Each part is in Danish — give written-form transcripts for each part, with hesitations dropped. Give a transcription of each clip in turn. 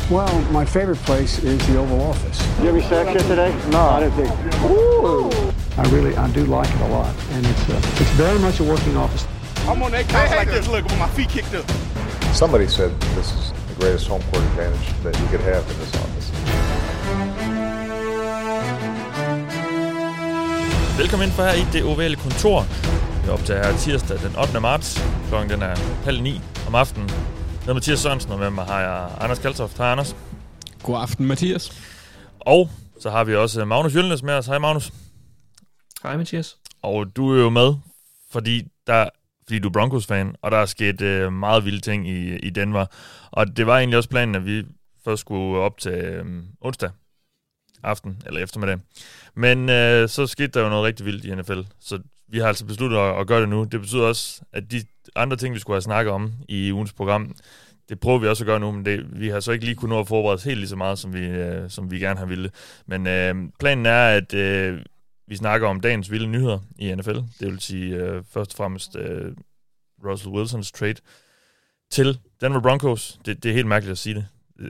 Well, my favorite place is the Oval Office. Did you have any sex yet today? No, I didn't think. I do like it a lot, and it's very much a working office. I'm on that couch like this, look, with my feet kicked up. Somebody said this is the greatest home court advantage that you could have in this office. Velkommen ind for her i det ovale kontor. Vi optager her tirsdag den 8. marts. Klokken den er 8:30 om aftenen. Med Mathias Sørensen, og med mig har jeg Anders Kaltoft. Hej Anders. God aften, Mathias. Og så har vi også Magnus Jølnes med os. Hej Magnus. Hej Mathias. Og du er jo med, fordi du er Broncos-fan, og der er sket meget vilde ting i Denver. Og det var egentlig også planen, at vi først skulle op til onsdag aften eller eftermiddag. Men så skete der jo noget rigtig vildt i NFL, så vi har altså besluttet at gøre det nu. Det betyder også, at de andre ting, vi skulle have snakket om i ugens program, det prøver vi også at gøre nu, men vi har så ikke lige kunnet nå at forberede os helt lige så meget, som vi gerne har ville. Men planen er, at vi snakker om dagens vilde nyheder i NFL. Det vil sige først og fremmest Russell Wilsons trade til Denver Broncos. Det er helt mærkeligt at sige det.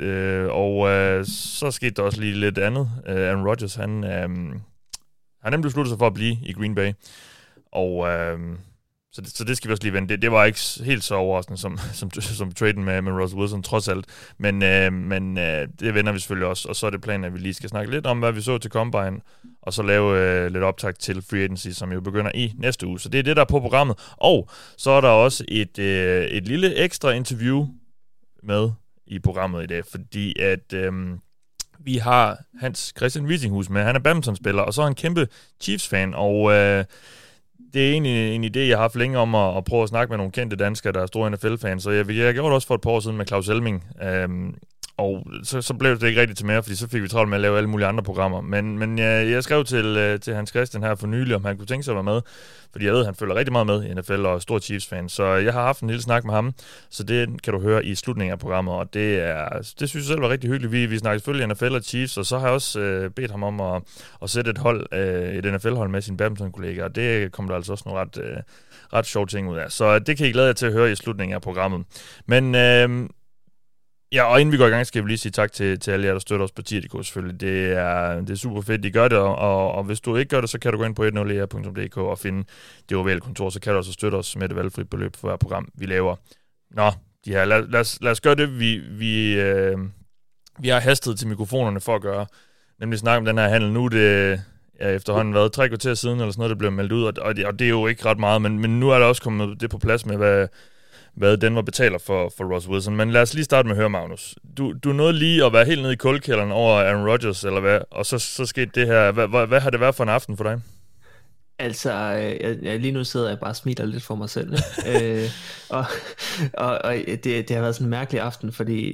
Så skete der også lige lidt andet. Aaron Rodgers, han har nemlig besluttet sig for at blive i Green Bay. Og så det skal vi også lige vende. Det var ikke helt så overraskende som traden med Russell Wilson, trods alt. Men det vender vi selvfølgelig også. Og så er det planen, at vi lige skal snakke lidt om, hvad vi så til Combine, og så lave lidt optakt til Free Agency, som jo begynder i næste uge. Så det er det, der er på programmet. Og så er der også et lille ekstra interview med i programmet i dag, fordi at vi har Hans Christian Wiesinghus med. Han er badmintonspiller, og så er han kæmpe Chiefs-fan, og det er egentlig en idé, jeg har haft længe om at prøve at snakke med nogle kendte danskere, der er store NFL-fans, så jeg gjorde det også for et par år siden med Claus Elming, og så blev det ikke rigtigt til mere, fordi så fik vi travlt med at lave alle mulige andre programmer. Men jeg skrev til Hans Christian her for nylig, om han kunne tænke sig at være med, fordi jeg ved, at han følger rigtig meget med i NFL og er stor Chiefs-fan, så jeg har haft en lille snak med ham, så det kan du høre i slutningen af programmet, og det synes jeg selv var rigtig hyggeligt. Vi snakker selvfølgelig NFL og Chiefs, og så har jeg også bedt ham om at sætte et NFL-hold med sine badminton-kollegaer, og det kommer der altså også nogle ret sjove ting ud af. Så det kan I glæde jer til at høre i slutningen af programmet. Men ja, og inden vi går i gang, skal vi lige sige tak til alle jer, der støtter os på Tier.dk selvfølgelig. Det er super fedt, de gør det, og hvis du ikke gør det, så kan du gå ind på 10er.dk og finde det ovale kontor, så kan du også støtte os med et valgfrit beløb for hver program, vi laver. Nå, lad os gøre det, vi har hastet til mikrofonerne for at gøre, nemlig snakke om den her handel. Nu er det efterhånden været 3 kvarter siden, eller sådan noget, der blev meldt ud, og det er jo ikke ret meget, men nu er der også kommet det på plads med, hvad Denver betaler for Russell Wilson. Men lad os lige starte med at høre, Magnus. Du nåede lige at være helt nede i kuldekælderen over Aaron Rodgers, eller hvad? Og så skete det her. Hvad har det været for en aften for dig? Altså, jeg lige nu sidder jeg bare og smiler lidt for mig selv. Og det har været sådan en mærkelig aften,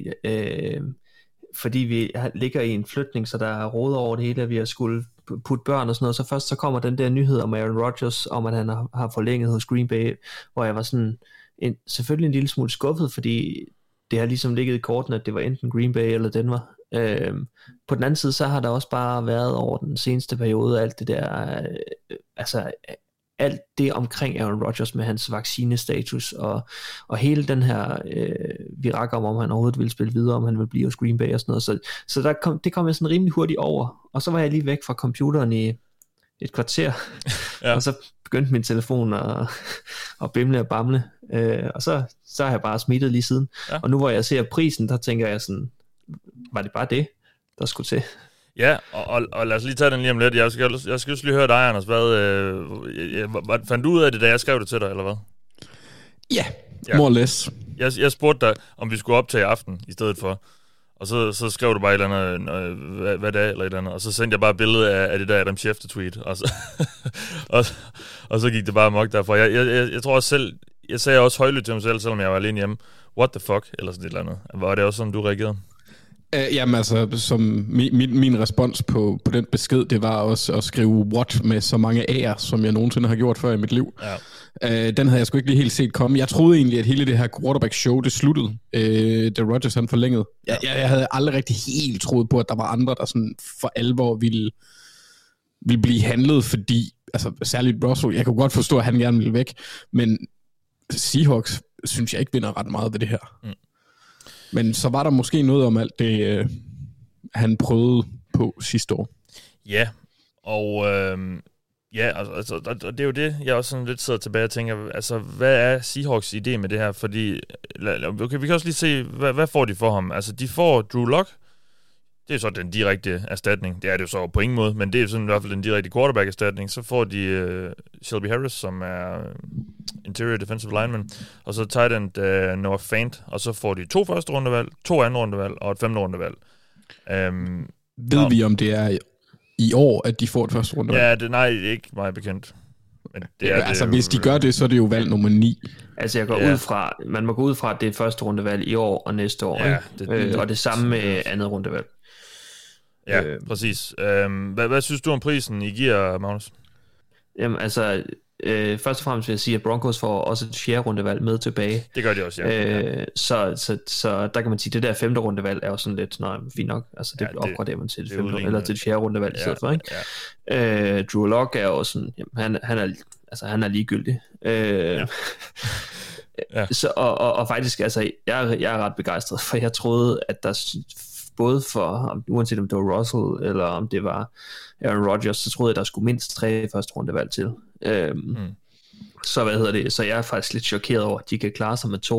fordi vi ligger i en flytning, så der er råd over det hele, at vi har skulle putte børn og sådan noget. Så først så kommer den der nyhed om Aaron Rodgers, om at han har forlænget hos Green Bay, hvor jeg var sådan selvfølgelig en lille smule skuffet, fordi det har ligesom ligget i korten, at det var enten Green Bay eller Denver. På den anden side, så har der også bare været over den seneste periode, alt det der, alt det omkring Aaron Rodgers med hans vaccinestatus, og hele den her virak om han overhovedet ville spille videre, om han ville blive hos Green Bay og sådan noget. Så det kom jeg sådan rimelig hurtigt over, og så var jeg lige væk fra computeren i et kvarter, ja. Og så begyndte min telefon at bimle og bamle, og så har jeg bare smittet lige siden, ja. Og nu hvor jeg ser prisen, der tænker jeg sådan, var det bare det, der skulle til? Ja, og lad os lige tage den lige om lidt. Jeg skal også lige høre dig, Anders. Hvad fandt du ud af det, da jeg skrev det til dig, eller hvad? Ja, more or less. Jeg spurgte dig, om vi skulle optage i aften i stedet for. Og så skrev du bare et eller andet, hvad dag eller et eller andet, og så sendte jeg bare et billede af det der Adam Schefter-tweet, og så gik det bare amok derfra. Jeg tror også selv, jeg sagde også højlydt til mig selv, selvom jeg var alene hjemme, what the fuck, eller sådan et eller andet. Var det også sådan, du reagerede? Jamen altså, som min respons på den besked, det var også at skrive what med så mange A'er, som jeg nogensinde har gjort før i mit liv. Ja. Den havde jeg sgu ikke lige helt set komme. Jeg troede egentlig, at hele det her quarterback-show, det sluttede, da Rodgers han forlængede. Ja. Jeg havde aldrig rigtig helt troet på, at der var andre, der sådan for alvor ville blive handlet, fordi, altså særligt Russell, jeg kunne godt forstå, at han gerne ville væk, men Seahawks synes jeg ikke vinder ret meget ved det her. Mm. Men så var der måske noget om alt det, han prøvede på sidste år. Ja, og altså, det er jo det, jeg også sådan lidt sidder tilbage og tænker, altså, hvad er Seahawks idé med det her? Fordi, okay, vi kan også lige se, hvad får de for ham? Altså, de får Drew Lock. Det er så den direkte erstatning. Det er det jo så på ingen måde, men det er sådan i hvert fald den direkte quarterback-erstatning. Så får de Shelby Harris, som er interior defensive lineman, og så tight end Noah Fant, og så får de 2 første rundevalg, 2 anden rundevalg og et 5. rundevalg. Ved vi, om det er i år, at de får et første rundevalg? Ja, nej, ikke meget bekendt. Men det er altså, hvis de gør det, så er det jo valg nummer 9. Altså, jeg går ud fra, man må gå ud fra, at det er første rundevalg i år og næste år, ikke? Og det samme med andet rundevalg. Ja, præcis. Hvad synes du om prisen, I giver, Magnus? Jamen, altså, først og fremmest vil jeg sige, at Broncos får også et 4. rundevalg med tilbage. Det gør de også, ja. Så der kan man sige, at det der 5. rundevalg er jo sådan lidt, fint nok. Altså, det opgraderer man til det 5. eller til det 4. rundevalg i stedet for, ikke? Ja. Drew Lock er jo sådan, jamen, han er ligegyldig. Ja. Så, og faktisk, altså, jeg er ret begejstret, for jeg troede, at der både for, uanset om det var Russell, eller om det var Aaron Rodgers, så troede jeg, der skulle mindst 3 første rundevalg til. Så så jeg er faktisk lidt chokeret over, at de kan klare sig med 2.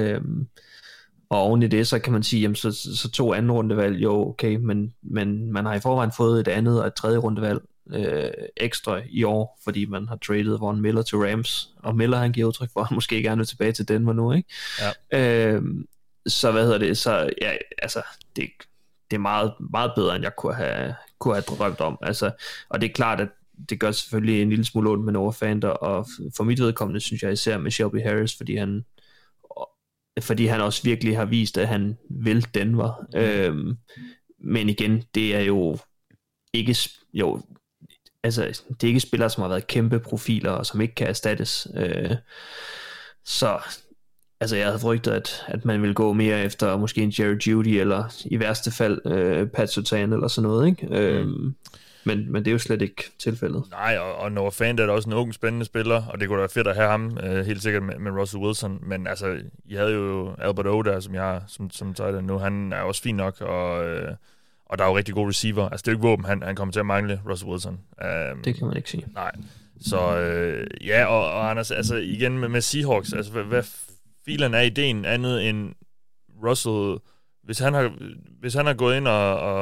Og oven i det, så kan man sige, jamen, så 2 anden rundevalg, jo okay, men man har i forvejen fået et andet og et 3. rundevalg ekstra i år, fordi man har traded Von Miller til Rams, og Miller han giver udtryk for, at han måske gerne vil tilbage til Denver nu, ikke? Ja. Så ja, altså, det er meget, meget bedre, end jeg kunne have drømt om. Altså, og det er klart, at det gør selvfølgelig en lille smule ondt med Noah Fant, og for mit vedkommende, synes jeg især med Shelby Harris, fordi han også virkelig har vist, at han vil Denver. Men igen, det er jo ikke... Altså, det er ikke spillere, som har været kæmpe profiler, og som ikke kan erstattes. Så altså, jeg havde frygtet, at man ville gå mere efter måske en Jerry Jeudy, eller i værste fald Pat Surtain, eller sådan noget, ikke? Men det er jo slet ikke tilfældet. Nej, og Noah Fant er da også en ung, spændende spiller, og det kunne da være fedt at have ham, helt sikkert med Russell Wilson. Men altså, I havde jo Albert O der, som jeg har som tight end nu. Han er også fin nok, og der er jo rigtig gode receiver. Altså, det er jo ikke våben, han kommer til at mangle, Russell Wilson. Det kan man ikke sige. Nej. Så ja, og Anders, altså igen med Seahawks, altså hvad filen er ideen andet end Russell, hvis han har gået ind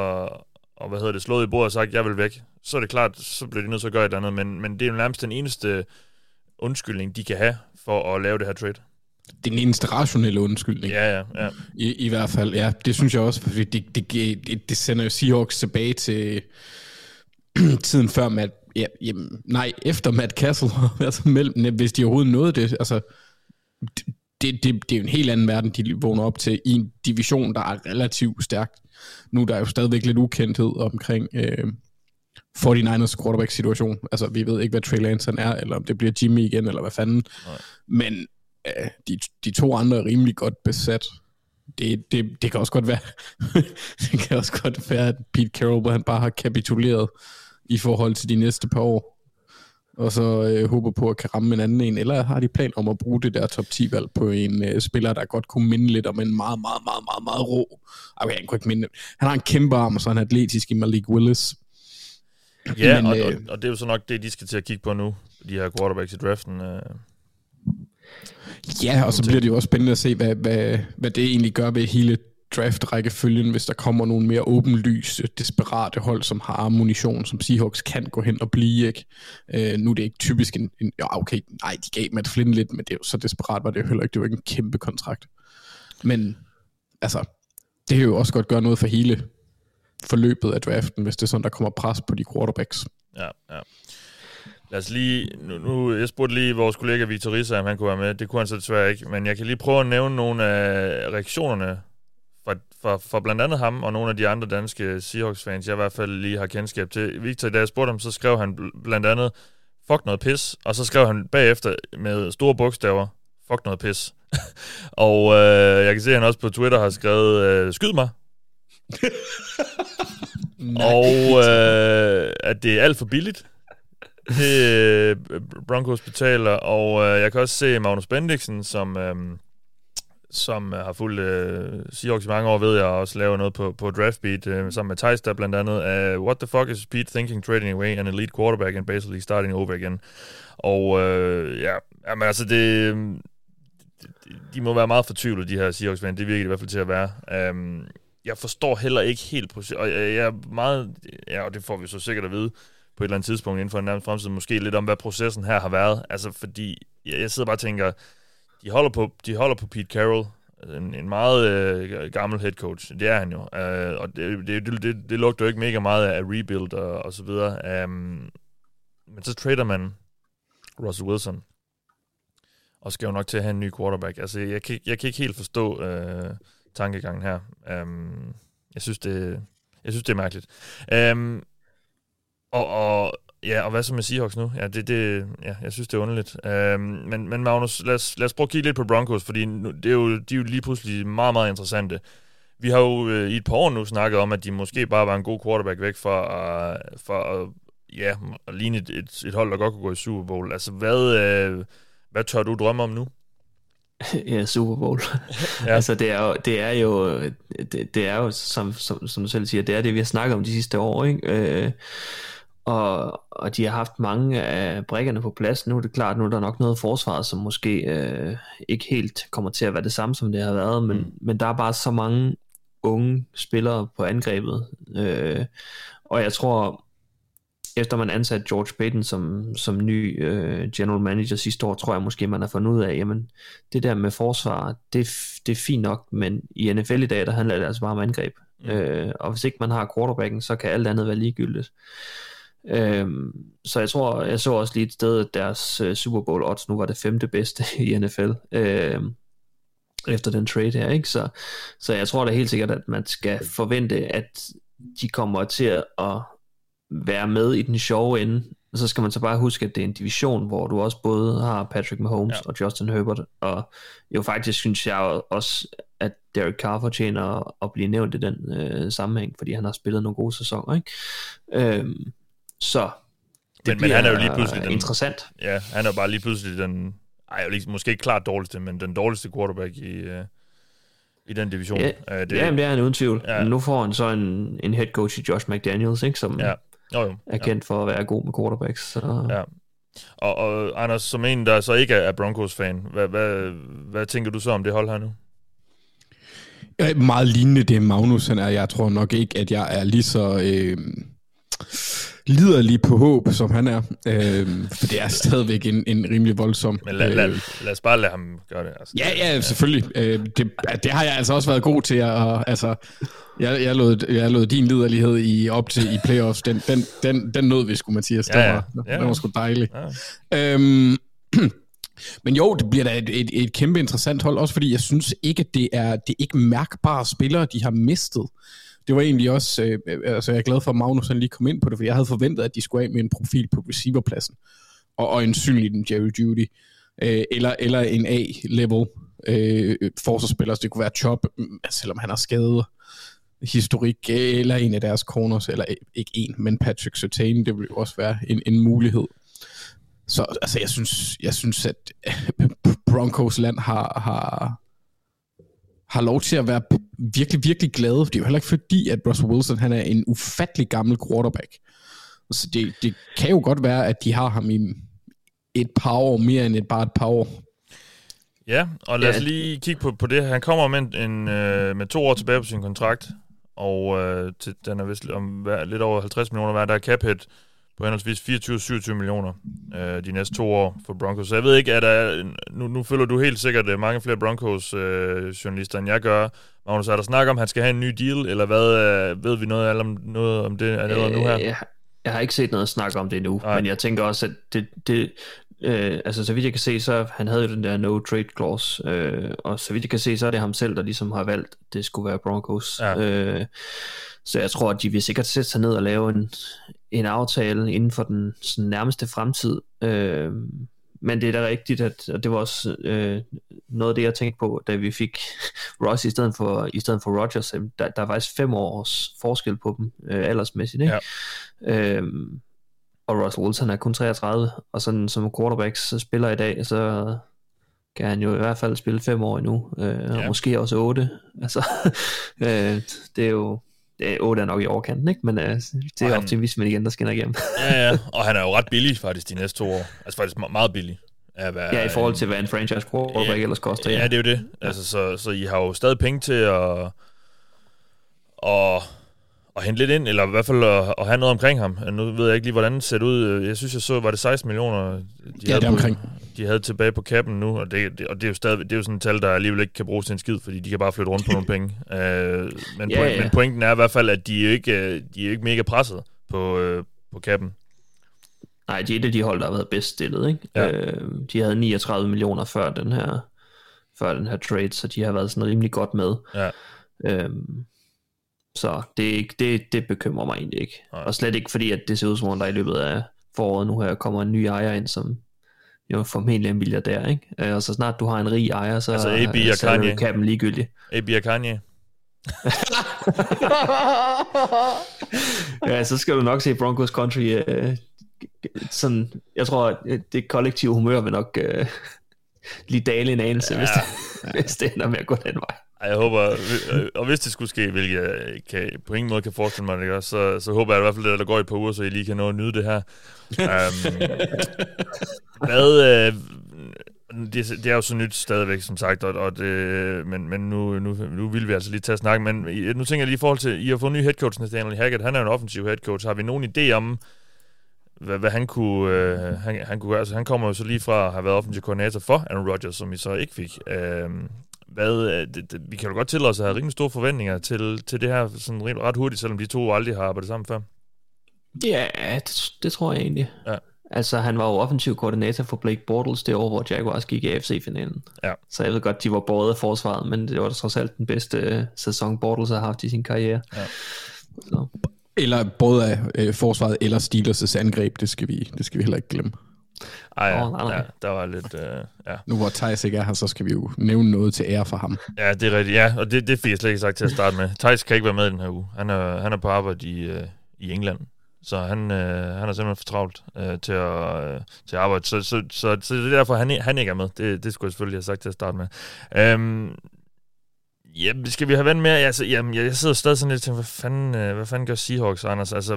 og slået i bordet og sagt, jeg vil væk, så er det klart, så bliver de nødt til at gøre et eller andet, men det er jo nærmest den eneste undskyldning, de kan have for at lave det her trade. Det er den eneste rationelle undskyldning. Ja. I hvert fald, ja. Det synes jeg også, fordi det sender jo Seahawks tilbage til tiden før efter Matt Cassel, altså mellem, hvis de overhovedet nåede det. Altså, det er jo en helt anden verden, de vågner op til, i en division, der er relativt stærkt. Nu er der jo stadigvæk lidt ukendthed omkring 49ers quarterback-situation. Altså, vi ved ikke, hvad Trey Lance er, eller om det bliver Jimmy igen, eller hvad fanden. Nej. Men de 2 andre er rimelig godt besat. Det kan også godt være, det kan også godt være, at Pete Carroll, han bare har kapituleret i forhold til de næste par år, og så håber på at kan ramme en anden en, eller har de plan om at bruge det der top 10-valg på en spiller, der godt kunne minde lidt om en meget, meget, meget, meget, meget rå. Okay, han kunne ikke minde. Han har en kæmpe arm, og så er han atletisk i Malik Willis. Ja, men, og det er jo så nok det, de skal til at kigge på nu, de her quarterbacks i draften. Ja, og så bliver det jo også spændende at se, hvad det egentlig gør ved hele draft-rækkefølgen, hvis der kommer nogle mere åbenlyse, desperate hold, som har ammunition, som Seahawks kan gå hen og blive, ikke? Nu er det ikke typisk de gav Matt Flynn lidt, men det er jo så desperat, var det jo heller ikke. Det var ikke en kæmpe kontrakt. Men, altså, det kan jo også godt gøre noget for hele forløbet af draften, hvis det er sådan, der kommer pres på de quarterbacks. Ja. Lad os lige, nu jeg spurgte lige vores kollega Victor Risa, om han kunne være med. Det kunne han så desværre ikke, men jeg kan lige prøve at nævne nogle af reaktionerne fra blandt andet ham og nogle af de andre danske Seahawks-fans, jeg i hvert fald lige har kendskab til. Victor, da jeg spurgte ham, så skrev han blandt andet, fuck noget pis, og så skrev han bagefter med store bogstaver, fuck noget pis. Og jeg kan se, at han også på Twitter har skrevet, skyd mig. Og at det er alt for billigt. Det Broncos betaler, og jeg kan også se Magnus Bendiksen, som som har fulgt Seahawks i mange år, ved jeg også lave noget på Draftbeat, sammen med Theis der blandt andet. What the fuck is Pete thinking trading away an elite quarterback and basically starting over again? Og men altså de må være meget fortvivlede, de her Seahawks-fans. Det virker i hvert fald til at være. Jeg forstår heller ikke helt og jeg er meget, og det får vi så sikkert at vide på et eller andet tidspunkt inden for en nærmest fremtid, måske lidt om, hvad processen her har været. Altså, fordi jeg sidder bare og tænker, de holder på Pete Carroll, en meget gammel head coach. Det er han jo. Og det lugter jo ikke mega meget af rebuild og så videre. Men så trader man Russell Wilson, og skal jo nok til at have en ny quarterback. Altså, jeg kan ikke helt forstå tankegangen her. Jeg synes, det er mærkeligt. Og hvad så med Seahawks nu? Ja, jeg synes, det er underligt. Men Magnus, lad os prøve at kigge lidt på Broncos, fordi de er jo lige pludselig meget, meget interessante. Vi har jo i et par år nu snakket om, at de måske bare var en god quarterback væk for at ligne et hold, der godt kunne gå i Super Bowl. Altså, hvad tør du drømme om nu? Ja, Super Bowl. Ja. Altså, det er jo som du selv siger, det er det, vi har snakket om de sidste år, ikke? Og de har haft mange af brikkerne på plads. Nu er det klart, nu er der nok noget forsvaret, som måske ikke helt kommer til at være det samme, som det har været, men der er bare så mange unge spillere på angrebet. Og jeg tror, efter man ansatte George Paton som ny general manager sidste år, tror jeg måske, man har fundet ud af, jamen, det der med forsvar, det er fint nok, men i NFL i dag, der handler det altså bare om angreb. Og hvis ikke man har quarterbacken, så kan alt andet være ligegyldigt. Så jeg så også lige et sted, at deres Super Bowl odds nu var det 5. bedste i NFL efter den trade her, ikke? Så jeg tror da helt sikkert, at man skal forvente, at de kommer til at være med i den sjove ende. Og så skal man så bare huske, at det er en division, hvor du også både har Patrick Mahomes og Justin Herbert, og jo faktisk synes jeg også, at Derek Carr fortjener at blive nævnt i den sammenhæng, fordi han har spillet nogle gode sæsoner, ikke? Så det men han er jo lige pludselig interessant. Ja, han er bare lige pludselig den, måske ikke klart dårligste, men den dårligste quarterback i den division. Ja, det er han uden tvivl. Ja. Nu får han så en head coach i Josh McDaniels, ikke, som er kendt for at være god med quarterbacks. Så. Ja. Og Anders, som en, der så ikke er Broncos-fan, hvad tænker du så om det hold her nu? Jeg er meget lignende det Magnus han er. Jeg tror nok ikke, at jeg er lige så liderlig på håb, som han er. For det er stadigvæk en rimelig voldsom... Men lad os bare lade ham gøre det. Altså. Ja, selvfølgelig. Det har jeg altså også været god til. Jeg lod din liderlighed op til i playoffs. Den nåd vi, skulle Mathias. Den var sgu dejlig. Ja. Men jo, det bliver da et kæmpe interessant hold, også fordi jeg synes ikke, at det er ikke mærkbare spillere, de har mistet. Det var egentlig også, jeg er glad for, at Magnus lige kom ind på det, for jeg havde forventet, at de skulle af med en profil på receiverpladsen, og øjensynligt en Jerry Jeudy, eller en A-level forsvarsspiller, så det kunne være Chop, selvom han har skadet historik, eller en af deres corners, eller ikke en, men Patrick Surtain, det ville jo også være en mulighed. Så altså, jeg synes, at Broncos land har lov til at være virkelig, virkelig glade. Det er jo heller ikke fordi, at Russell Wilson han er en ufattelig gammel quarterback. Så det kan jo godt være, at de har ham i et par år, mere end bare et par år. Ja, og lad os lige kigge på det. Han kommer med 2 år tilbage på sin kontrakt, og den er vist om lidt over 50 millioner hver. Der er cap hit på henholdsvis 24-27 millioner de næste 2 år for Broncos. Så jeg ved ikke, nu følger du helt sikkert mange flere Broncos-journalister, end jeg gør. Magnus, er der snak om, at han skal have en ny deal, eller hvad? Ved vi noget om det allerede nu her? Jeg har ikke set noget snak om det endnu, men jeg tænker også, at altså så vidt jeg kan se, så han havde jo den der no trade clause, og så vidt jeg kan se, så er det ham selv, der ligesom har valgt, at det skulle være Broncos. Ja. Så jeg tror, at de vil sikkert sætte sig ned og lave en aftale inden for den sådan, nærmeste fremtid. Men det er da rigtigt, og det var også noget af det, jeg tænkte på, da vi fik Ross i stedet for Rodgers. Der er faktisk 5 års forskel på dem, aldersmæssigt, ikke? Ja. Og Russell Wilson er kun 33, og sådan som quarterbacks spiller i dag, så kan han jo i hvert fald spille 5 år endnu, og måske også 8. Altså, det er jo... 8 er nok i overkanten, ikke? Men det er optimismen igen, der skinner igennem. Ja, og han er jo ret billig faktisk de næste 2 år. Altså faktisk meget billig. I forhold til, hvad en franchise quarterback ellers koster. Ja, det er jo det. Altså, så I har jo stadig penge til at hente lidt ind, eller i hvert fald at have noget omkring ham. Nu ved jeg ikke lige, hvordan det ser ud. Jeg synes, var det 16 millioner, de havde tilbage på kappen nu, og det er jo stadig, det er jo sådan et tal, der alligevel ikke kan bruges til en skid, fordi de kan bare flytte rundt på nogle penge. Men pointen er i hvert fald, at de er jo ikke mega presset på kappen. Nej, de er et af de hold, der har været bedst stillet, ikke? Ja. De havde 39 millioner før den her trade, så de har været sådan rimelig godt med. Ja. Så det bekymrer mig egentlig ikke. Nej. Og slet ikke fordi, at det ser ud som om, der i løbet af foråret nu her kommer en ny ejer ind, som jo formentlig en milliardær, ikke? Og så snart du har en rig ejer, så altså AB og Kanye. Er kappen ligegyldig. AB og Kanye. Ja, så skal du nok se Broncos Country. Sådan, jeg tror, det kollektive humør vil nok lige dale en anelse, hvis det ender med at gå den vej. Jeg håber, og hvis det skulle ske, hvilket jeg på ingen måde kan forestille mig, det så håber jeg i hvert fald, at der går et par uger, så I lige kan nå at nyde det her. Det er jo så nyt stadigvæk, som sagt, men nu vil vi altså lige tage at snakke. Men nu tænker jeg lige i forhold til, I har fået en ny headcoach, Nathaniel Hackett. Han er jo en offensiv headcoach. Har vi nogen idé om, hvad han kunne gøre? Altså, han kommer jo så lige fra at have været offensiv koordinator for Aaron Rodgers, som I så ikke fik. Vi kan jo godt tillade os at have rimelig store forventninger til det her sådan ret hurtigt, selvom de to aldrig har arbejdet sammen før. Ja, det tror jeg egentlig. Ja. Altså, han var jo offensiv koordinator for Blake Bortles det år, hvor Jaguars gik i AFC-finalen. Ja. Så jeg ved godt, de var båret af forsvaret, men det var trods alt den bedste sæson, Bortles har haft i sin karriere. Ja. Så. Eller både af forsvaret eller Steelers' angreb, det skal vi heller ikke glemme. Nej. Der var lidt... Nu hvor Theis ikke er her, så skal vi jo nævne noget til ære for ham. Ja, det er rigtigt. Ja, og det fik jeg slet ikke sagt til at starte med. Theis kan ikke være med den her uge. Han er på arbejde i England. Så han er simpelthen for travlt til at arbejde. Så det er derfor, han ikke er med. Det skulle jeg selvfølgelig have sagt til at starte med. Ja, skal vi have vendt mere? Altså, jeg sidder stadig sådan lidt til, hvad fanden gør Seahawks, Anders? Altså,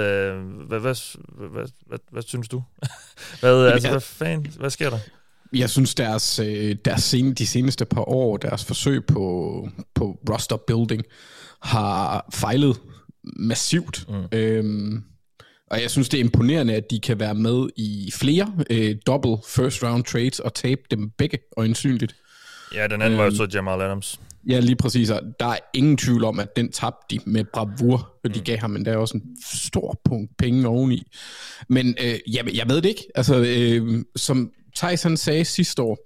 hvad synes du? Hvad sker der? Jeg synes, de seneste par år, deres forsøg på roster building har fejlet massivt. Og jeg synes, det er imponerende, at de kan være med i flere double first round trades og tabe dem begge øjensynligt. Ja, den anden var jo så Jamal Adams. Ja, lige præcis. Der er ingen tvivl om, at den tabte de med bravur, og de gav ham endda også en stor punkt penge oveni. Men jeg ved det ikke. Altså, som Theis han sagde sidste år,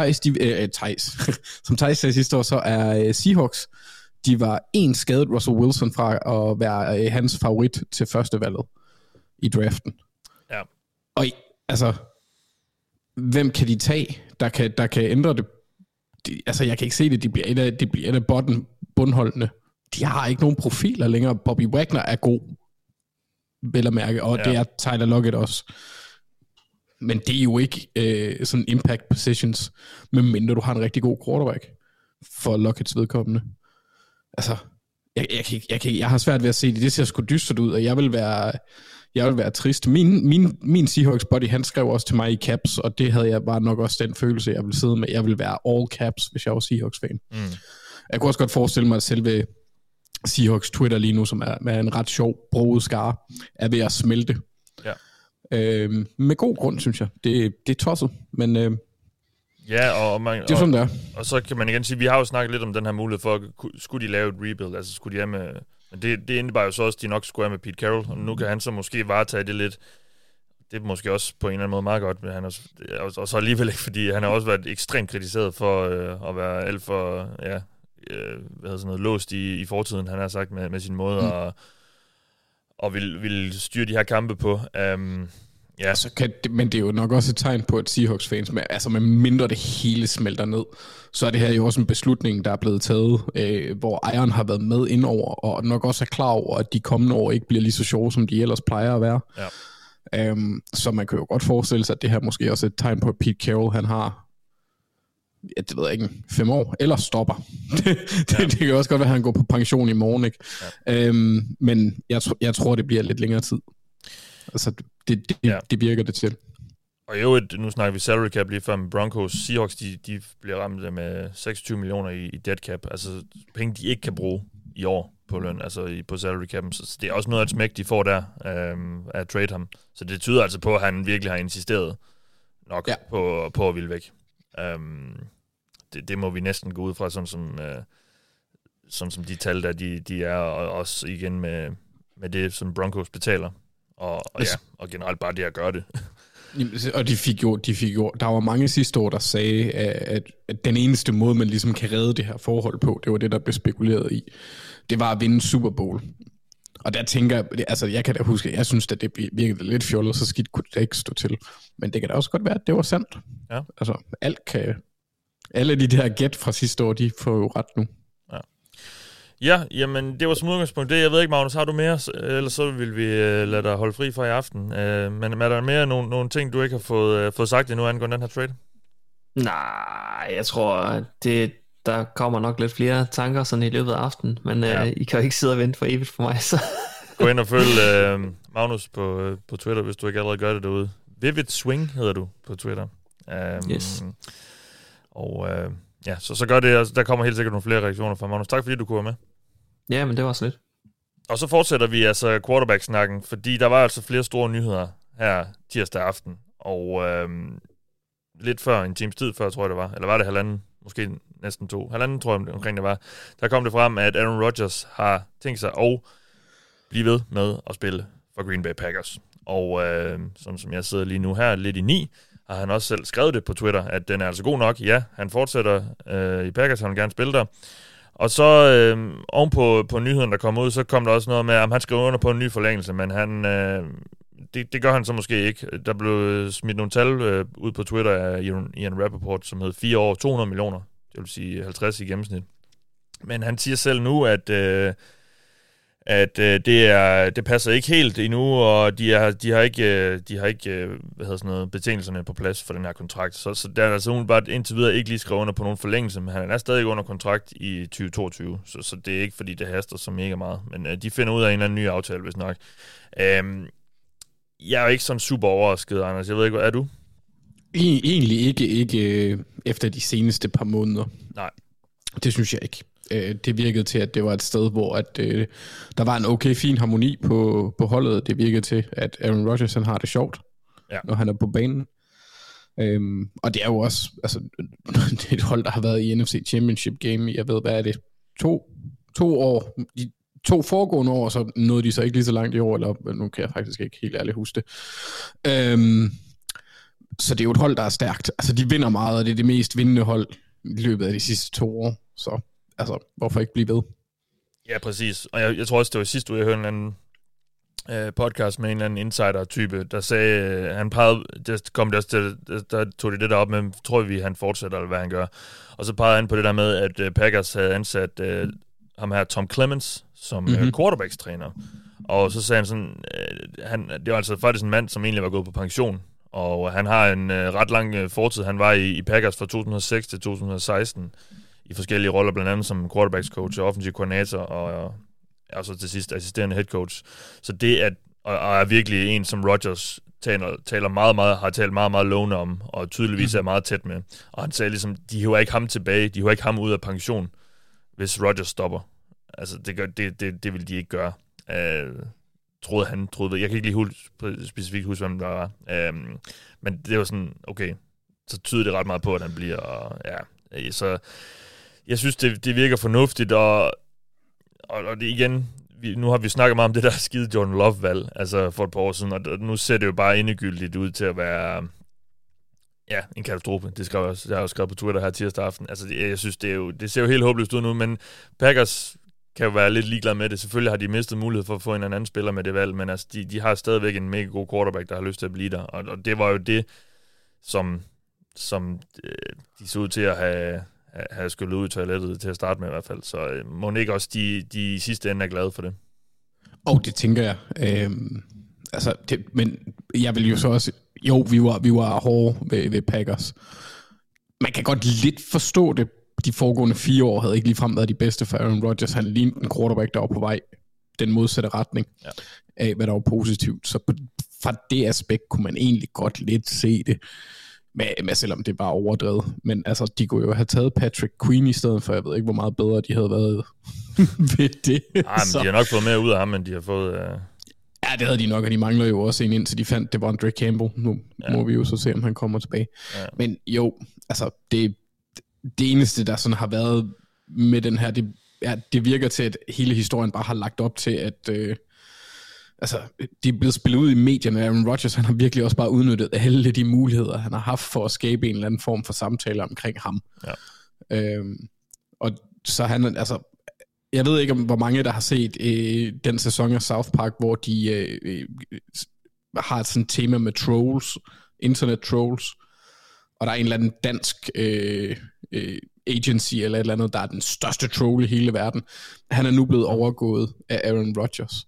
som Theis sagde sidste år, så er Seahawks, de var en skadet Russell Wilson fra at være hans favorit til førstevalget i draften. Ja. Og altså, hvem kan de tage, der kan ændre det? Altså, jeg kan ikke se det. De bliver et af bundholdene. De har ikke nogen profiler længere. Bobby Wagner er god, vel at mærke, og det er Tyler Lockett også. Men det er jo ikke sådan impact positions, medmindre du har en rigtig god quarterback for Locketts vedkommende. Altså, jeg har svært ved at se det. Det ser sgu dystert ud, og jeg vil være trist. Min Seahawks buddy, han skrev også til mig i caps, og det havde jeg bare nok også den følelse, jeg ville sidde med. Jeg ville være all caps, hvis jeg var Seahawks-fan. Jeg kunne også godt forestille mig, at selve Seahawks Twitter lige nu, som er en ret sjov broget skare, er ved at smelte. Ja. Med god grund, synes jeg. Det er tosset, men... Ja, og det er sådan, der. Og så kan man igen sige, vi har jo snakket lidt om den her mulighed for, skulle de lave et rebuild, altså skulle de have med... Men det indebar jo så også, at de nok skulle have med Pete Carroll, og nu kan han så måske varetage det lidt. Det er måske også på en eller anden måde meget godt, men han og så alligevel ikke, fordi han har også været ekstremt kritiseret for at være alt for, låst i fortiden, han har sagt med sin måde, og vil styre de her kampe på. Ja. Altså, men det er jo nok også et tegn på, at Seahawks-fans, med mindre det hele smelter ned, så er det her jo også en beslutning, der er blevet taget, hvor ejeren har været med indover, og nok også er klar over, at de kommende år ikke bliver lige så sjove, som de ellers plejer at være. Ja. Så man kan jo godt forestille sig, at det her måske også er et tegn på, at Pete Carroll, han har det ved jeg ikke, 5 år, eller stopper. Det kan også godt være, at han går på pension i morgen, ikke? Ja. Men jeg tror, det bliver lidt længere tid. Altså, det virker det til. Og i øvrigt, nu snakker vi salary cap lige før med Broncos. Seahawks, de bliver ramt med 26 millioner i dead cap. Altså penge, de ikke kan bruge i år på løn, altså på salary capen. Så det er også noget af et smæk, de får der at trade ham. Så det tyder altså på, at han virkelig har insisteret nok på at ville væk. Det må vi næsten gå ud fra, som de tal, der de er, og også igen med det, som Broncos betaler. Og generelt bare det at gøre det. Og de fik jo, der var mange sidste år, der sagde, at den eneste måde, man ligesom kan redde det her forhold på, det var det, der blev spekuleret i. Det var at vinde Super Bowl. Og der tænker jeg, altså jeg kan da huske, jeg synes, at det virkede lidt fjollet, så skidt kunne det ikke stå til. Men det kan da også godt være, at det var sandt. Ja. Altså alle de der gæt fra sidste år, de får jo ret nu. Ja, jamen det var som udgangspunkt det. Jeg ved ikke, Magnus, har du mere? Ellers så vil vi lade dig holde fri for i aften. Men er der mere nogle ting, du ikke har fået sagt endnu angående den her trade? Nej, jeg tror, der kommer nok lidt flere tanker sådan i løbet af aftenen. Men I kan jo ikke sidde og vente for evigt for mig. Så. Gå ind og følg Magnus på Twitter, hvis du ikke allerede gør det derude. Vivid Swing hedder du på Twitter. Yes. Og så gør det. Altså, der kommer helt sikkert nogle flere reaktioner fra Magnus. Tak fordi du kunne være med. Ja, men det var så lidt. Og så fortsætter vi altså quarterback-snakken, fordi der var altså flere store nyheder her tirsdag aften. Og lidt før, en times tid før, tror jeg det var. Eller var det halvanden? Måske næsten 2. Halvanden, tror jeg omkring det var. Der kom det frem, at Aaron Rodgers har tænkt sig at blive ved med at spille for Green Bay Packers. Og sådan som jeg sidder lige nu her, lidt i 9, har han også selv skrevet det på Twitter, at den er altså god nok. Ja, han fortsætter i Packers, han vil gerne spille der. Og så oven på nyheden, der kom ud, så kom der også noget med, at han skriver under på en ny forlængelse, men han, det gør han så måske ikke. Der blev smidt nogle tal ud på Twitter af Ian Rappaport, som hed 4 år, 200 millioner. Det vil sige 50 i gennemsnit. Men han siger selv nu, at det passer ikke helt endnu, og de har ikke betingelserne på plads for den her kontrakt. Så der er altså umiddelbart indtil videre ikke lige skrevet under på nogen forlængelse, men han er stadig under kontrakt i 2022, så det er ikke fordi det haster så mega meget, men de finder ud af en eller anden ny aftale, hvis nok. Jeg er jo ikke sådan super overrasket, Anders. Jeg ved ikke, hvad er du? Egentlig ikke efter de seneste par måneder. Nej. Det synes jeg ikke. Det virkede til, at det var et sted, hvor at, der var en okay, fin harmoni på holdet. Det virkede til, at Aaron Rodgers han har det sjovt, når han er på banen. Og det er jo også, altså, det er et hold, der har været i NFC Championship Game. Jeg ved, hvad er det? 2 år. De 2 foregående år, så nåede de så ikke lige så langt i år, eller nu kan jeg faktisk ikke helt ærligt huske det. Så det er jo et hold, der er stærkt. Altså, de vinder meget, og det er det mest vindende hold i løbet af de sidste 2 år. Så altså, hvorfor ikke blive ved? Ja, præcis. Og jeg tror også, det var sidste uge, jeg hørte en anden podcast med en eller anden insider-type, der sagde, han pegede, der tog de det der op med, tror vi, han fortsætter, eller hvad han gør. Og så pegede han på det der med, at Packers havde ansat ham her, Tom Clements, som quarterbacks-træner. Og så sagde han sådan, det var altså faktisk en mand, som egentlig var gået på pension, og han har en ret lang fortid. Han var i Packers fra 2006 til 2016, i forskellige roller, blandt andet som quarterbacks coach og offensiv koordinator, og så til sidst assisterende head coach. Så det er virkelig en, som Rodgers har talt meget, meget lovende om, og tydeligvis er meget tæt med. Og han sagde ligesom, de hiver ikke ham tilbage, de hiver ikke ham ud af pension, hvis Rodgers stopper. Altså, det vil de ikke gøre. Troede jeg kan ikke lige specifikt huske, hvem der var. Men det var sådan, okay, så tyder det ret meget på, at han bliver, og ja, så jeg synes, det virker fornuftigt, og det igen, nu har vi snakket meget om det der skide Jordan Love-valg, altså for et par år siden, og nu ser det jo bare endegyldigt ud til at være, en katastrofe. Det skrev jeg har jo skrevet på Twitter her tirsdag aften. Altså, jeg synes, det ser jo helt håbløst ud nu, men Packers kan jo være lidt ligeglade med det. Selvfølgelig har de mistet mulighed for at få en anden spiller med det valg, men altså, de har stadigvæk en mega god quarterback, der har lyst til at blive der, og det var jo det, som de så ud til at have skyllet ud i toilettet til at starte med i hvert fald. Så må ikke også de i sidste ende er glade for det? Og det tænker jeg. Men jeg vil jo så også... Jo, vi var hårde ved Packers. man kan godt lidt forstå det. De foregående 4 år havde ikke ligefrem været de bedste for Aaron Rodgers. Han lignede en quarterback, der var på vej den modsatte retning af, hvad der var positivt. Så fra det aspekt kunne man egentlig godt lidt se det, med selvom det var overdrevet. Men altså, de kunne jo have taget Patrick Queen i stedet for, jeg ved ikke, hvor meget bedre de havde været ved det. Nej, men de har nok fået mere ud af ham, end de har fået... Ja, det havde de nok, og de mangler jo også en, indtil de fandt Devondre Campbell. Nu må vi jo så se, om han kommer tilbage. Ja. Men jo, altså, det eneste, der sådan har været med den her, det virker til, at hele historien bare har lagt op til, at altså, det er blevet spillet ud i medierne. Aaron Rodgers, han har virkelig også bare udnyttet alle de muligheder, han har haft for at skabe en eller anden form for samtale omkring ham. Ja. Og så han, altså, jeg ved ikke, hvor mange, der har set den sæson af South Park, hvor de har sådan et tema med trolls, internet trolls, og der er en eller anden dansk agency eller et eller andet, der er den største troll i hele verden. Han er nu blevet overgået af Aaron Rodgers.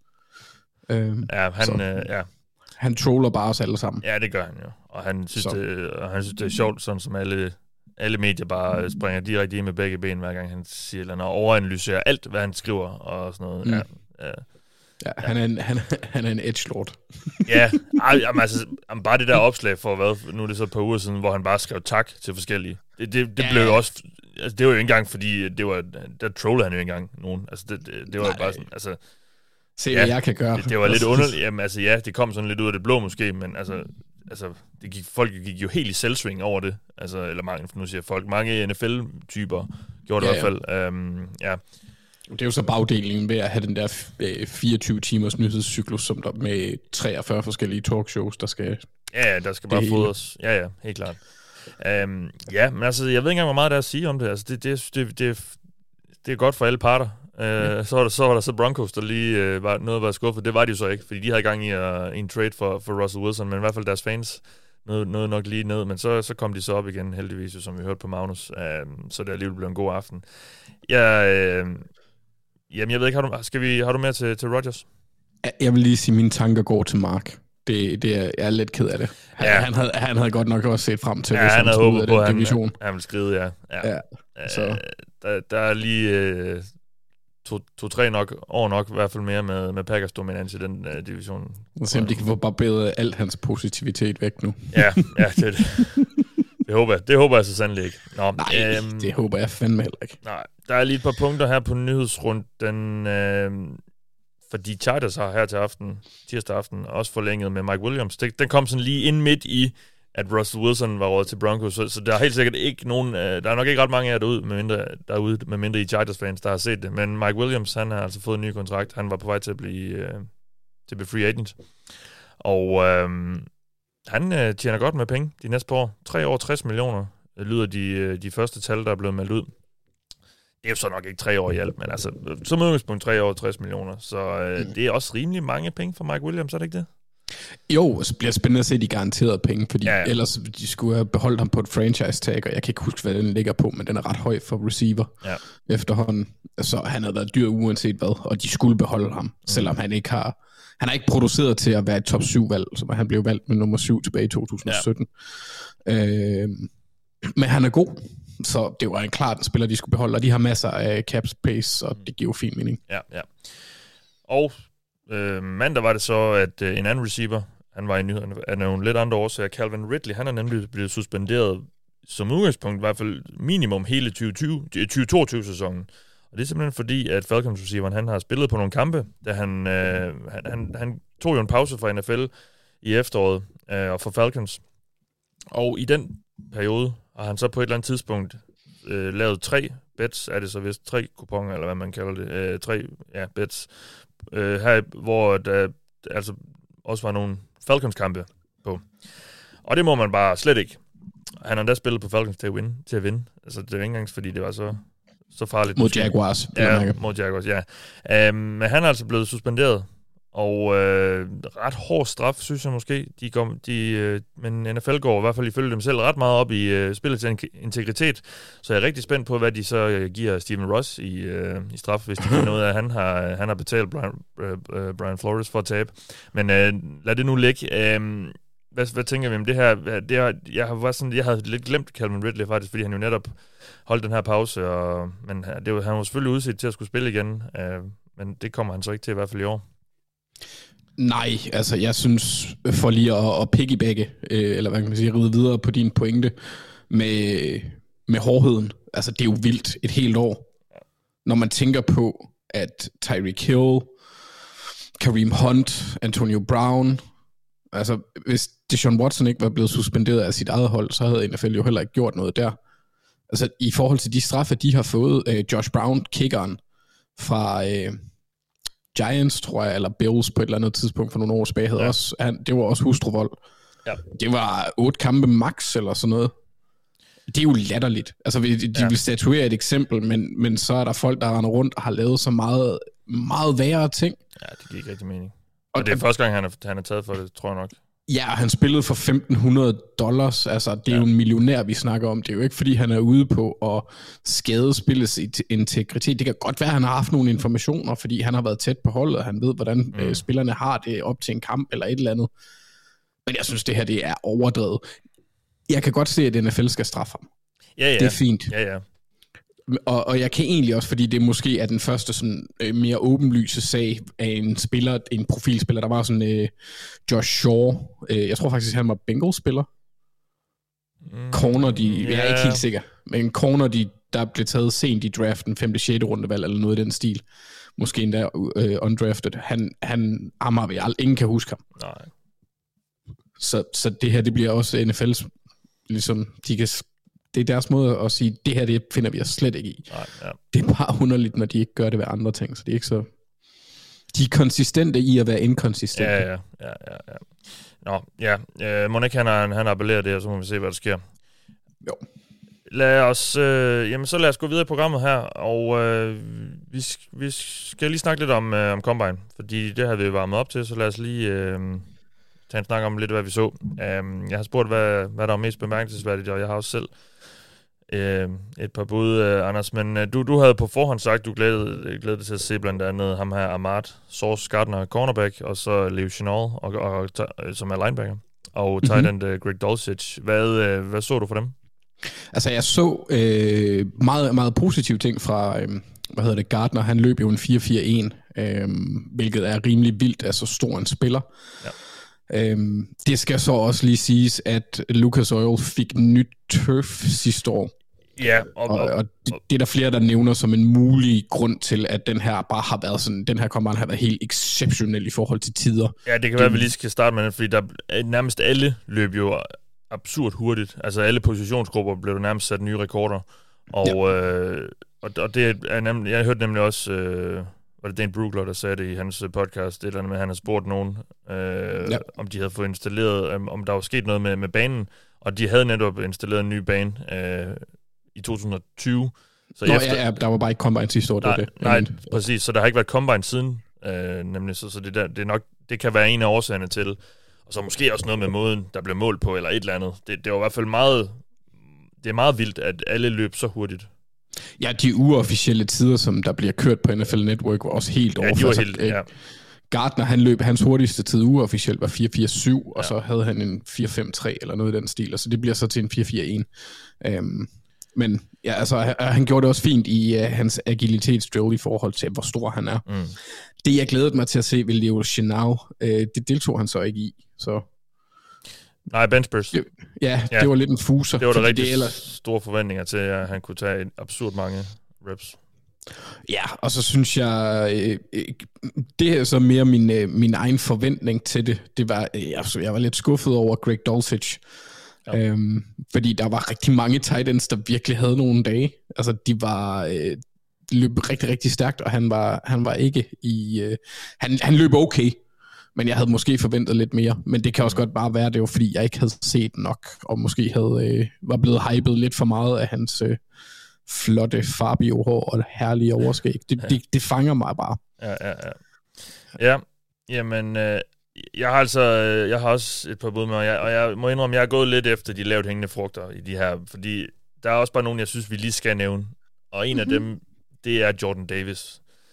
Han troller bare os alle sammen. Ja, det gør han jo. Og han synes, det er sjovt, sådan som alle medier bare springer direkte i med begge ben, hver gang han siger eller noget, overanalyserer alt, hvad han skriver og sådan noget. Ja, han er en edgelord. Ja, altså, bare det der opslag for, nu er det så et par uger siden, hvor han bare skrev tak til forskellige. Det blev jo også, altså det var jo ikke engang, fordi der trollede han jo ikke engang nogen. Altså det var jo bare sådan, altså... Se, hvad jeg kan gøre. Det var lidt underligt. Jamen altså ja, det kom sådan lidt ud af det blå måske, men altså folk gik jo helt i selvsving over det. Altså, eller mange NFL-typer gjorde det i hvert fald. Det er jo så bagdelingen ved at have den der 24 timers nyhedscyklus, som der med 43 forskellige talkshows, der skal... Ja, der skal bare fodres. Ja, helt klart. Men altså, jeg ved ikke engang, hvor meget der er at sige om det. Altså, det er godt for alle parter. Så var der så Broncos, der lige var skuffet. Det var de jo så ikke, fordi de havde gang i en trade for Russell Wilson, men i hvert fald deres fans nåede nok lige ned, men så kom de så op igen, heldigvis, som vi hørte på Magnus, så det alligevel blev en god aften. Jamen, jeg ved ikke, har du mere til Rodgers? Jeg vil lige sige, at mine tanker går til Mark. Jeg er lidt ked af det. Han havde godt nok også set frem til, hvis han havde håbet på, at han ville skride, så. Der er lige 2-3 år nok, i hvert fald mere med Packers dominans i den division. Og se, om de kan få barberet alt hans positivitet væk nu. Ja, det håber jeg så sandelig ikke. Nå, nej, det håber jeg fandme heller ikke. Nej, der er lige et par punkter her på nyhedsrunden, fordi Chargers har her til tirsdag aften, også forlænget med Mike Williams. Den kom sådan lige ind midt i, at Russell Wilson var råd til Broncos, så der er helt sikkert ikke nogen, der er nok ikke ret mange af jer derude, med mindre I Chargers-fans, der har set det. Men Mike Williams, han har altså fået en ny kontrakt. Han var på vej til at blive free agent. Og han tjener godt med penge de næste par år. 3 år, 60 millioner lyder de første tal, der er blevet meldt ud. Det er jo så nok ikke 3 år i alt, men altså, som udgangspunkt 3 år, 60 millioner. Så det er også rimelig mange penge for Mike Williams, er det ikke det? Jo, så bliver det spændende at se de garanterede penge, fordi ellers de skulle have beholdt ham på et franchise-tag, og jeg kan ikke huske, hvad den ligger på, men den er ret høj for receiver efterhånden. Så han havde været dyr uanset hvad, og de skulle beholde ham, selvom han ikke har... Han har ikke produceret til at være et top 7-valg, så han blev valgt med nummer 7 tilbage i 2017. Men han er god, så det var en klart spiller, de skulle beholde, og de har masser af cap space, og det giver jo fin mening. Ja. Og mandag var det så, at en anden receiver, han var i nyhederne af nogle lidt andre årsager, Calvin Ridley, han er nemlig blevet suspenderet som udgangspunkt, i hvert fald minimum hele 2022-sæsonen. Og det er simpelthen fordi, at Falcons-receiveren, han har spillet på nogle kampe, da han tog jo en pause fra NFL i efteråret og for Falcons. Og i den periode har han så på et eller andet tidspunkt lavet 3 bets, er det så vist 3 kuponer, eller hvad man kalder det, 3 bets, her, hvor der altså også var nogle Falcons-kampe på. Og det må man bare slet ikke. Han har endda spillet på Falcons til at vinde. Altså, det er ikke engang, fordi det var så farligt. Mod Jaguars. Mod Jaguars, ja. Men han er altså blevet suspenderet, og ret hård straf, synes jeg måske. Men NFL går i hvert fald ifølge dem selv ret meget op i spillets integritet, så jeg er rigtig spændt på, hvad de så giver Steven Ross i straf, hvis de finder noget af, at han har betalt Brian Flores for at tabe. Men lad det nu ligge. hvad tænker vi om det her? Jeg havde lidt glemt Calvin Ridley faktisk, fordi han jo netop holdt den her pause, men han var selvfølgelig udset til at skulle spille igen, men det kommer han så ikke til i hvert fald i år. Nej, altså jeg synes, for lige at piggybacke, eller hvad kan man sige, ride videre på din pointe med hårdheden, altså det er jo vildt et helt år, når man tænker på, at Tyreek Hill, Kareem Hunt, Antonio Brown, altså hvis Deshaun Watson ikke var blevet suspenderet af sit eget hold, så havde NFL jo heller ikke gjort noget der. Altså i forhold til de straffe, de har fået, Josh Brown, kickeren fra Giants, tror jeg, eller Bills på et eller andet tidspunkt for nogle år tilbage, havde også, det var også hustruvold. Ja. Det var 8 kampe max eller sådan noget. Det er jo latterligt. Altså de vil statuere et eksempel, men så er der folk, der render rundt og har lavet så meget, meget værre ting. Ja, det giver ikke rigtig mening. Og det er første gang, han er taget for det, tror jeg nok. Ja, han spillede for $1,500. Altså, det er jo en millionær, vi snakker om. Det er jo ikke, fordi han er ude på at skade spillets integritet. Det kan godt være, at han har haft nogle informationer, fordi han har været tæt på holdet, og han ved, hvordan spillerne har det op til en kamp eller et eller andet. Men jeg synes, det her det er overdrevet. Jeg kan godt se, at NFL skal straffe ham. Ja. Det er fint. Ja. Og jeg kan egentlig også, fordi det måske er den første sådan, mere åbenlyse sag af en profilspiller. Der var sådan Josh Shaw. Jeg tror faktisk, han var Bengals-spiller. Corner, jeg er ikke helt sikker. Men corner, der blev taget sent i draften, 5. 6. rundevalg, eller noget i den stil. Måske endda undrafted. Han har ingen kan huske ham. Nej. Så det her, det bliver også NFL's, ligesom, det er deres måde at sige, det her, det finder vi os slet ikke i. Nej, ja. Det er bare underligt, når de ikke gør det ved andre ting, så det er ikke så... De er konsistente i at være inkonsistente. Ja. Nå, ja. Monique, han appellerer det, og så må vi se, hvad der sker. Jo. Så lad os gå videre i programmet her, og vi skal lige snakke lidt om Combine, fordi det har vi varmet op til, så lad os lige tage en snak om lidt, hvad vi så. Jeg har spurgt, hvad der var mest bemærkelsesværdigt, og jeg har også selv et par bud, Anders, men du havde på forhånd sagt, du glædede dig til at se blandt andet ham her, Ahmad Sauce Gardner, cornerback, og så Leo Chenal, som er linebacker, og tight end Greg Dulcich. Hvad så du for dem? Altså, jeg så meget, meget positive ting fra, Gardner. Han løb jo en 4-4-1, hvilket er rimelig vildt af så stor en spiller. Ja. Det skal så også lige siges, at Lucas Oil fik nyt turf sidste år. Ja, og det er der flere, der nævner som en mulig grund til, at den her bare har været sådan, den her combine har været helt exceptionel i forhold til tider. Ja, det kan være, at vi lige skal starte med det, fordi der nærmest alle løb jo absurd hurtigt. Altså alle positionsgrupper blev der nærmest sat nye rekorder. Og det er nemlig, jeg hørte nemlig også, var det Dan Brugler, der sagde det i hans podcast, det eller andet med, at han havde spurgt nogen, om de havde fået installeret, om der var sket noget med banen, og de havde netop installeret en ny bane i 2020. Så der var bare ikke Combine sidste år. Nej, præcis, så der har ikke været Combine siden, nemlig, så det kan være en af årsagerne til, og så måske også noget med måden, der blev målt på, eller et eller andet. Det var i hvert fald det er meget vildt, at alle løb så hurtigt. Ja, de uofficielle tider, som der bliver kørt på NFL Network, var også helt overført. Gardner, han løb, hans hurtigste tid uofficielt var 4.47, og så havde han en 4.53 eller noget i den stil, og så det bliver så til en 4.41. Men ja, altså, han gjorde det også fint i hans agilitetsdrill i forhold til, hvor stor han er. Mm. Det, jeg glædede mig til at se ved Leo Chenal, det deltog han så ikke i, så... Nej, benchpress. Det var lidt en fuser. Det var der rigtig store forventninger til, at han kunne tage absurd mange reps. Ja, og så synes jeg, det er så mere min egen forventning til det. Det var, jeg var lidt skuffet over Greg Dulcich. Ja. Fordi der var rigtig mange tight ends, der virkelig havde nogle dage. Altså, de var... løb rigtig, rigtig stærkt, og han var ikke i... Han løb okay, men jeg havde måske forventet lidt mere. Men det kan også godt bare være, det var fordi, jeg ikke havde set nok, og måske var blevet hypet lidt for meget af hans flotte Fabio-hår og herlige overskæg. Det fanger mig bare. Ja, jamen... Jeg har også et par bud med, og jeg må indrømme, jeg har gået lidt efter de lavt hængende frugter i de her, fordi der er også bare nogen, jeg synes, vi lige skal nævne. Og en af dem, det er Jordan Davis.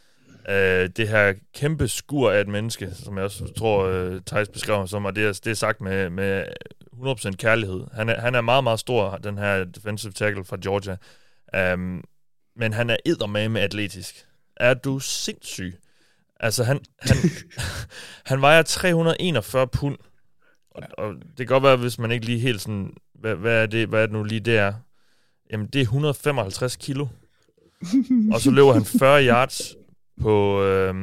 det her kæmpe skur af et menneske, som jeg også tror, Theis beskrev som, og det er sagt med 100% kærlighed. Han er meget, meget stor, den her defensive tackle fra Georgia. Men han er eddermame atletisk. Er du sindssyg? Altså, han vejer 341 pund. Og det kan godt være, hvis man ikke lige helt sådan... Hvad er det nu lige det er? Jamen, det er 155 kilo. Og så løber han 40 yards på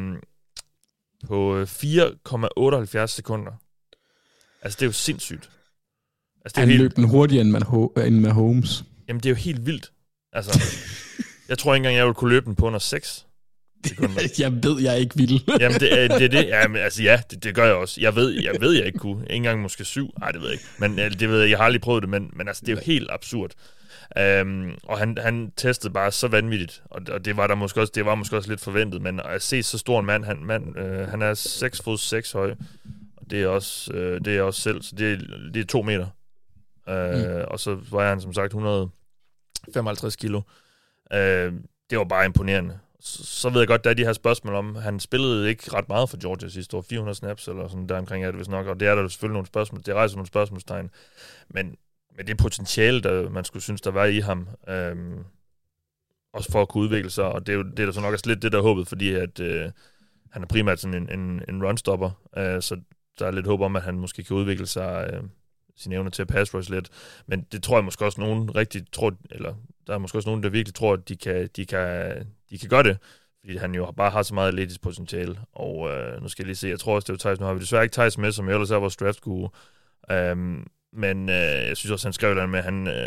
4,78 sekunder. Altså, det er jo sindssygt. Altså, han løb den hurtigere end Mahomes. Jamen, det er jo helt vildt. Altså, jeg tror ikke engang, jeg ville kunne løbe den på under 6 sekunder. Jeg ved, jeg ikke vil. Jamen, det er det. Jamen, altså, ja, det gør jeg også. Jeg ved, jeg ikke kunne. Ikke engang måske 7. Nej, det ved jeg ikke. Men det ved jeg har aldrig prøvet det, men altså, det er jo helt absurd. Og han testede bare så vanvittigt, og det var der måske også, det var måske også lidt forventet, men at se så stor en mand, han er 6'6" høj, og det er også selv, så det er 2 meter. Og så var han som sagt 155 kilo. Det var bare imponerende. Så ved jeg godt, der er de her spørgsmål om, han spillede ikke ret meget for Georgia sidste år, 400 snaps eller sådan der omkring, er det vist nok, og det er der selvfølgelig nogle spørgsmål, det rejser nogle spørgsmålstegn, men det potentiale, der man skulle synes, der var i ham, også for at kunne udvikle sig, og det er der så nok også lidt det, der er håbet, fordi at han er primært sådan en runstopper, så der er lidt håb om, at han måske kan udvikle sig sine evner til at pass rush lidt, men det tror jeg måske også nogen rigtig tror, eller der er måske også nogen, der virkelig tror, at de kan gøre det, fordi han jo bare har så meget atletisk potentiale, og nu skal jeg lige se, jeg tror også, det er Theis, nu har vi desværre ikke Theis med, som jo ellers er vores draft-guru, men jeg synes også, han skrev noget med,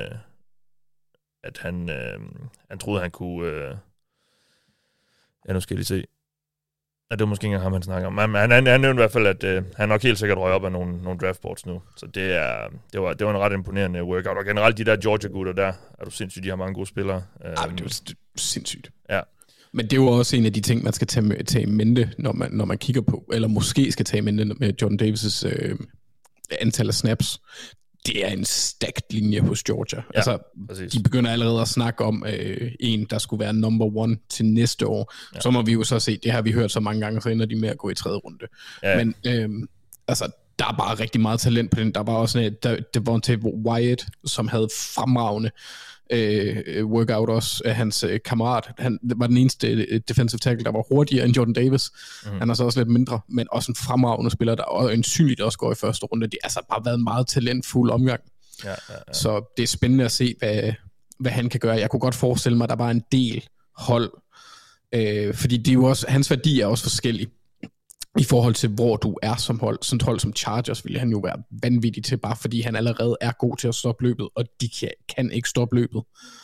at han troede, han kunne... nu skal jeg lige se. Ja, det var måske ikke engang ham, han snakker om. Men han nævnte i hvert fald, at han nok helt sikkert røg op af nogle draftboards nu. Så det var en ret imponerende workout. Og generelt de der Georgia-gutter der, er du sindssygt, de har mange gode spillere. Det er sindssygt. Ja. Men det er jo også en af de ting, man skal tage i mente, når man kigger på, eller måske skal tage i mente med Jordan Davis' antal af snaps. Det er en stacked linje hos Georgia. Ja, altså, præcis. De begynder allerede at snakke om en, der skulle være number 1 til næste år. Ja. Så må vi jo så se, det har vi hørt så mange gange, så ender de med at gå i 3. runde. Ja. Men altså, der er bare rigtig meget talent på den. Der var også Devontae Wyatt, som havde fremragende workout også af hans kammerat. Han var den eneste defensive tackle, der var hurtigere end Jordan Davis. Han er så også lidt mindre, men også en fremragende spiller, der øjensynligt også går i 1. runde. Det har altså bare været en meget talentfuld omgang. Ja. Så det er spændende at se, hvad han kan gøre. Jeg kunne godt forestille mig, at der var en del hold, fordi det er jo også, hans værdi er også forskellig i forhold til, hvor du er som hold. Sådan et hold som Chargers ville han jo være vanvittig til, bare fordi han allerede er god til at stoppe løbet, og de kan ikke stoppe løbet.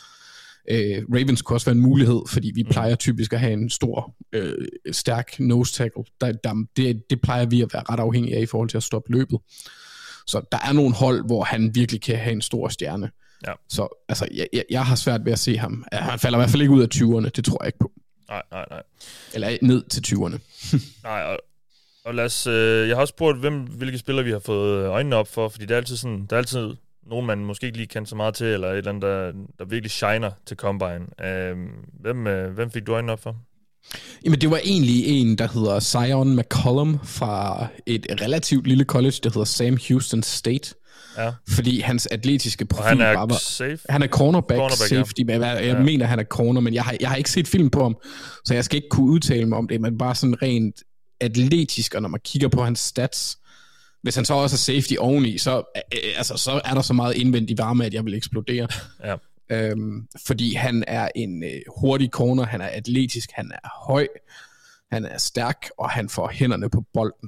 Ravens kunne også være en mulighed, fordi vi plejer typisk at have en stor, stærk nose tackle. Det plejer vi at være ret afhængige af i forhold til at stoppe løbet. Så der er nogle hold, hvor han virkelig kan have en stor stjerne. Ja. Så altså, jeg har svært ved at se ham. Han falder i hvert fald ikke ud af 20'erne, det tror jeg ikke på. Nej. Eller ned til 20'erne. Nej, og lad os, jeg har også spurgt, hvilke spillere vi har fået øjnene op for, fordi der er altid nogen, man måske ikke lige kender så meget til, eller et eller andet, der virkelig shiner til Combine. Hvem fik du øjnene op for? Jamen, det var egentlig en, der hedder Zion McCollum fra et relativt lille college, der hedder Sam Houston State. Ja. Fordi hans atletiske profil han er safe. Han er cornerback safety. Ja. Jeg mener, han er corner, men jeg har ikke set film på ham, så jeg skal ikke kunne udtale mig om det, men bare sådan rent atletisk, og når man kigger på hans stats, hvis han så også er safety oveni, så er der så meget indvendig varme, at jeg vil eksplodere. Ja. Fordi han er en hurtig corner, han er atletisk, han er høj, han er stærk, og han får hænderne på bolden.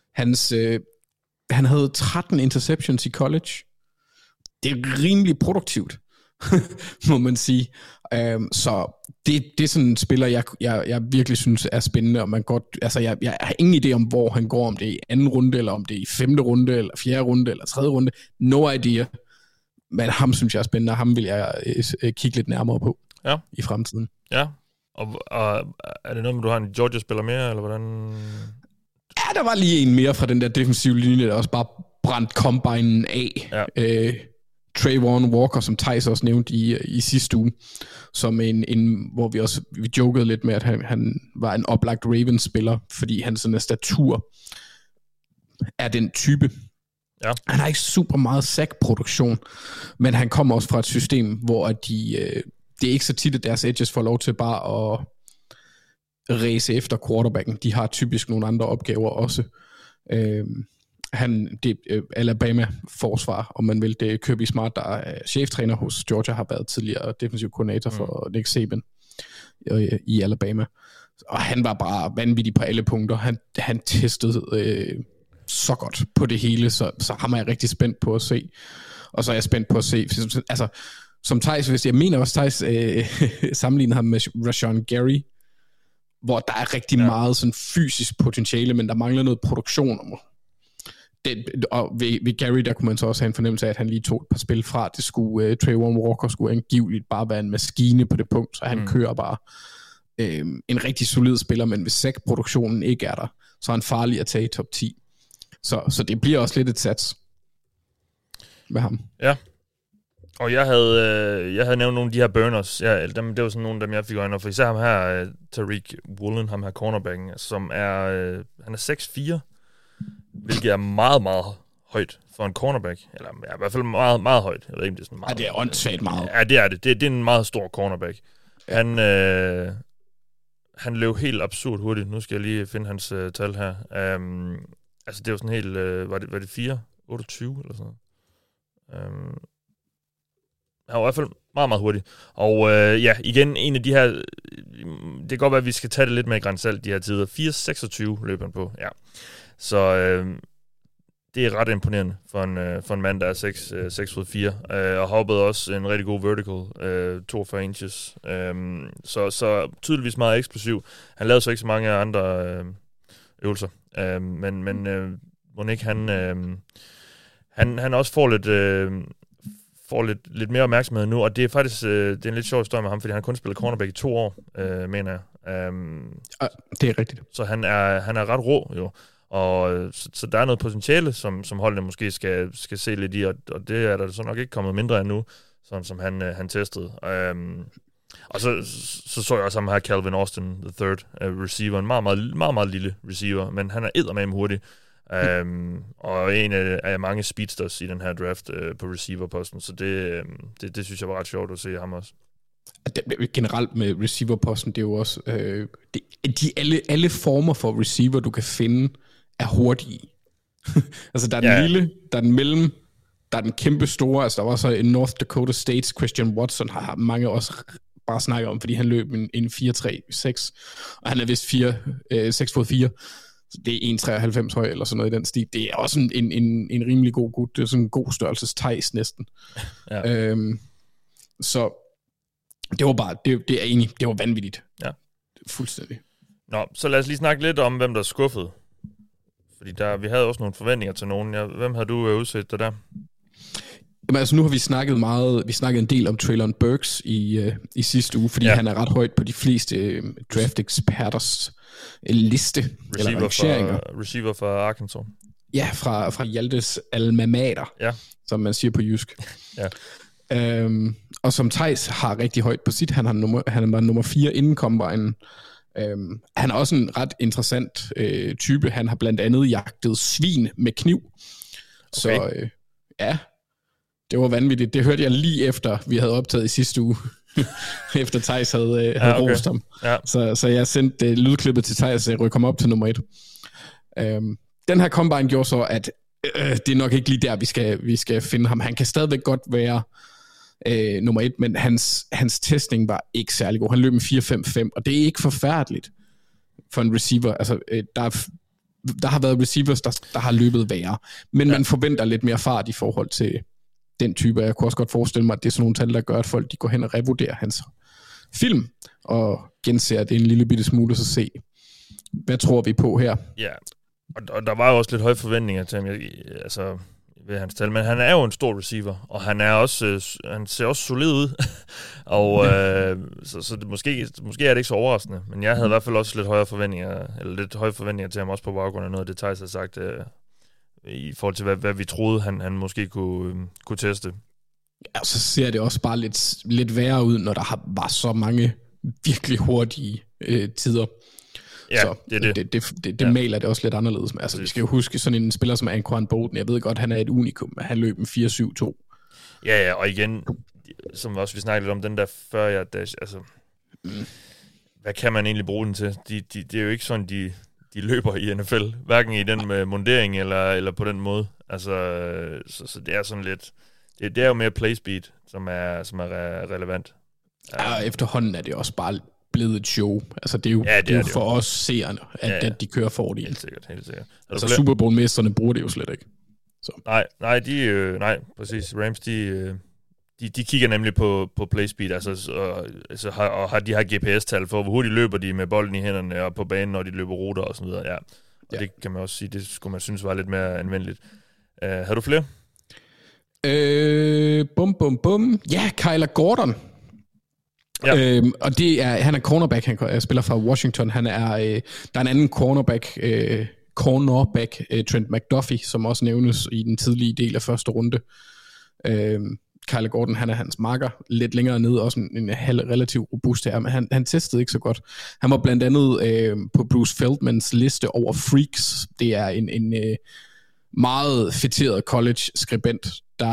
Han havde 13 interceptions i college. Det er rimelig produktivt, må man sige. Så det er sådan en spiller, jeg virkelig synes er spændende, og man godt, altså jeg har ingen idé om, hvor han går, om det er i 2. runde, eller om det er i 5. runde, eller 4. runde, eller 3. runde. No idea. Men ham synes jeg er spændende, og ham vil jeg kigge lidt nærmere på i fremtiden. Ja, og er det noget med, du har en Georgia-spiller mere, eller hvordan? Ja, der var lige en mere fra den der defensive linje, der også bare brændt combinen af. Ja. Trayvon Walker, som Theis også nævnte i sidste uge, som hvor vi jokede lidt med, at han var en oplagt Ravens-spiller, fordi hans sådan statur er den type. Ja. Han har ikke super meget sack-produktion, men han kommer også fra et system, hvor det er ikke så tit, at deres edges får lov til bare at ræse efter quarterbacken. De har typisk nogle andre opgaver også. Alabama-forsvar, om man vil. Det er Kirby Smart, der er cheftræner hos Georgia, har været tidligere defensiv koordinator for Nick Saban i Alabama. Og han var bare vanvittig på alle punkter. Han testede så godt på det hele, så ham er jeg rigtig spændt på at se. Og så er jeg spændt på at se, altså, som Theis, hvis jeg mener også, Theis sammenligner ham med Rashawn Gary, hvor der er rigtig meget sådan fysisk potentiale, men der mangler noget produktion. Og ved Gary, der kunne man så også have en fornemmelse af, at han lige tog et par spil fra. Det skulle Trayvon Walker skulle angiveligt bare være en maskine på det punkt, så han kører bare en rigtig solid spiller, men hvis sack-produktionen ikke er der, så er han farlig at tage i top 10. Så det bliver også lidt et sats med ham. Ja. Og jeg havde nævnt nogle af de her burners. Det var sådan nogle af dem, jeg fik øjne for. Især ham her, Tariq Woolen, ham her cornerbacken, som er, han er 6'4", hvilket er meget, meget højt for en cornerback. Eller i hvert fald meget, meget højt. Jeg ved ikke, det er sådan meget. Ja, det er åndssvagt meget. Ja, det er det. Det er en meget stor cornerback. Ja. Han løb helt absurd hurtigt. Nu skal jeg lige finde hans tal her. Altså, det var sådan helt, var det 4? 28 eller sådan noget? Han var i hvert fald meget, meget hurtigt. Og igen, en af de her, det kan godt være, at vi skal tage det lidt med i grænsalt de her tider. 4.26 løber han på, ja. Så det er ret imponerende for en mand, der er 6'4", og hoppede også en rigtig god vertical, 42 inches. Så tydeligvis meget eksplosiv. Han lavede så ikke så mange andre øvelser. Men Monique, han også får lidt mere opmærksomhed nu, og det er faktisk det er en lidt sjov historie med ham, fordi han har kun spillet cornerback i 2 år, mener jeg. Det er rigtigt. Så han er ret rå, jo. Og så der er noget potentiale, som holdene måske skal se lidt i, og det er der så nok ikke kommet mindre af nu, sådan som han testede. Og så jeg også ham her, Calvin Austin the third receiver, en meget, meget, meget, meget lille receiver, men han er eddermame hurtig. Og en af mange speedsters i den her draft på receiverposten, så det synes jeg var ret sjovt at se ham også. Generelt med receiverposten, det er jo også alle former for receiver, du kan finde, er hurtige. Altså der er den lille, der er den mellem, der er den kæmpe store, altså der var så i North Dakota State, Christian Watson har mange også bare snakket om, fordi han løb en 4.3.6, og han er vist 6'4", så det er 1.93 høj, eller sådan noget i den stil. Det er også en rimelig god gut, det er sådan en god størrelses Theis næsten. Ja. Så det var bare, det er enig, det var vanvittigt. Ja. Fuldstændig. Nå, så lad os lige snakke lidt om, hvem der er skuffet. Fordi vi havde også nogle forventninger til nogen. Hvem har du udset dig der? Jamen, altså nu har vi snakket en del om Treylon Burks i sidste uge, fordi han er ret højt på de fleste draft-eksperters liste, eller rangeringer. Receiver fra Arkansas. Ja, fra Hjaltes alma mater, som man siger på jysk. Ja. Og som Theis har rigtig højt på sit, han var nummer 4 inden combine. Han er også en ret interessant type. Han har blandt andet jagtet svin med kniv. Okay. Så det var vanvittigt. Det hørte jeg lige efter, vi havde optaget i sidste uge. Efter Theis havde rost ham. Ja. Så jeg sendte lydklippet til Theis, og rykke ham op til nummer 1. Den her combine gjorde så, at det er nok ikke lige der, vi skal finde ham. Han kan stadigvæk godt være nummer 1, men hans testing var ikke særlig god. Han løb en 4.55, og det er ikke forfærdeligt for en receiver. Altså, der har været receivers, der har løbet værre, men man forventer lidt mere fart i forhold til den type. Jeg kunne også godt forestille mig, at det er sådan nogle tal, der gør, at folk de går hen og revurderer hans film, og genser det en lille bitte smule, så se, hvad tror vi på her? Ja, og der var jo også lidt høje forventninger til ham, ved hans tal, men han er jo en stor receiver, og han ser også solid ud, og så det, måske er det ikke så overraskende, men jeg havde i hvert fald også lidt høje forventninger til ham, også på baggrund af noget af det, Theis har sagt, i forhold til, hvad vi troede, han måske kunne teste. Ja, så ser det også bare lidt værre ud, når der var så mange virkelig hurtige tider. Ja, så det maler det også lidt anderledes. Altså, vi skal jo huske sådan en spiller som Anquan Boldin. Jeg ved godt, han er et unikum, men han løb en 4.7.2. Ja, og igen, som også vi snakkede lidt om, den der 40 dash, altså, hvad kan man egentlig bruge den til? Det er jo ikke sådan, de løber i NFL, hverken i den med mundering eller på den måde. Altså, så det er sådan lidt, det er jo mere play speed, som er relevant. Ja, og efterhånden er det også bare blevet et show. Altså, det er jo for os seerne, at de kører for det. Helt sikkert. Altså, Super Bowl-mesterne bruger det jo slet ikke. Så. Nej, præcis. Rams, de kigger nemlig på play speed, og de har GPS-tal for, hvor hurtigt løber de med bolden i hænderne og på banen, når de løber ruter og sådan noget. Ja. Og det kan man også sige, det skulle man synes var lidt mere anvendeligt. Har du flere? Ja, Kyler Gordon. Ja. Og han er cornerback, han spiller fra Washington. Der er en anden cornerback, Trent McDuffie, som også nævnes i den tidlige del af første runde. Kyler Gordon, han er hans marker, lidt længere nede, også en relativt robust her, men han testede ikke så godt. Han var blandt andet på Bruce Feldmans liste over freaks. Det er en meget fætteret college-skribent,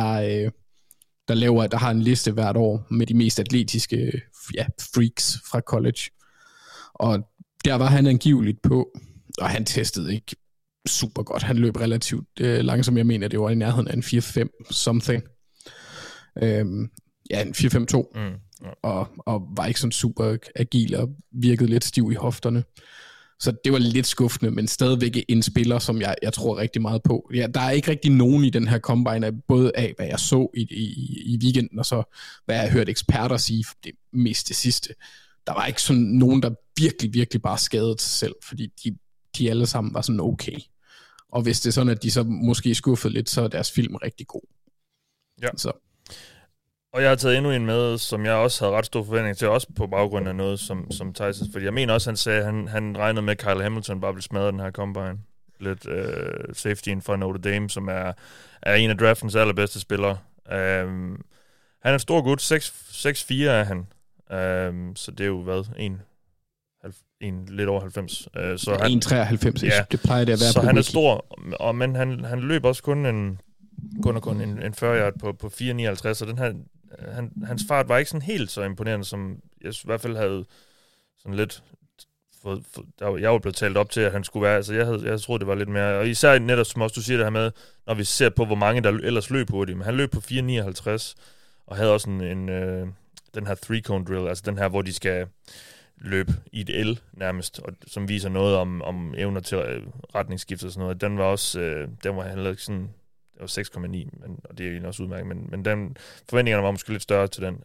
der har en liste hvert år med de mest atletiske freaks fra college. Og der var han angiveligt på, og han testede ikke super godt. Han løb relativt langsomt. Jeg mener, det var i nærheden af en 4.5 something. En 4.5.2. Og var ikke sådan super agil og virkede lidt stiv i hofterne. Så det var lidt skuffende, men stadigvæk en spiller, som jeg tror rigtig meget på. Ja, der er ikke rigtig nogen i den her combine, både af hvad jeg så i weekenden, og så hvad jeg har hørt eksperter sige, det mest det sidste. Der var ikke sådan nogen, der virkelig, virkelig bare skadede sig selv, fordi de alle sammen var sådan okay. Og hvis det er sådan, at de så måske skuffede lidt, så er deres film rigtig god. Ja. Så. Og jeg har taget endnu en med, som jeg også havde ret stor forventning til, også på baggrund af noget som Tyson. Fordi jeg mener også, han sagde, at han regnede med, at Kyle Hamilton bare ville smadre den her combine. Lidt safetyen fra Notre Dame, som er en af draftens allerbedste spillere. Han er en stor gut, 6'4 er han. Så det er jo en lidt over 90. Så 1,93, ja, det plejer det at være. Så han er stor, men han løb også kun en 40 yard på 4,59, så den her, hans fart var ikke sådan helt så imponerende, som jeg i hvert fald havde sådan lidt jeg var blevet talt op til, at han skulle være, altså jeg troede, det var lidt mere, og især netop, som også du siger det her med, når vi ser på, hvor mange der ellers løb hurtigt, men han løb på 4,59, og havde også den her 3-cone drill, altså den her, hvor de skal løbe i et L nærmest, og som viser noget om evner til retningsskift og sådan noget. Den var også, den var heller ikke sådan, det var 6,9, og det er egentlig også udmærket, men den, forventningerne var måske lidt større til den.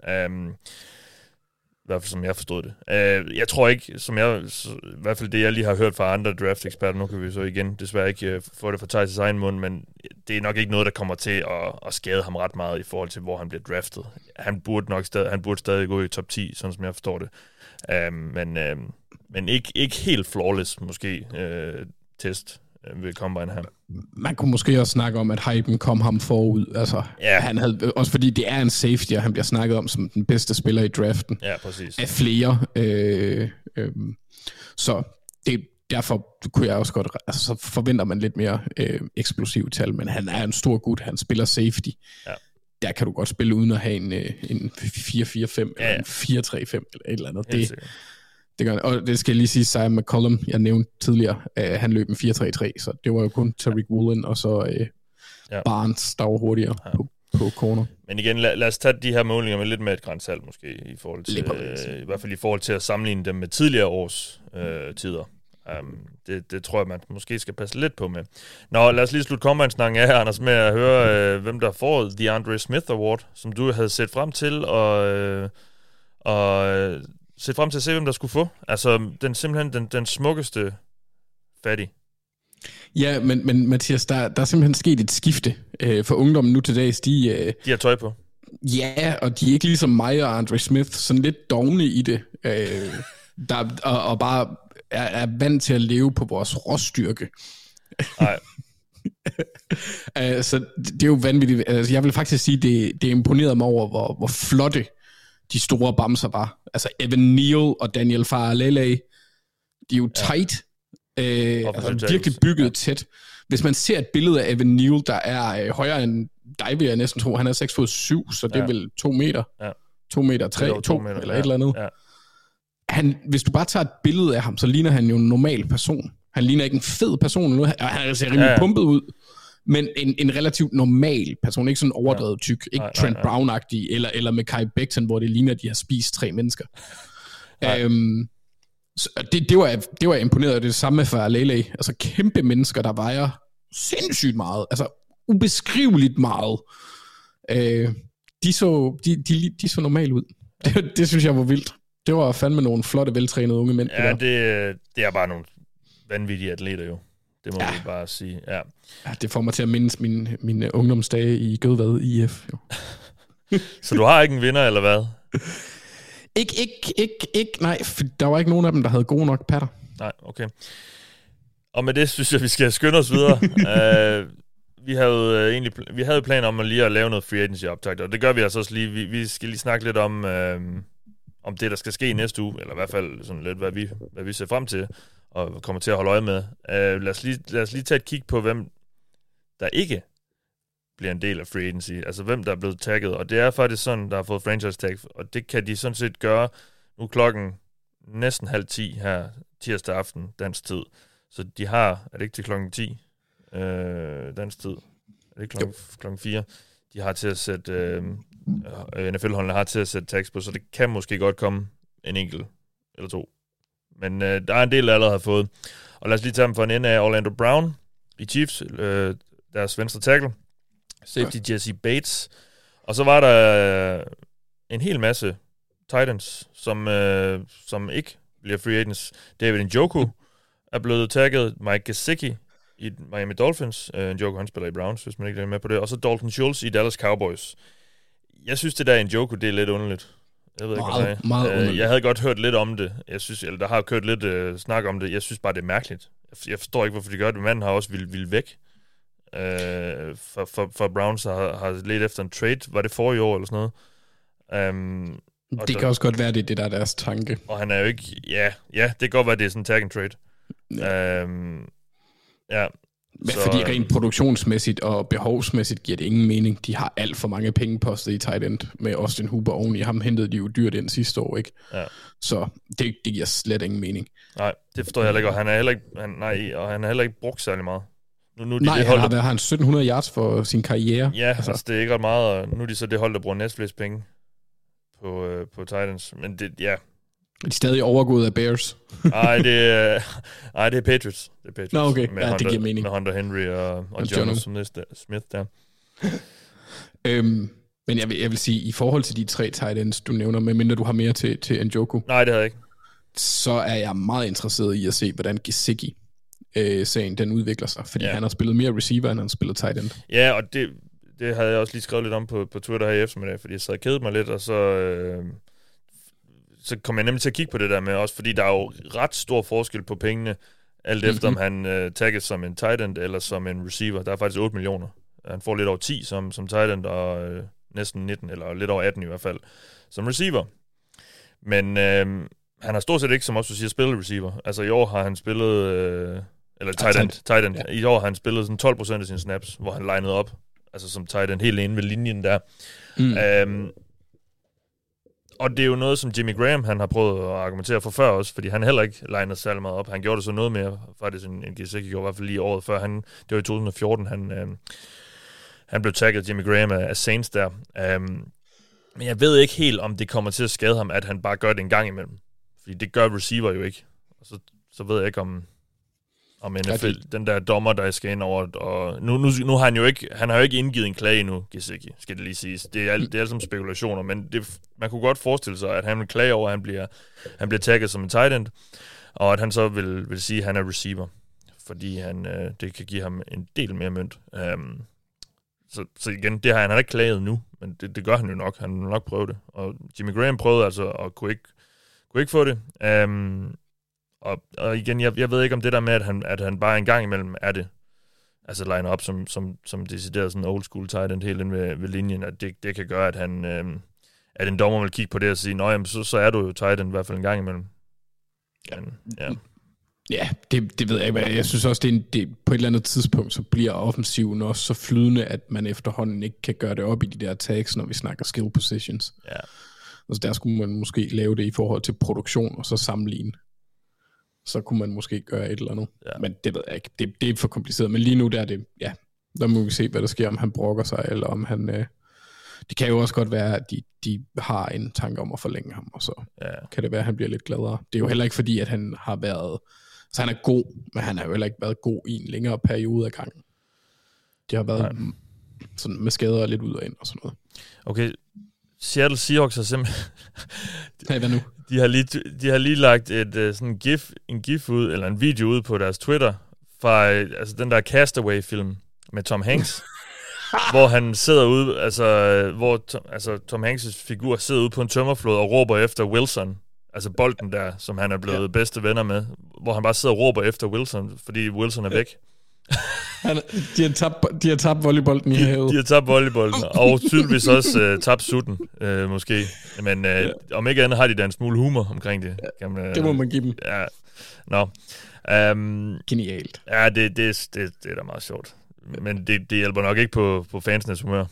I hvert fald som jeg forstod det. Jeg tror ikke, i hvert fald det jeg lige har hørt fra andre draft-eksperter, nu kan vi så igen desværre ikke få det fra Thijs' egen mund, men det er nok ikke noget, der kommer til at skade ham ret meget i forhold til, hvor han bliver draftet. Han burde stadig gå i top 10, sådan som jeg forstår det. Men ikke helt flawless måske test ved combine her. Man kunne måske også snakke om, at hypen kom ham forud. Altså, ja. Han havde, også fordi det er en safety, og han bliver snakket om som den bedste spiller i draften. Ja, præcis. Af flere. Så derfor kunne jeg også godt, altså, så forventer man lidt mere eksplosiv tal, men han er en stor gut, han spiller safety. Ja. Der kan du godt spille uden at have en 4-4-5 eller en 4-3-5 eller et eller andet. Det gør, og det skal jeg lige sige, Simon McCollum, jeg nævnte tidligere, han løb en 4-3-3, så det var jo kun Tariq Woolen og så Barnes, der var hurtigere på corner. Men igen, lad os tage de her målinger med lidt med et grænsalt måske, i forhold til, i hvert fald i forhold til at sammenligne dem med tidligere års tider. Det tror jeg, man måske skal passe lidt på med. Nå, lad os lige slutte combine-snakken af, Anders, med at høre, hvem der får The Andre Smith Award, som du havde set frem til, og set frem til at se, hvem der skulle få. Altså, simpelthen den smukkeste fattig. Ja, men Mathias, der er simpelthen sket et skifte for ungdommen nu til dags. De har tøj på. Ja, og de er ikke ligesom mig og Andre Smith, sådan lidt dogne i det. Og bare er vant til at leve på vores råstyrke. Nej. Så det er jo vanvittigt. Altså, jeg vil faktisk sige, det imponerede mig over, hvor flotte de store bamser var. Altså Evan Neal og Daniel Faalele, de er jo tight. Altså virkelig bygget tæt. Hvis man ser et billede af Evan Neal, der er højere end dig, vil jeg næsten tro. Han er 6'7", så det er vel 2 meter. Ja. 2 meter 3, 2 meter, eller et eller andet. Ja. Hvis du bare tager et billede af ham, så ligner han jo en normal person. Han ligner ikke en fed person nu. Han ser rimelig pumpet ud, men en relativt normal person. Ikke sådan overdrevet tyk. Ikke Trent Brown-agtig, eller med Kai Becton, hvor det ligner, at de har spist 3 mennesker. Det var imponeret. Det samme med Faalele. Altså kæmpe mennesker, der vejer sindssygt meget. Altså ubeskriveligt meget. De så normalt ud. Det synes jeg var vildt. Det var fandme nogle flotte, veltrænede unge mænd. Ja, det er bare nogle vanvittige atleter jo. Det må vi bare sige. Ja, det får mig til at mindes mine ungdomsdage i Gødvad IF. Jo. Så du har ikke en vinder, eller hvad? Ikke, nej, for der var ikke nogen af dem, der havde gode nok patter. Nej, okay. Og med det synes jeg, vi skal skynde os videre. Vi havde planer om at lave noget free agency optakt, og det gør vi altså også lige. Vi skal lige snakke lidt om det, der skal ske næste uge, eller i hvert fald sådan lidt, hvad vi ser frem til, og kommer til at holde øje med. Lad os lige tage et kig på, hvem der ikke bliver en del af free agency, altså hvem der er blevet tagget, og det er faktisk sådan, der har fået franchise tag, og det kan de sådan set gøre nu klokken næsten 9:30 her tirsdag aften, dansk tid. Så de har, er det ikke til klokken 10 dansk tid? Er det ikke klokken 4? De har til at sætte, NFL-holdene har til at sætte tags på, så det kan måske godt komme en enkelt eller 2. Men der er en del, der allerede har fået. Og lad os lige tage dem for en ende af Orlando Brown i Chiefs, deres venstre tackle. Safety Jesse Bates. Og så var der en hel masse Titans, som ikke bliver free agents. David Njoku er blevet tagget. Mike Gesicki i Miami Dolphins. Njoku, han spiller i Browns, hvis man ikke er med på det. Og så Dalton Schultz i Dallas Cowboys. Jeg synes, det der Njoku, det er lidt underligt. Jeg ved ikke, meget underligt. Jeg havde godt hørt lidt om det. Jeg synes, eller der har kørt lidt snak om det. Jeg synes bare, det er mærkeligt. Jeg forstår ikke, hvorfor de gør det. Manden har også ville væk. For Browns har let efter en trade. Var det forrige år eller sådan noget? Det kan også godt være, det der er deres tanke. Og han er jo ikke... Ja, det kan godt være, det er sådan en tag and trade. Ja. Fordi rent produktionsmæssigt og behovsmæssigt giver det ingen mening. De har alt for mange pengeposter i tight end med Austin Hooper oveni. Ham hentede de jo dyrt ind sidste år, ikke? Ja. Så det giver slet ingen mening. Nej, det forstår jeg heller ikke. Og han er heller ikke brugt særlig meget. Nu han har 1700 yards for sin karriere. Ja, altså det er ikke ret meget, og nu er de så det hold, der bruger næstflest penge på Titans. Men det, ja. Er de stadig overgået af Bears? Nej, det er Patriots. Det er Patriots. Nå, okay. Ja, det giver mening. Med Hunter Henry og Jonas Smith der. Men jeg vil sige, i forhold til de 3 tight ends, du nævner, medmindre du har mere til Njoku. Nej, det har jeg ikke. Så er jeg meget interesseret i at se, hvordan Gesicki sagen den udvikler sig, fordi han har spillet mere receiver, end han har spillet tight end. Ja, og det havde jeg også lige skrevet lidt om på Twitter her i eftermiddag, fordi jeg sad og kedede mig lidt, og så kom jeg nemlig til at kigge på det der med, også fordi der er jo ret stor forskel på pengene, alt efter om han tagges som en tight end eller som en receiver. Der er faktisk 8 millioner. Han får lidt over 10 som tight end, og næsten 19, eller lidt over 18 i hvert fald, som receiver. Men han har stort set ikke, som også du siger, spillet receiver. Altså i år har han spillet... eller tight end. Ja. I år har han spillet sådan 12% af sine snaps, hvor han linede op, altså som tight end, helt inde ved linjen der. Og det er jo noget, som Jimmy Graham, han har prøvet at argumentere for før også, fordi han heller ikke linede særlig meget op. Han gjorde det så noget mere, faktisk end Gesicki gjorde, i hvert fald lige året før. Det var i 2014, han blev tagget, Jimmy Graham, af Saints der. Men jeg ved ikke helt, om det kommer til at skade ham, at han bare gør det en gang imellem. Fordi det gør receiver jo ikke. Og så ved jeg ikke, om NFL, den der dommer, der skal ind over, og nu har han har jo ikke indgivet en klage endnu, Gesicki, skal det lige siges. Det er alt sammen spekulationer, men man kunne godt forestille sig, at han vil klage over, at han bliver tagget som en tight end, og at han så vil sige, at han er receiver, fordi det kan give ham en del mere mønt. Så igen, det har han ikke klaget nu, men det gør han jo nok. Han vil nok prøve det. Og Jimmy Graham prøvede altså og kunne ikke få det. Og igen, jeg ved ikke om det der med, at han bare en gang imellem er det. altså line op som decideret sådan old school tight end helt ind ved linjen, at det kan gøre, at han at en dommer vil kigge på det og sige, nå, jamen, så er du jo tight end i hvert fald en gang imellem. Men, ja. Ja, det ved jeg ikke. Jeg synes også, det på et eller andet tidspunkt, så bliver offensiven også så flydende, at man efterhånden ikke kan gøre det op i de der tags, når vi snakker skill positions. Ja. Altså der skulle man måske lave det i forhold til produktion, og så sammenligne. Så kunne man måske gøre et eller andet. Ja. Men det ved jeg ikke. Det er for kompliceret. Men lige nu der er det, ja, der må vi se, hvad der sker, om han brokker sig, eller om han... det kan jo også godt være, at de har en tanke om at forlænge ham, og så kan det være, at han bliver lidt gladere. Det er jo heller ikke fordi, at han har været... Så han er god, men han har jo heller ikke været god i en længere periode af gangen. Det har været sådan med skader og lidt ud og ind og sådan noget. Okay, Seattle Seahawks har simpelthen... Hey, hvad nu? De har lige lagt sådan en gif ud, eller en video ud på deres Twitter, fra altså den der Castaway-film med Tom Hanks, hvor han sidder ude, hvor Tom Hanks' figur sidder ude på en tømmerflod og råber efter Wilson, altså bolden der, som han er blevet bedste venner med, hvor han bare sidder og råber efter Wilson, fordi Wilson er væk. De har tabt volleybolden i havet. De har tabt volleybolden, og tydeligvis også tabt sutten, måske. Men om ikke andet har de da en smule humor omkring det. Det må man give dem. Ja. Nå. Genialt. Ja, det er da meget sjovt. Men det hjælper nok ikke på fansenes humør.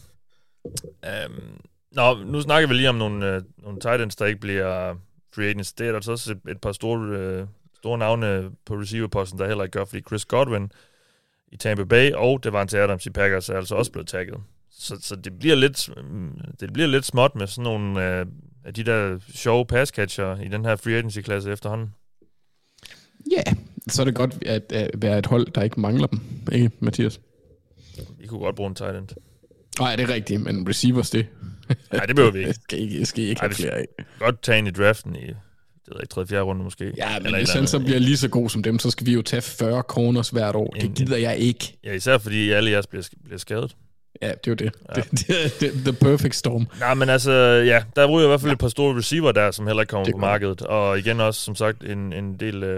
Nu snakker vi lige om nogle tight ends, der ikke bliver free agents. Det er der også et par store navne på receiverposten, der heller ikke gør, fordi Chris Godwin i Tampa Bay, og Davante Adams i Packers er altså også blevet tagget. Så det bliver lidt småt med sådan nogle af de der sjove passcatcher i den her free agency-klasse efterhånden. Ja, så er det godt at være et hold, der ikke mangler dem, ikke, Mathias? Vi kunne godt bruge en tight end. Nej, det er rigtigt, men receivers det. Nej, det behøver vi ikke. skal I ikke have flere af. Godt tage ind i draften i 3.-4. runde måske. Ja, men hvis han så bliver lige så god som dem, så skal vi jo tage 40 kroners hvert år. Det gider jeg ikke. Ja, især fordi alle jeres bliver skadet. Ja, det er jo det. Ja. Det the perfect storm. Nej, men altså, ja, der ryger i hvert fald et par store receiver der, som heller ikke kommer på markedet. Og igen også, som sagt, en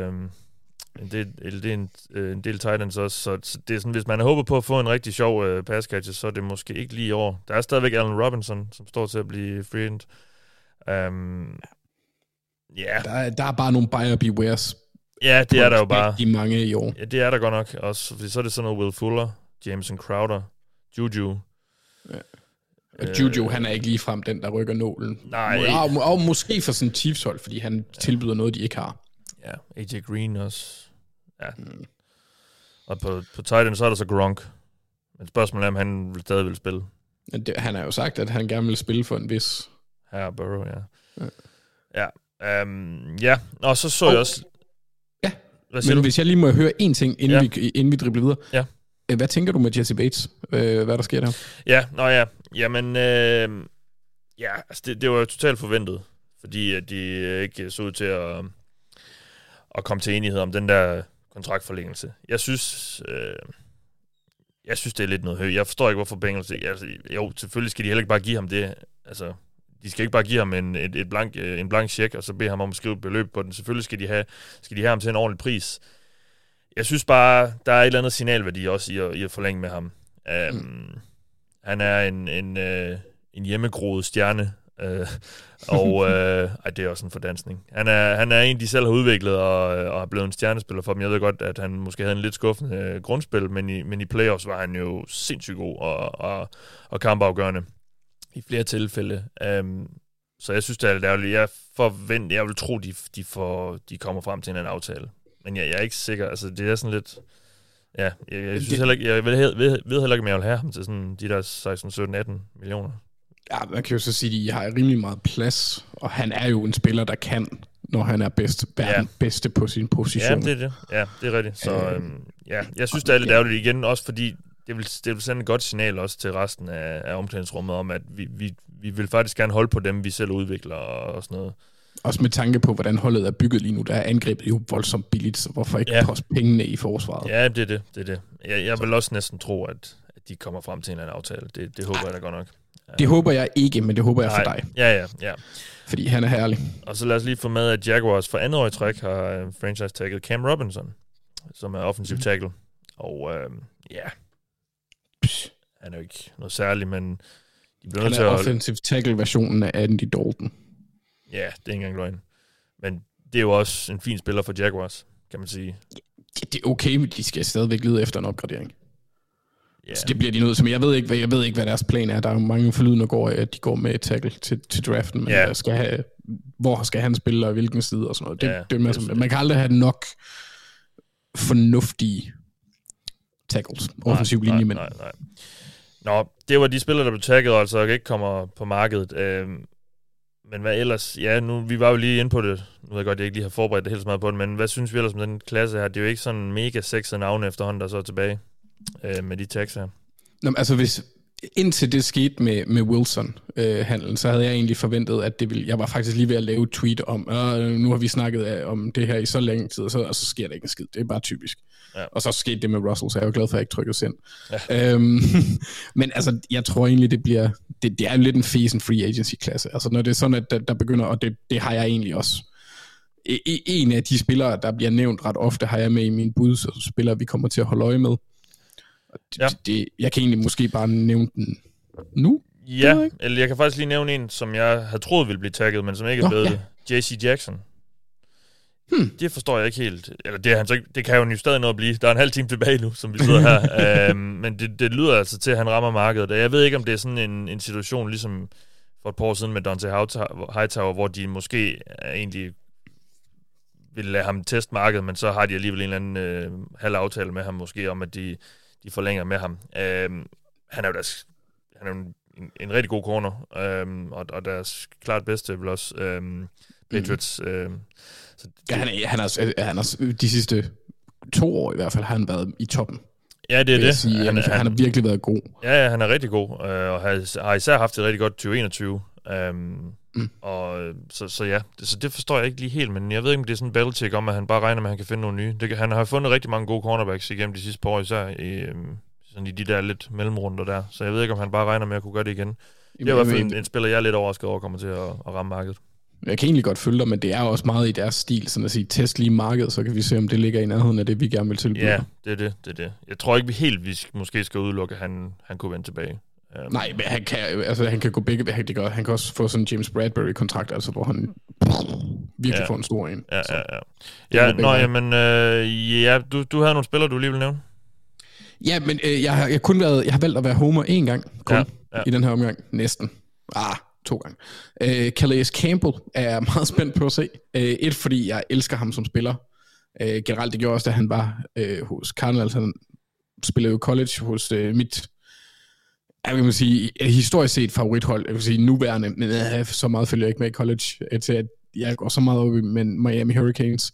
del tight ends også. Så det er sådan, hvis man har håbet på at få en rigtig sjov passcatcher, så er det måske ikke lige i år. Der er stadigvæk Allen Robinson, som står til at blive free agent. Der er bare nogle buyer bewares. Ja, det er der jo bare. De mange i år. Ja, det er der godt nok også. Fordi så er det sådan noget Will Fuller, Jameson Crowder, Juju. Ja. Juju, han er ikke ligefrem den, der rykker nålen. Nej. Og måske for sådan en Chiefs-hold, fordi han tilbyder noget, de ikke har. Ja, AJ Green også. Ja. Og på tight end, så er der så Gronk. Men spørgsmålet er, om han stadig vil spille. Han har jo sagt, at han gerne vil spille for en vis... Her Burrow, ja. Ja, og så jeg også... Ja, men hvis jeg lige må høre en ting, inden vi dribler videre. Ja. Hvad tænker du med Jesse Bates? Hvad der sker der? Ja, jamen... altså det var jo totalt forventet, fordi at de ikke så ud til at komme til enighed om den der kontraktforlængelse. Jeg synes, det er lidt noget højt. Jeg forstår ikke, hvorfor Bengals ikke... Altså, jo, selvfølgelig skal de heller ikke bare give ham det. Altså, de skal ikke bare give ham en blank check, og så bede ham om at skrive et beløb på den. Selvfølgelig skal de have ham til en ordentlig pris. Jeg synes bare, der er et eller andet signalværdi også i at forlænge med ham. Han er en hjemmegroet stjerne, og det er også en fordansning. Han er en, de selv har udviklet og har blevet en stjernespiller for dem. Jeg ved godt, at han måske havde en lidt skuffende grundspil, men i playoffs var han jo sindssygt god og kampafgørende i flere tilfælde. Så jeg synes, det er ærgerligt. Jeg vil tro, de kommer frem til en anden aftale. Men jeg er ikke sikker. Altså, det er sådan lidt... Ja, jeg synes heller ikke... Jeg ved heller ikke, om jeg vil have ham til sådan de der 16, 17, 18 millioner. Ja, man kan jo så sige, at de har rimelig meget plads, og han er jo en spiller, der kan, når han er bedste på sin position. Ja, det er det. Ja, det er rigtigt. Så jeg synes, det er lidt ærgerligt igen, også fordi det vil sende et godt signal også til resten af omklædningsrummet om, at vi vil faktisk gerne holde på dem, vi selv udvikler og sådan noget. Også med tanke på, hvordan holdet er bygget lige nu, der er angrebet jo voldsomt billigt, så hvorfor ikke poste pengene i forsvaret? Ja, det er det. Jeg vil også næsten tro, at de kommer frem til en eller anden aftale. Det håber jeg da godt nok. Det håber jeg ikke, men det håber jeg for dig. Ja. Fordi han er herlig. Og så lad os lige få med, at Jaguars for andet år i træk har franchise-tagget Cam Robinson, som er offensive tackle. Og han er jo ikke noget særligt, men de bliver han nødt til er at... offensive tackle-versionen af Andy Dalton. Ja, det er ikke engang løgn. Men det er jo også en fin spiller for Jaguars, kan man sige. Ja, det er okay, men de skal stadigvæk lede efter en opgradering. Yeah. Så det bliver de nødt til. Men jeg ved ikke, hvad deres plan er. Der er jo mange forlydende går, at de går med et tackle til draften, men hvor skal han spille, og hvilken side og sådan noget. Man kan aldrig have nok fornuftige tackles, offensiv linjemænd. Nej. Nå, det var de spillere, der blev tagget, altså ikke kommer på markedet. Men hvad ellers? Ja, vi var jo lige inde på det. Nu ved jeg godt, at jeg ikke lige har forberedt det helt så meget på det, men hvad synes vi ellers om den klasse her? Det er jo ikke sådan mega sexede navne efterhånden, der så er tilbage med de tags her. Nå, altså indtil det skete med Wilson-handlen, så havde jeg egentlig forventet, at det ville... Jeg var faktisk lige ved at lave et tweet om, nu har vi snakket om det her i så lang tid, og så sker det ikke en skid. Det er bare typisk. Ja. Og så skete det med Russell, så jeg er jo glad for, at jeg ikke trykkede send. Ja. Men altså, jeg tror egentlig, det bliver... Det er jo lidt en fesen free agency-klasse. Altså, når det er sådan, at der begynder... Og det har jeg egentlig også. En af de spillere, der bliver nævnt ret ofte, har jeg med i min bud, så spillere, vi kommer til at holde øje med. Ja. Jeg kan egentlig måske bare nævne den nu. Ja, eller jeg kan faktisk lige nævne en, som jeg havde troet ville blive tagget, men som ikke er blevet det. JC Jackson. Det forstår jeg ikke helt. Eller det, er han så ikke, det kan jo stadig noget at blive. Der er en halv time tilbage nu, som vi sidder her. Men det lyder altså til, at han rammer markedet. Jeg ved ikke, om det er sådan en situation, ligesom for et par år siden med Dante Hightower, hvor de måske egentlig vil lade ham teste markedet, men så har de alligevel en eller anden halv aftale med ham måske, om at de forlænger med ham. Han er jo en rigtig god corner, og deres klart bedste vil også Patriots. Han har de sidste 2 år i hvert fald har han været i toppen. Ja, det er det. Sige, han har virkelig været god. Ja, han er rigtig god, og har især haft et rigtig godt 2021. Og så det forstår jeg ikke lige helt, men jeg ved ikke, om det er sådan en Belichick om, at han bare regner med, at han kan finde nogle nye. Han har fundet rigtig mange gode cornerbacks igennem de sidste par år, især sådan i de der lidt mellemrunder der. Så jeg ved ikke, om han bare regner med at kunne gøre det igen. Det er i hvert fald en spiller, jeg er lidt overrasket over, kommer til at ramme markedet. Jeg kan egentlig godt følge dig, men det er også meget i deres stil, sådan at sige, test lige markedet, så kan vi se, om det ligger i nærheden af det, vi gerne vil tilbyde. Ja, det er det. Jeg tror ikke, vi måske skal udelukke, at han kunne vende tilbage. Nej, men han kan gå begge. Han kan også få sådan en James Bradbury-kontrakt, altså hvor han virkelig får en stor en. Du havde nogle spillere, du lige vil nævne? Ja, men jeg har valgt at være homer 1 gang i den her omgang. Næsten. 2 gange. Calais Campbell er meget spændt på at se. Fordi jeg elsker ham som spiller. Generelt, det gjorde også, da han var hos Cardinals. Han spillede jo college hos mit... Jeg vil sige, historisk set favorithold. Jeg vil sige, nuværende, men så meget følger jeg ikke med i college, til at jeg går så meget op i Miami Hurricanes.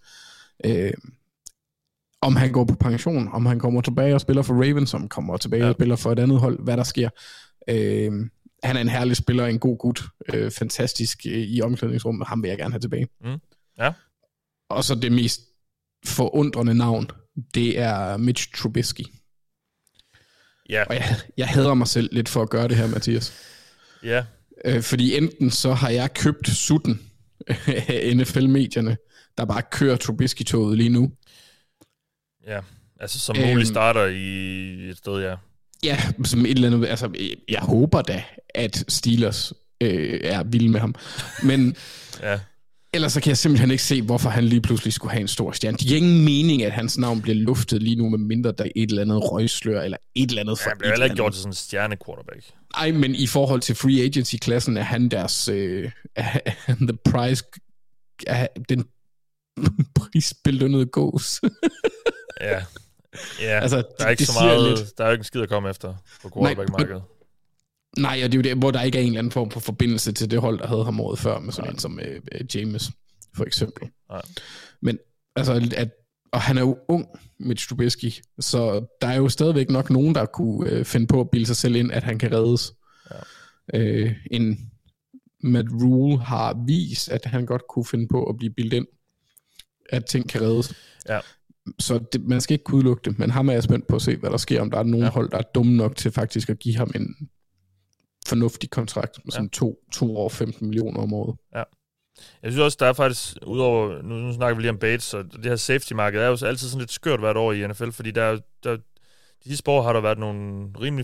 Om han går på pension, om han kommer tilbage og spiller for Ravens, om han kommer tilbage og spiller for et andet hold, hvad der sker. Han er en herlig spiller, en god gut, fantastisk i omklædningsrummet. Ham vil jeg gerne have tilbage. Ja. Og så det mest forundrende navn, det er Mitch Trubisky. Ja. Og jeg hader mig selv lidt for at gøre det her, Mathias. Ja. Fordi enten så har jeg købt sutten af NFL-medierne, der bare kører Trubisky-toget lige nu. Ja, altså som muligt starter i et sted, ja. Ja, som et eller andet, altså jeg håber da, at Steelers er vilde med ham. Men ellers så kan jeg simpelthen ikke se, hvorfor han lige pludselig skulle have en stor stjerne. Det giver ingen mening, at hans navn bliver luftet lige nu, med mindre der er et eller andet røgslør, eller et eller andet. Han bliver heller ikke gjort til sådan en stjerne-quarterback. Nej, men i forhold til free agency-klassen er han deres the prize, den prisbelønnede gås. Ja, altså, der er ikke så meget, der er jo ikke en skid at komme efter på quarterback-markedet. Nej, og det er jo det, hvor der ikke er en eller anden form for forbindelse til det hold, der havde ham året før, med sådan en som James, for eksempel. Nej. Men altså, og han er jo ung, Mitch Trubisky, så der er jo stadigvæk nok nogen, der kunne finde på at bilde sig selv ind, at han kan reddes. Ja. En Matt Rule har vist, at han godt kunne finde på at blive bildet ind, at ting kan reddes. Ja. Så man skal ikke kunne udelukke det, men ham er jeg spændt på at se, hvad der sker, om der er nogen hold, der er dumme nok til faktisk at give ham en fornuftig kontrakt med sådan 2 år 15 millioner om året. Ja. Jeg synes også, der er faktisk, udover, nu snakker vi lige om Bates, og det her safety-marked er jo altid sådan lidt skørt hvert år i NFL, fordi de sidste år har der været nogle rimelig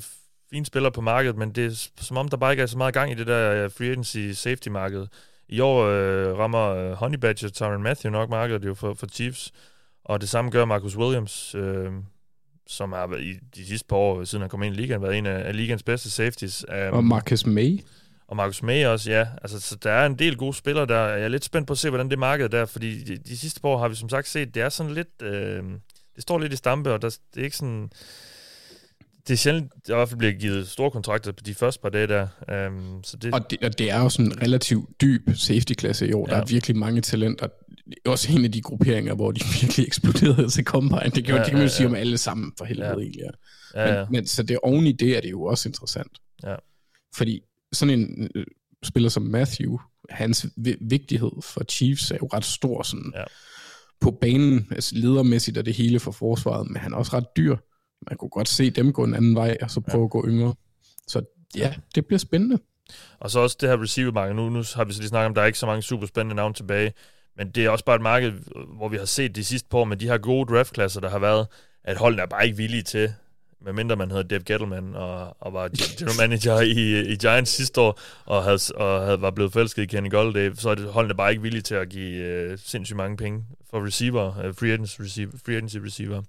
fine spillere på markedet, men det er som om, der bare ikke er så meget gang i det der free agency safety-marked. I år rammer Honey Badger, Tyrann Mathieu nok markedet jo for Chiefs, og det samme gør Marcus Williams, som har i de sidste par år, siden han kom ind i ligaen, været en af ligaens bedste safeties. Og Marcus May. Og Marcus May også, ja. Altså, så der er en del gode spillere der. Jeg er lidt spændt på at se, hvordan det marked der, fordi de sidste par år har vi som sagt set, det er sådan lidt, det står lidt i stampe, og det er ikke sådan, det er sjældent, der i hvert fald bliver givet store kontrakter på de første par dage der. Så det... Og det er jo sådan en relativt dyb safety-klasse i år. Ja. Der er virkelig mange talenter. Også en af de grupperinger, hvor de virkelig eksploderede til Combine. Det kan man jo sige om alle sammen, for helvede egentlig. Ja. Men så det oven i det er det jo også interessant. Ja. Fordi sådan en spiller som Mathieu, hans vigtighed for Chiefs er jo ret stor sådan på banen, altså ledermæssigt og det hele for forsvaret, men han er også ret dyr. Man kunne godt se dem gå en anden vej, og så prøve at gå yngre. Så ja, det bliver spændende. Og så også det her receiver-marked. Nu har vi så lige snakket om, der er ikke så mange super spændende navne tilbage, men det er også bare et marked, hvor vi har set de sidste par år med de her gode draftklasser, der har været, at holdene er bare ikke villige til, medmindre man hedder Dave Gettleman og var general manager i Giants sidste år, og var blevet forelsket i Kenny Golladay, så er holdene bare ikke villige til at give sindssygt mange penge for receiver, free agency receiver.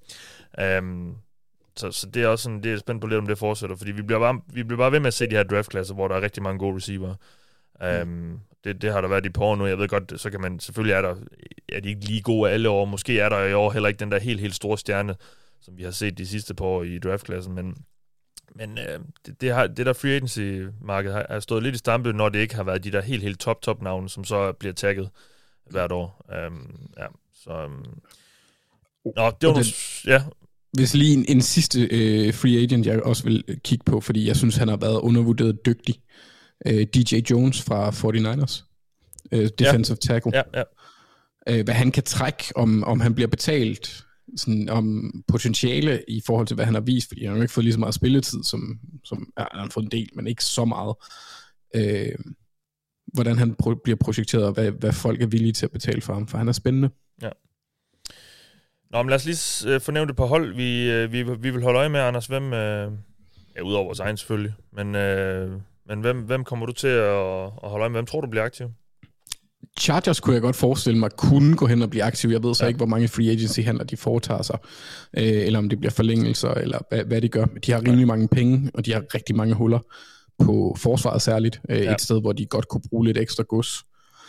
Så det er også sådan, det er spændt på lidt, om det fortsætter, fordi vi bliver bare ved med at se de her draftklasser, hvor der er rigtig mange gode receiver. Det har der været i par år nu. Jeg ved godt, så kan man, selvfølgelig er de ikke lige gode alle år. Måske er der i år heller ikke den der helt store stjerne, som vi har set de sidste par år i draftklassen, men det der free agency-marked har stået lidt i stampe, når det ikke har været de der helt top navne, som så bliver tagget hvert år. Det var Hvis lige en sidste free agent, jeg også vil kigge på, fordi jeg synes, han har været undervurderet dygtig. DJ Jones fra 49ers. Defensive tackle. Hvad han kan trække, om han bliver betalt, sådan, om potentiale i forhold til, hvad han har vist, fordi han har jo ikke fået lige så meget spilletid, som han har fået en del, men ikke så meget. Hvordan han bliver projekteret, og hvad folk er villige til at betale for ham, for han er spændende. Ja. Nå, men lad os lige fornævne det på hold. Vi vil holde øje med, Anders. Hvem, udover vores egen selvfølgelig, men hvem kommer du til at holde øje med? Hvem tror du bliver aktiv? Chargers kunne jeg godt forestille mig kunne gå hen og blive aktiv. Jeg ved så ikke, hvor mange free agency-handler de foretager sig, eller om det bliver forlængelser, eller hvad de gør. Men de har rimelig mange penge, og de har rigtig mange huller på forsvaret særligt. Et sted, hvor de godt kunne bruge lidt ekstra gods.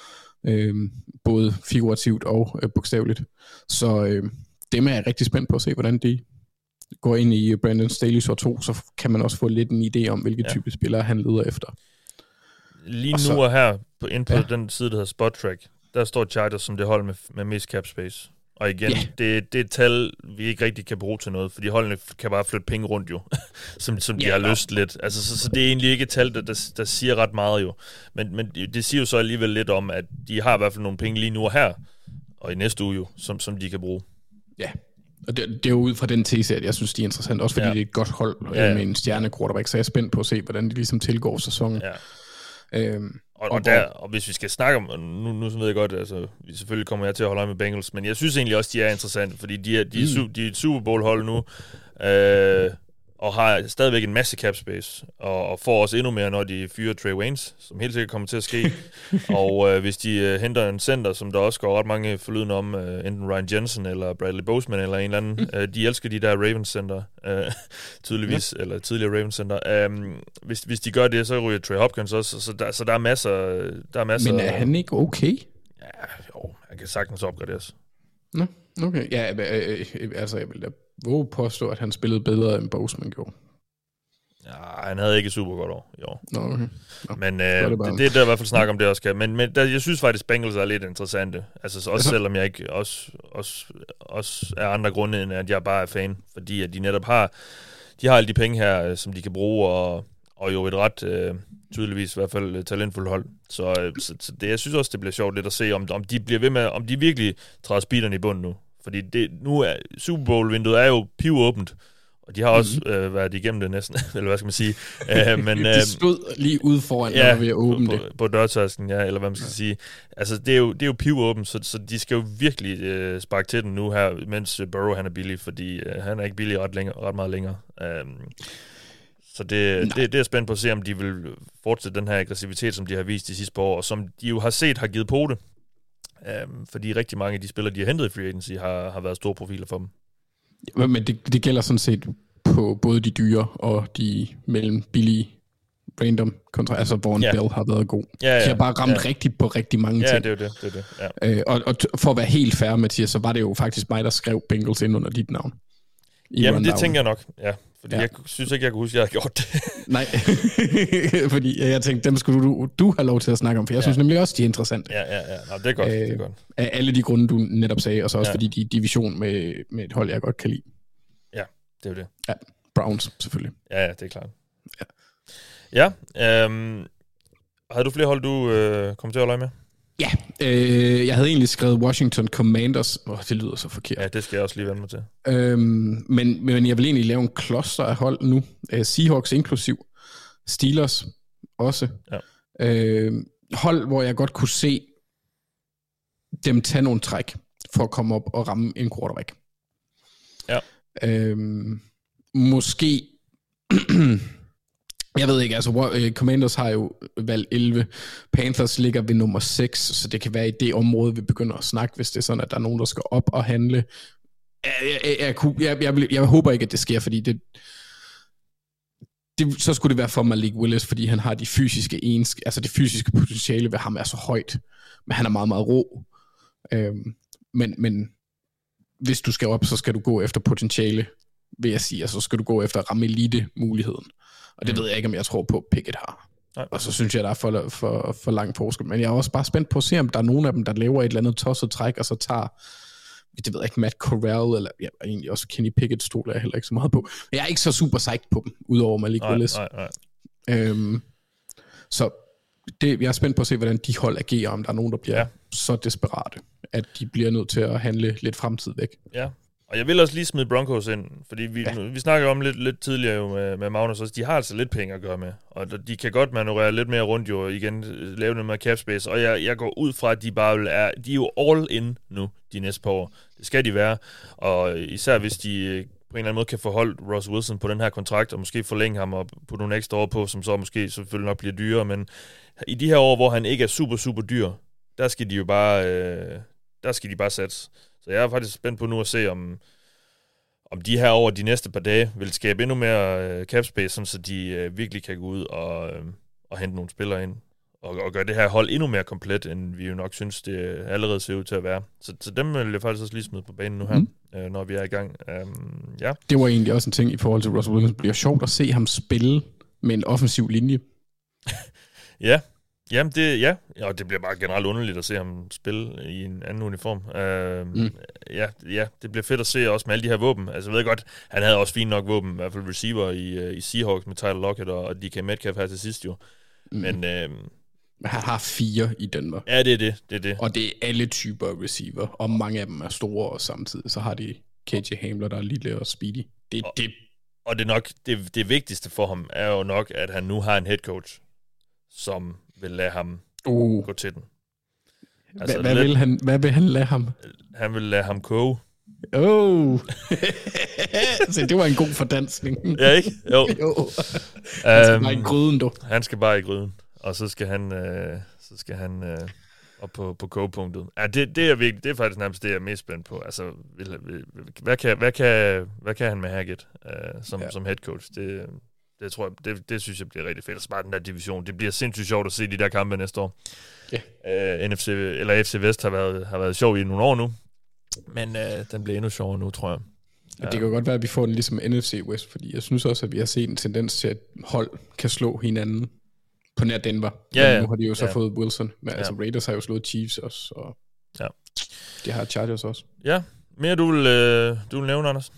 Både figurativt og bogstaveligt. Så dem er jeg rigtig spændt på at se, hvordan de går ind i Brandon Staley's år 2, så kan man også få lidt en idé om, hvilke type spillere han leder efter. Lige nu og her, inde på den side, der hedder Spot Track, der står Chargers som det hold med mest cap space. Og igen, det er et tal, vi ikke rigtig kan bruge til noget, fordi holdene kan bare flytte penge rundt jo, som de har lyst lidt. Altså, så det er egentlig ikke et tal, der siger ret meget jo. Men det siger jo så alligevel lidt om, at de har i hvert fald nogle penge lige nu og her, og i næste uge jo, som de kan bruge. Ja. Og det er jo ud fra den tese, at jeg synes, de er interessant, også fordi det er et godt hold med en stjerne-quarterback, så jeg er spændt på at se, hvordan de ligesom tilgår sæsonen. Ja. Og hvis vi skal snakke om, nu ved jeg godt, altså, vi selvfølgelig kommer jeg til at holde øje med Bengals, men jeg synes egentlig også, de er interessante, fordi de er et Super Bowl-hold nu, og har stadigvæk en masse cap space, og får også endnu mere, når de fyrer Trey Waynes, som helt sikkert kommer til at ske. Og hvis de henter en center, som der også går ret mange forlydende om, enten Ryan Jensen eller Bradley Boseman eller en eller anden, de elsker de der Ravens center, tydeligvis, eller tidligere Ravens center. Hvis de gør det, så ryger Trey Hopkins også, så der er masser. Men er han ikke okay? Ja, jo, han kan sagtens opgraderes. Nå, okay. Ja, altså jeg vil da våge påstå, at han spillede bedre end Boseman gjorde. Ja, han havde ikke et super godt år i år. Nå, okay. Men det der i hvert fald snakker om det også kan. Men jeg synes faktisk, Bengals er lidt interessante. Altså også selvom jeg ikke også er andre grunde, end at jeg bare er fan. Fordi at de netop har alle de penge her, som de kan bruge, og jo et ret tydeligvis i hvert fald talentfuldt hold. Så det, jeg synes også, det bliver sjovt lidt at se, om de bliver ved med, om de virkelig træder speederne i bunden nu. Fordi nu er Super Bowl-vinduet er jo pivåbent, og de har også været igennem det næsten, eller hvad skal man sige. Men, det stod lige ude foran, når vi er åbne det. På dørtasken, ja, eller hvad man skal sige. Altså, det er jo pivåbent, så de skal jo virkelig sparke til den nu her, mens Burrow han er billig, fordi han er ikke billig ret meget længere. Så det er spændt på at se, om de vil fortsætte den her aggressivitet, som de har vist de sidste par år, og som de jo har set har givet pote. Fordi rigtig mange af de spillere, de har hentet i free agency, har været store profiler for dem. Men det gælder sådan set på både de dyre og de mellem billige random kontra, altså hvor en Bell har været god. De har bare ramt rigtigt på rigtig mange ting. Ja, det er det. Ja. Og for at være helt fair, Mathias, så var det jo faktisk mig, der skrev Bengals ind under dit navn. Jamen, det tænker jeg nok, ja. Fordi jeg synes ikke, jeg kunne huske, at jeg havde gjort det. Nej, fordi jeg tænkte, dem skulle du have lov til at snakke om, for jeg synes nemlig også, de er interessante. Ja. Nå, det er godt, det er godt. Af alle de grunde, du netop sagde, og så også fordi de er division med et hold, jeg godt kan lide. Ja, det er jo det. Ja, Browns selvfølgelig. Ja, det er klart. Ja, havde du flere hold, du kom til at holde med? Ja, jeg havde egentlig skrevet Washington Commanders. Det lyder så forkert. Ja, det skal jeg også lige vende mig til. Men jeg vil egentlig lave en cluster af hold nu. Seahawks inklusiv. Steelers også. Ja. Hold, hvor jeg godt kunne se dem tage nogle træk for at komme op og ramme en quarterback. Ja. Måske... Jeg ved ikke, altså Commanders har jo valgt 11, Panthers ligger ved nummer 6, så det kan være i det område, vi begynder at snakke, hvis det er sådan, at der er nogen, der skal op og handle. Jeg håber ikke, at det sker, fordi så skulle det være for Malik Willis, fordi han har de fysiske altså det fysiske potentiale ved ham er så højt, men han er meget, meget rå. Men hvis du skal op, så skal du gå efter potentiale, vil jeg sige, og så skal du gå efter at ramme elite-muligheden. Og det ved jeg ikke, om jeg tror på, Pickett har. Nej. Og så synes jeg, der er for lang forskel. Men jeg er også bare spændt på at se, om der er nogen af dem, der laver et eller andet tosset træk, og så tager, det ved jeg ikke, Matt Corral, eller egentlig også Kenny Pickett stoler jeg heller ikke så meget på. Men jeg er ikke så super psyched på dem, udover Malik Willis. Nej. Så jeg er spændt på at se, hvordan de hold agerer, om der er nogen, der bliver så desperate, at de bliver nødt til at handle lidt fremtid væk. Ja. Og jeg vil også lige smide Broncos ind, fordi vi snakker om lidt tidligere jo med Magnus også, de har altså lidt penge at gøre med, og de kan godt manøvrere lidt mere rundt jo, igen lave noget med cap space, og jeg går ud fra, at de er jo all in nu, de næste par år. Det skal de være, og især hvis de på en eller anden måde kan forholde Russ Wilson på den her kontrakt, og måske forlænge ham og putte nogle ekstra år på, som så måske selvfølgelig nok bliver dyrere, men i de her år, hvor han ikke er super, super dyr, der skal de jo bare satse. Så jeg er faktisk spændt på nu at se, om de her over de næste par dage vil skabe endnu mere cap space, sådan så de virkelig kan gå ud og hente nogle spillere ind, og gøre det her hold endnu mere komplet, end vi jo nok synes, det allerede ser ud til at være. Så dem vil jeg faktisk også lige smide på banen nu her, når vi er i gang. Ja. Det var egentlig også en ting i forhold til Russell Wilson. Det bliver sjovt at se ham spille med en offensiv linje. Ja. Jamen, og det bliver bare generelt underligt at se ham spille i en anden uniform. Ja, det bliver fedt at se også med alle de her våben. Altså, jeg ved godt, han havde også fint nok våben, i hvert fald receiver i Seahawks med Tyler Lockett og DK Metcalf her til sidst jo. Men han har 4 i Denver. Ja, det er det. Og det er alle typer receiver, og mange af dem er store, og samtidig så har de KJ Hamler, der er lille og speedy. Og det er nok, det vigtigste for ham er jo nok, at han nu har en head coach, som vil lade ham gå til den. Altså, hvad vil han lade ham? Han vil lade ham koge. Så det var en god fordansning. Ja, ikke? Jo. Han skal bare i gryden, du. Han skal bare i gryden. Og så skal han op på kogepunktet. Ja, det er virkelig, det er faktisk nærmest det, jeg er mest spændt på. Altså, hvad kan han med Hackett som head coach? Det tror jeg, det synes jeg bliver rigtig fedt. Og bare den der division. Det bliver sindssygt sjovt at se de der kampe næste år. FC Vest har været sjov i nogle år nu. Men den bliver endnu sjovere nu, tror jeg. Ja. Det kan godt være, at vi får den ligesom NFC West, fordi jeg synes også, at vi har set en tendens til, at hold kan slå hinanden på nær Denver. Men nu har de jo så fået Wilson. Men altså Raiders har jo slået Chiefs også, og det har Chargers også. Ja, mere du vil nævne, Anders?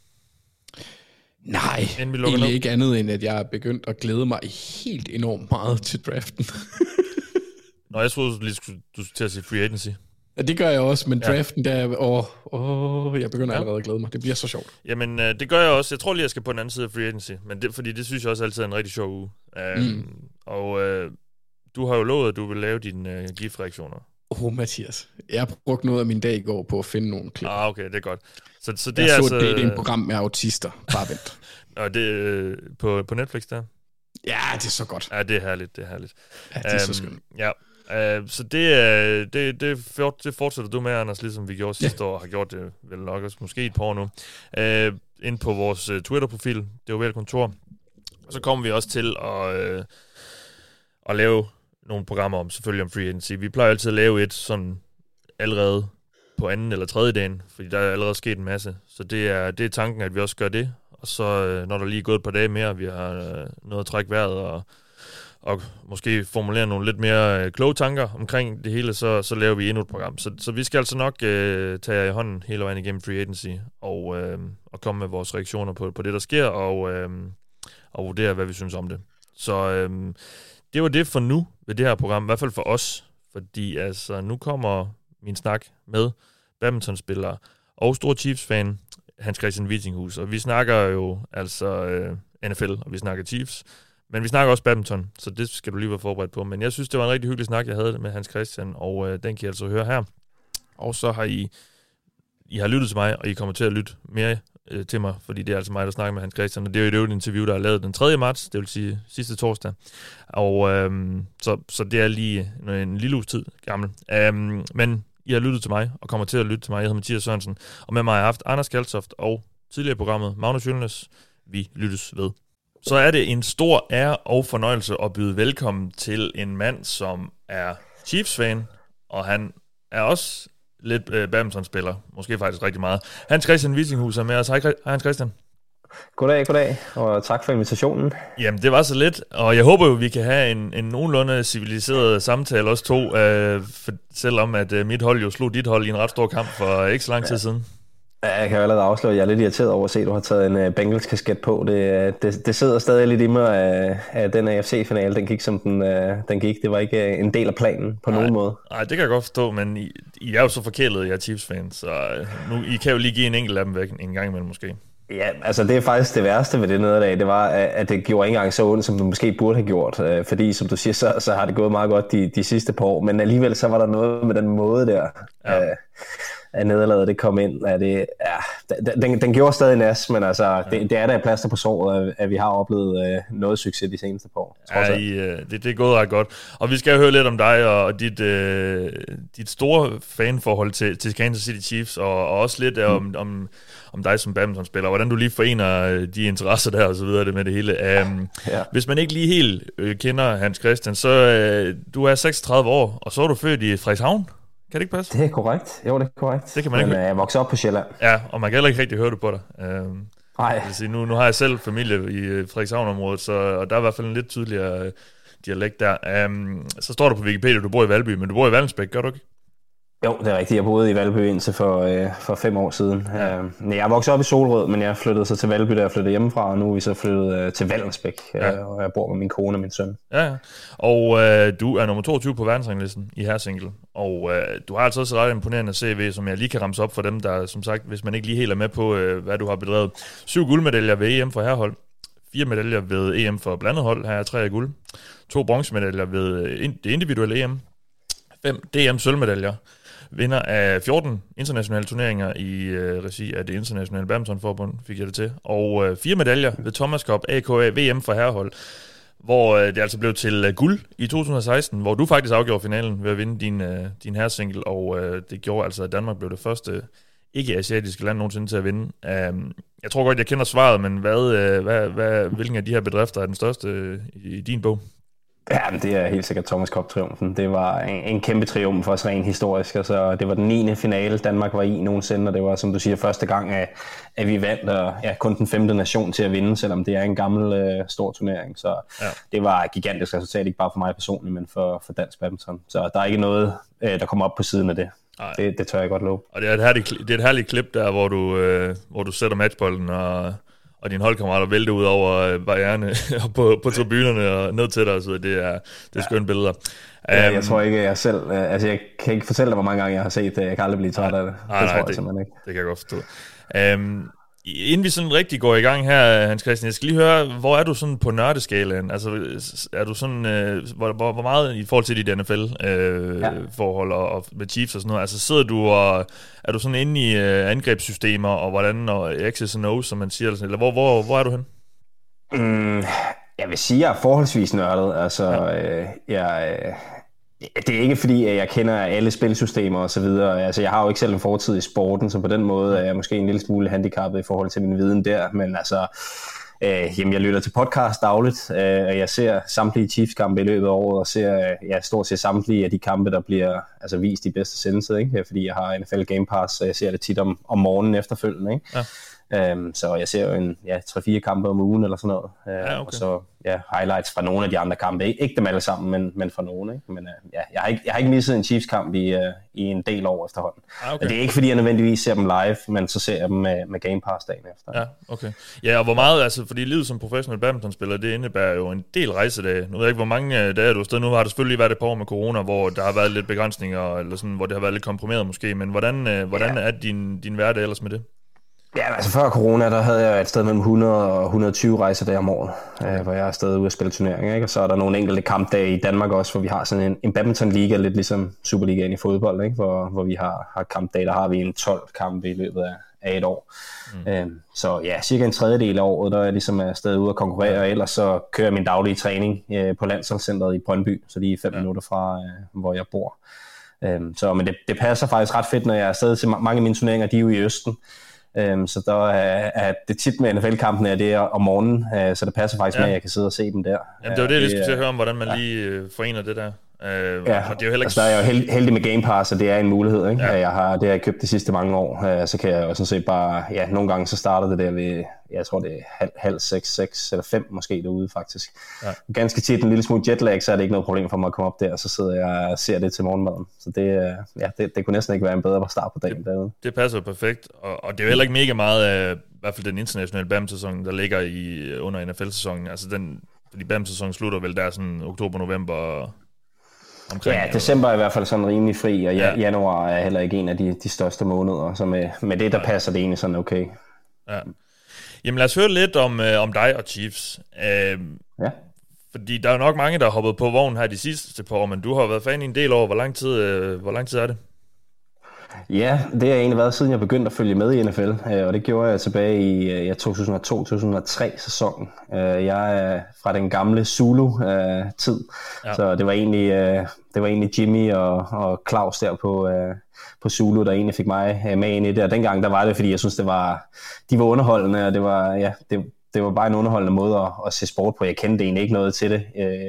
Nej, egentlig ikke andet end, at jeg er begyndt at glæde mig helt enormt meget til draften. Nå, jeg troede, du skulle til at sige free agency. Ja, det gør jeg også, men draften, der jeg begynder allerede at glæde mig. Det bliver så sjovt. Jamen, det gør jeg også. Jeg tror lige, jeg skal på den anden side af free agency, men fordi det synes jeg også altid er en rigtig sjov uge. Og du har jo lovet, at du vil lave dine GIF-reaktioner. Mathias. Jeg brugte noget af min dag i går på at finde nogle klip. Okay, det er godt. Så det jeg er så altså... det er en program med autister. Bare vent. Og det på Netflix der? Ja, det er så godt. Ja, det er herligt, det er herligt. Ja, det er så skønt. Ja, så det fortsætter du med, Anders, ligesom vi gjorde sidste år, og har gjort det vel nok også måske et par år nu. Ind på vores Twitter-profil, det er jo vel kontor. Og så kommer vi også til at lave nogle programmer selvfølgelig om free agency. Vi plejer altid at lave et sådan allerede på anden eller tredje dagen, fordi der er allerede sket en masse. Så det er tanken, at vi også gør det. Og så når der lige er gået et par dage mere, vi har noget at trække vejret og måske formulere nogle lidt mere kloge tanker omkring det hele, så laver vi endnu et program. Så vi skal altså nok tage jer i hånden hele vejen igennem free agency og komme med vores reaktioner på det, der sker, og vurdere, hvad vi synes om det. Så det var det for nu ved det her program, i hvert fald for os, fordi altså nu kommer min snak med badmintonspillere og stor Chiefs-fan, Hans Christian Vitinghus, og vi snakker jo altså NFL, og vi snakker Chiefs, men vi snakker også badminton, så det skal du lige være forberedt på. Men jeg synes, det var en rigtig hyggelig snak, jeg havde med Hans Christian, og den kan I altså høre her. Og så har I har lyttet til mig, og I kommer til at lytte mere til mig, fordi det er altså mig, der snakker med Hans Christian, og det er jo et øvrigt interview, der er lavet den 3. marts, det vil sige sidste torsdag. Og så det er lige en lille uges tid gammel. Men I har lyttet til mig, og kommer til at lytte til mig. Jeg hedder Mathias Sørensen, og med mig har jeg haft Anders Kaltoft og tidligere i programmet Magnus Jylnes. Vi lyttes ved. Så er det en stor ære og fornøjelse at byde velkommen til en mand, som er Chiefs-fan, og han er også lidt badmintonspiller, måske faktisk rigtig meget. Hans Christian Vitinghus er med os. Hej Hans Christian. Goddag, og tak for invitationen. Jamen, det var så lidt, og jeg håber jo, vi kan have en nogenlunde civiliseret samtale, også to, selvom at mit hold jo slog dit hold i en ret stor kamp for ikke så lang tid siden. Ja, jeg kan jo allerede afsløre, at jeg er lidt irriteret over at se, at du har taget en Bengals-kasket på. Det sidder stadig lidt i mig, at den AFC-finale, den gik som den gik. Det var ikke en del af planen på nogen måde. Nej, det kan jeg godt forstå, men I er jo så forkælet, jeg er Chiefs-fans, så nu I kan jo lige give en enkelt af dem væk en gang imellem måske. Ja, altså det er faktisk det værste ved det nederlag, det var, at det gjorde ikke engang så ondt, som du måske burde have gjort, fordi som du siger, så har det gået meget godt de sidste par år, men alligevel så var der noget med den måde der, at nederlaget det kom ind, den gjorde stadig nas, men altså det er der plaster på såret, at vi har oplevet noget succes de seneste par år. Det er gået ret godt, og vi skal høre lidt om dig og dit store fanforhold til Kansas City Chiefs, og også lidt om dig som badmintonspiller, hvordan du lige forener de interesser der og så videre det med det hele. Hvis man ikke lige helt kender Hans Christian, så du er 36 år, og så er du født i Frederikshavn. Kan det ikke passe? Det er korrekt. Jo, det er korrekt. Det kan man ikke. Men jeg voksede op på Sjælland. Ja, og man kan heller ikke rigtig høre det på dig. Nej. Nu har jeg selv familie i Frederikshavn-området, og der er i hvert fald en lidt tydeligere dialekt der. Så står der på Wikipedia, at du bor i Valby, men du bor i Vallensbæk, gør du ikke? Jo, det er rigtigt. Jeg boede i Valby indtil for 5 år siden. Ja. Jeg voksede op i Solrød, men jeg flyttede så til Valby, da jeg flyttede hjemmefra, og nu er vi så flyttet til Vallensbæk, og jeg bor med min kone og min søn. Ja. Og du er nummer 22 på verdensranglisten i herresingle, og du har altså også et ret imponerende CV, som jeg lige kan ramse op for dem, der som sagt, hvis man ikke lige helt er med på, hvad du har bedrevet. 7 guldmedaljer ved EM for herrehold, 4 medaljer ved EM for blandet hold, her er 3 af guld, 2 bronzemedaljer ved det individuelle EM, 5 DM-sølvmedaljer, vinder af 14 internationale turneringer i regi af det internationale badmintonforbund, fik jeg det til. Og 4 medaljer ved Thomas Cup AKA VM for herrehold, hvor det altså blev til guld i 2016, hvor du faktisk afgjorde finalen ved at vinde din herresingle, og det gjorde altså, at Danmark blev det første ikke-asiatiske land nogensinde til at vinde. Jeg tror godt, jeg kender svaret, men hvilken af de her bedrifter er den største i din bog? Ja, det er helt sikkert Thomas Cup-triumfen. Det var en kæmpe triumf for os rent historisk. Altså, det var den 9. finale, Danmark var i nogensinde, og det var, som du siger, første gang, at vi vandt, og kun den 5. nation til at vinde, selvom det er en gammel, stor turnering. Så det var et gigantisk resultat, ikke bare for mig personligt, men for dansk badminton. Så der er ikke noget, der kommer op på siden af det. Det tør jeg godt love. Og det er et herligt klip der, hvor du sætter matchbolden, og dine holdkammerater vælter ud over barriererne på tribunerne og ned til dig, så det er skønne billeder. Jeg tror ikke, jeg selv... jeg kan ikke fortælle dig, hvor mange gange jeg har set det. Jeg kan aldrig blive træt af det. Det tror jeg simpelthen ikke. Det kan jeg godt forstå. Inden vi sådan rigtig går i gang her, Hans Christian, jeg skal lige høre, hvor er du sådan på nørdeskalaen? Altså, er du sådan, hvor meget i forhold til dit NFL-forhold og med Chiefs og sådan noget? Altså, sidder du og, er du sådan inde i angrebssystemer og hvordan, og X's and O's, som man siger, eller hvor er du hen? Jeg vil sige, at jeg er forholdsvis nørdet. Altså, det er ikke fordi, at jeg kender alle spilsystemer og så videre. Altså, jeg har jo ikke selv en fortid i sporten, så på den måde er jeg måske en lille smule handicappet i forhold til min viden der. Men altså, jeg lytter til podcast dagligt, og jeg ser samtlige Chiefs-kampe i løbet af året, og ser stort set samtlige af de kampe, der bliver vist i bedste sendelse, ikke? Fordi jeg har NFL Game Pass, så jeg ser det tit om morgenen efterfølgende, ikke? Ja. Så jeg ser jo 3-4 kampe om ugen eller sådan noget, okay. Og så highlights fra nogle af de andre kampe, ikke dem alle sammen, men fra nogle, ikke? Men jeg har ikke misset en Chiefs-kamp i en del år efterhånden. Okay. Det er ikke fordi jeg nødvendigvis ser dem live, men så ser jeg dem med Game Pass dagen efter. Ja, okay. Ja, og hvor meget, altså fordi livet som professionel badmintonspiller, det indebærer jo en del rejsedage. Nu ved jeg ikke, hvor mange dage er du afsted. Nu har det selvfølgelig været et par år med corona, hvor der har været lidt begrænsninger, eller sådan, hvor det har været lidt komprimeret måske, men hvordan er din hverdag ellers med det? Ja, altså før corona, der havde jeg et sted mellem 100 og 120 rejsedage om året, hvor jeg er stadig ude at spille turneringer, ikke? Og så er der nogle enkelte kampdage i Danmark også, hvor vi har sådan en badmintonliga, lidt ligesom Superligaen i fodbold, ikke? Hvor vi har kampdage, der har vi en 12 kampe i løbet af et år. Så ja, cirka en tredjedel af året, der er jeg ligesom stadig ude at konkurrere, og ellers så kører jeg min daglige træning på Landsholdscenteret i Brøndby, så lige 5 minutter fra, hvor jeg bor. Men det passer faktisk ret fedt, når jeg er afsted til mange af mine turneringer, de er jo i Østen. Så der er det tit med NFL-kampen er det om morgenen, så det passer faktisk med, at jeg kan sidde og se dem der. Jamen, det var det, jeg skulle til at høre om, hvordan man lige forener det der. Og det er jo heller ikke... der er jeg jo heldig med Game Pass, og det er en mulighed, ikke? Ja. Det har jeg købt de sidste mange år, så kan jeg jo sådan set bare, nogle gange så starter det der ved, jeg tror det er halv 6 eller 5 måske derude faktisk. Ja. Ganske tit en lille smule jetlag, så er det ikke noget problem for mig at komme op der, og så sidder jeg og ser det til morgenmaden. Så det kunne næsten ikke være en bedre start på dagen derude. Det passer jo perfekt, og det er jo heller ikke mega meget af, i hvert fald den internationale badminton-sæson, der ligger under NFL-sæsonen. Altså fordi badminton-sæsonen slutter vel der sådan oktober-november. December er i hvert fald sådan rimelig fri, og januar er heller ikke en af de største måneder, så med det, der passer det egentlig sådan okay. Ja. Jamen lad os høre lidt om dig og Chiefs. Fordi der er nok mange, der har hoppet på vognen her de sidste par år, men du har været fan i en del år. Hvor lang tid er det? Ja, det har egentlig været, siden jeg begyndte at følge med i NFL, og det gjorde jeg tilbage i 2002-2003 sæsonen. Jeg er fra den gamle Zulu-tid, så det var egentlig Jimmy og Claus der på Zulu, der egentlig fik mig med ind i det. Og dengang der var det, fordi jeg synes, de var underholdende, og det var bare en underholdende måde at se sport på. Jeg kendte egentlig ikke noget til det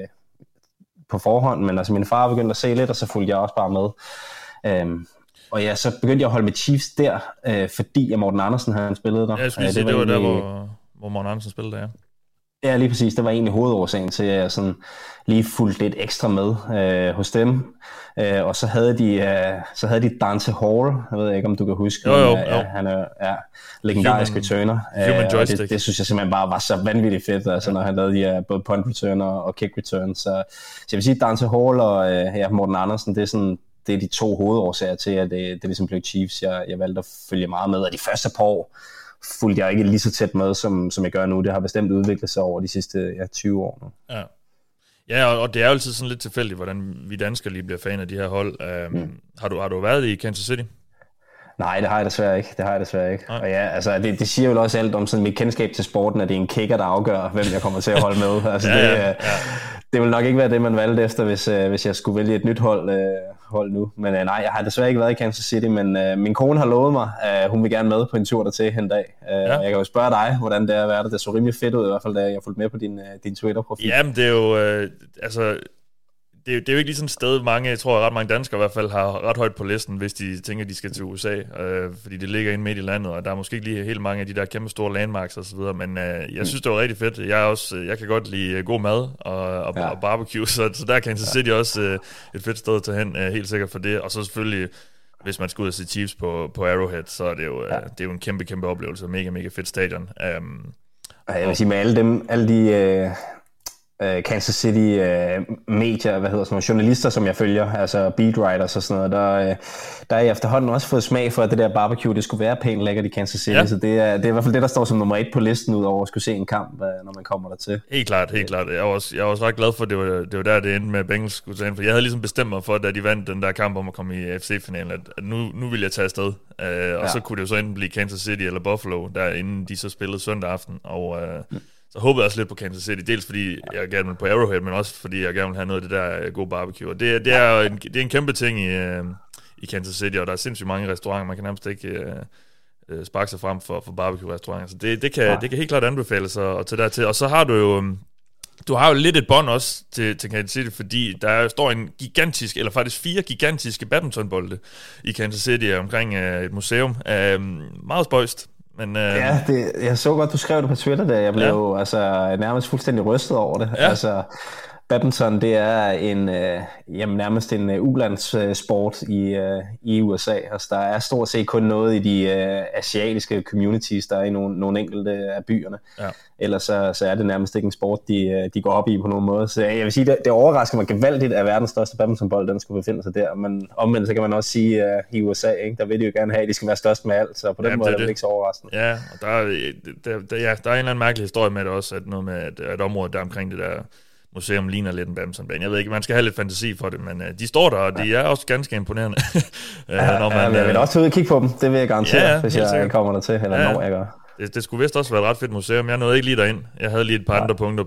på forhånd, men altså min far begyndte at se lidt, og så fulgte jeg også bare med. Og så begyndte jeg at holde med Chiefs der, fordi Morten Andersen han spillede der. Ja, jeg skulle sige, det var der, hvor Morten Andersen spillede der, Ja, lige præcis. Det var egentlig hovedårsagen til, at jeg sådan lige fulgte lidt ekstra med hos dem. Og så havde de Dante Hall. Jeg ved ikke, om du kan huske. Jo. Han er legendarisk returner. Og det synes jeg simpelthen bare var så vanvittigt fedt, altså, når han lavede de her både punt returner og kick returns. Så jeg vil sige, Dante Hall og Morten Andersen, det er de to hovedårsager til, at det ligesom blev Chiefs. Jeg valgte at følge meget med, og de første par år fulgte jeg ikke lige så tæt med, som jeg gør nu. Det har bestemt udviklet sig over de sidste 20 år nu. Ja, og det er jo altid sådan lidt tilfældigt, hvordan vi danskere lige bliver fan af de her hold. Har du været i Kansas City? Nej, det har jeg desværre ikke. Og altså, det siger jo også alt om sådan mit kendskab til sporten, at det er en kicker, der afgør, hvem jeg kommer til at holde med. Altså, det vil nok ikke være det, man valgte efter, hvis jeg skulle vælge et nyt hold nu. Men nej, jeg har desværre ikke været i Kansas City, men min kone har lovet mig, at hun vil gerne med på en tur dertil en dag. Jeg kan jo spørge dig, hvordan det er at være der. Det så rimelig fedt ud, i hvert fald, da jeg fulgte med på din Twitter-profil. Jamen, det er jo... Det er jo ikke lige sådan et sted, jeg tror ret mange danskere i hvert fald har ret højt på listen, hvis de tænker, de skal til USA, fordi det ligger inde midt i landet, og der er måske ikke lige helt mange af de der kæmpe store landmarks og så videre, men jeg synes, det var rigtig fedt. Jeg kan godt lide god mad og barbecue, så der er Kansas City også et fedt sted at tage hen, helt sikkert for det, og så selvfølgelig, hvis man skal ud og se Chiefs på Arrowhead, så er det jo en kæmpe, kæmpe oplevelse, mega, mega fedt stadion. Jeg vil sige, med alle de Kansas City medier, journalister, som jeg følger, altså beat writers og sådan noget, der er jeg efterhånden også fået smag for, at det der barbecue, det skulle være pænt lækkert i Kansas City, så det er i hvert fald det, der står som nummer 1 på listen, ud over at skulle se en kamp, når man kommer dertil. Helt klart. Jeg var også ret glad for, at det var der, det endte med, at Bengals skulle tage ind, for jeg havde ligesom bestemt mig for, da de vandt den der kamp om at komme i FC-finalen, at nu ville jeg tage afsted, og så kunne det jo så enten blive Kansas City eller Buffalo, der inden de så spillede søndag aften, og så håbede jeg også lidt på Kansas City, dels fordi jeg gerne vil på Arrowhead, men også fordi jeg gerne vil have noget af det der gode barbecue. Og det er en kæmpe ting i Kansas City, og der er sindssygt mange restauranter, man kan nærmest ikke sparke sig frem for barbecue-restauranter. Så det kan helt klart anbefales at tage dertil. Og så har du har jo lidt et bånd også til Kansas City, fordi der står en gigantisk, eller faktisk 4 gigantiske badmintonbolde i Kansas City omkring et museum. Meget spøjst. Men, jeg så godt, du skrev det på Twitter, da jeg blev nærmest fuldstændig rystet over det. Ja. Altså, badminton, det er nærmest en ulandssport i USA. Altså, der er stort set kun noget i de asiatiske communities, der er i nogle enkelte af byerne. Ja. Ellers så er det nærmest ikke en sport, de går op i på nogen måde. Så jeg vil sige, det overrasker mig gevaldigt, at verdens største badmintonbold, den skulle befinde sig der. Men omvendt, så kan man også sige, i USA, ikke? Der vil de jo gerne have, at de skal være størst med alt. Så på den måde er det ikke så overraskende. Ja, og der er en eller anden mærkelig historie med det også, at noget med et område der omkring det der museum ligner lidt en badmintonbane. Jeg ved ikke, man skal have lidt fantasi for det, men de står der, og de er også ganske imponerende. Jeg vil også tage ud og kigge på dem, det vil jeg garantere, hvis jeg kommer der til, eller når jeg gør. Det skulle vist også være et ret fedt museum. Jeg nåede ikke lige derind. Jeg havde lige et par andre punkter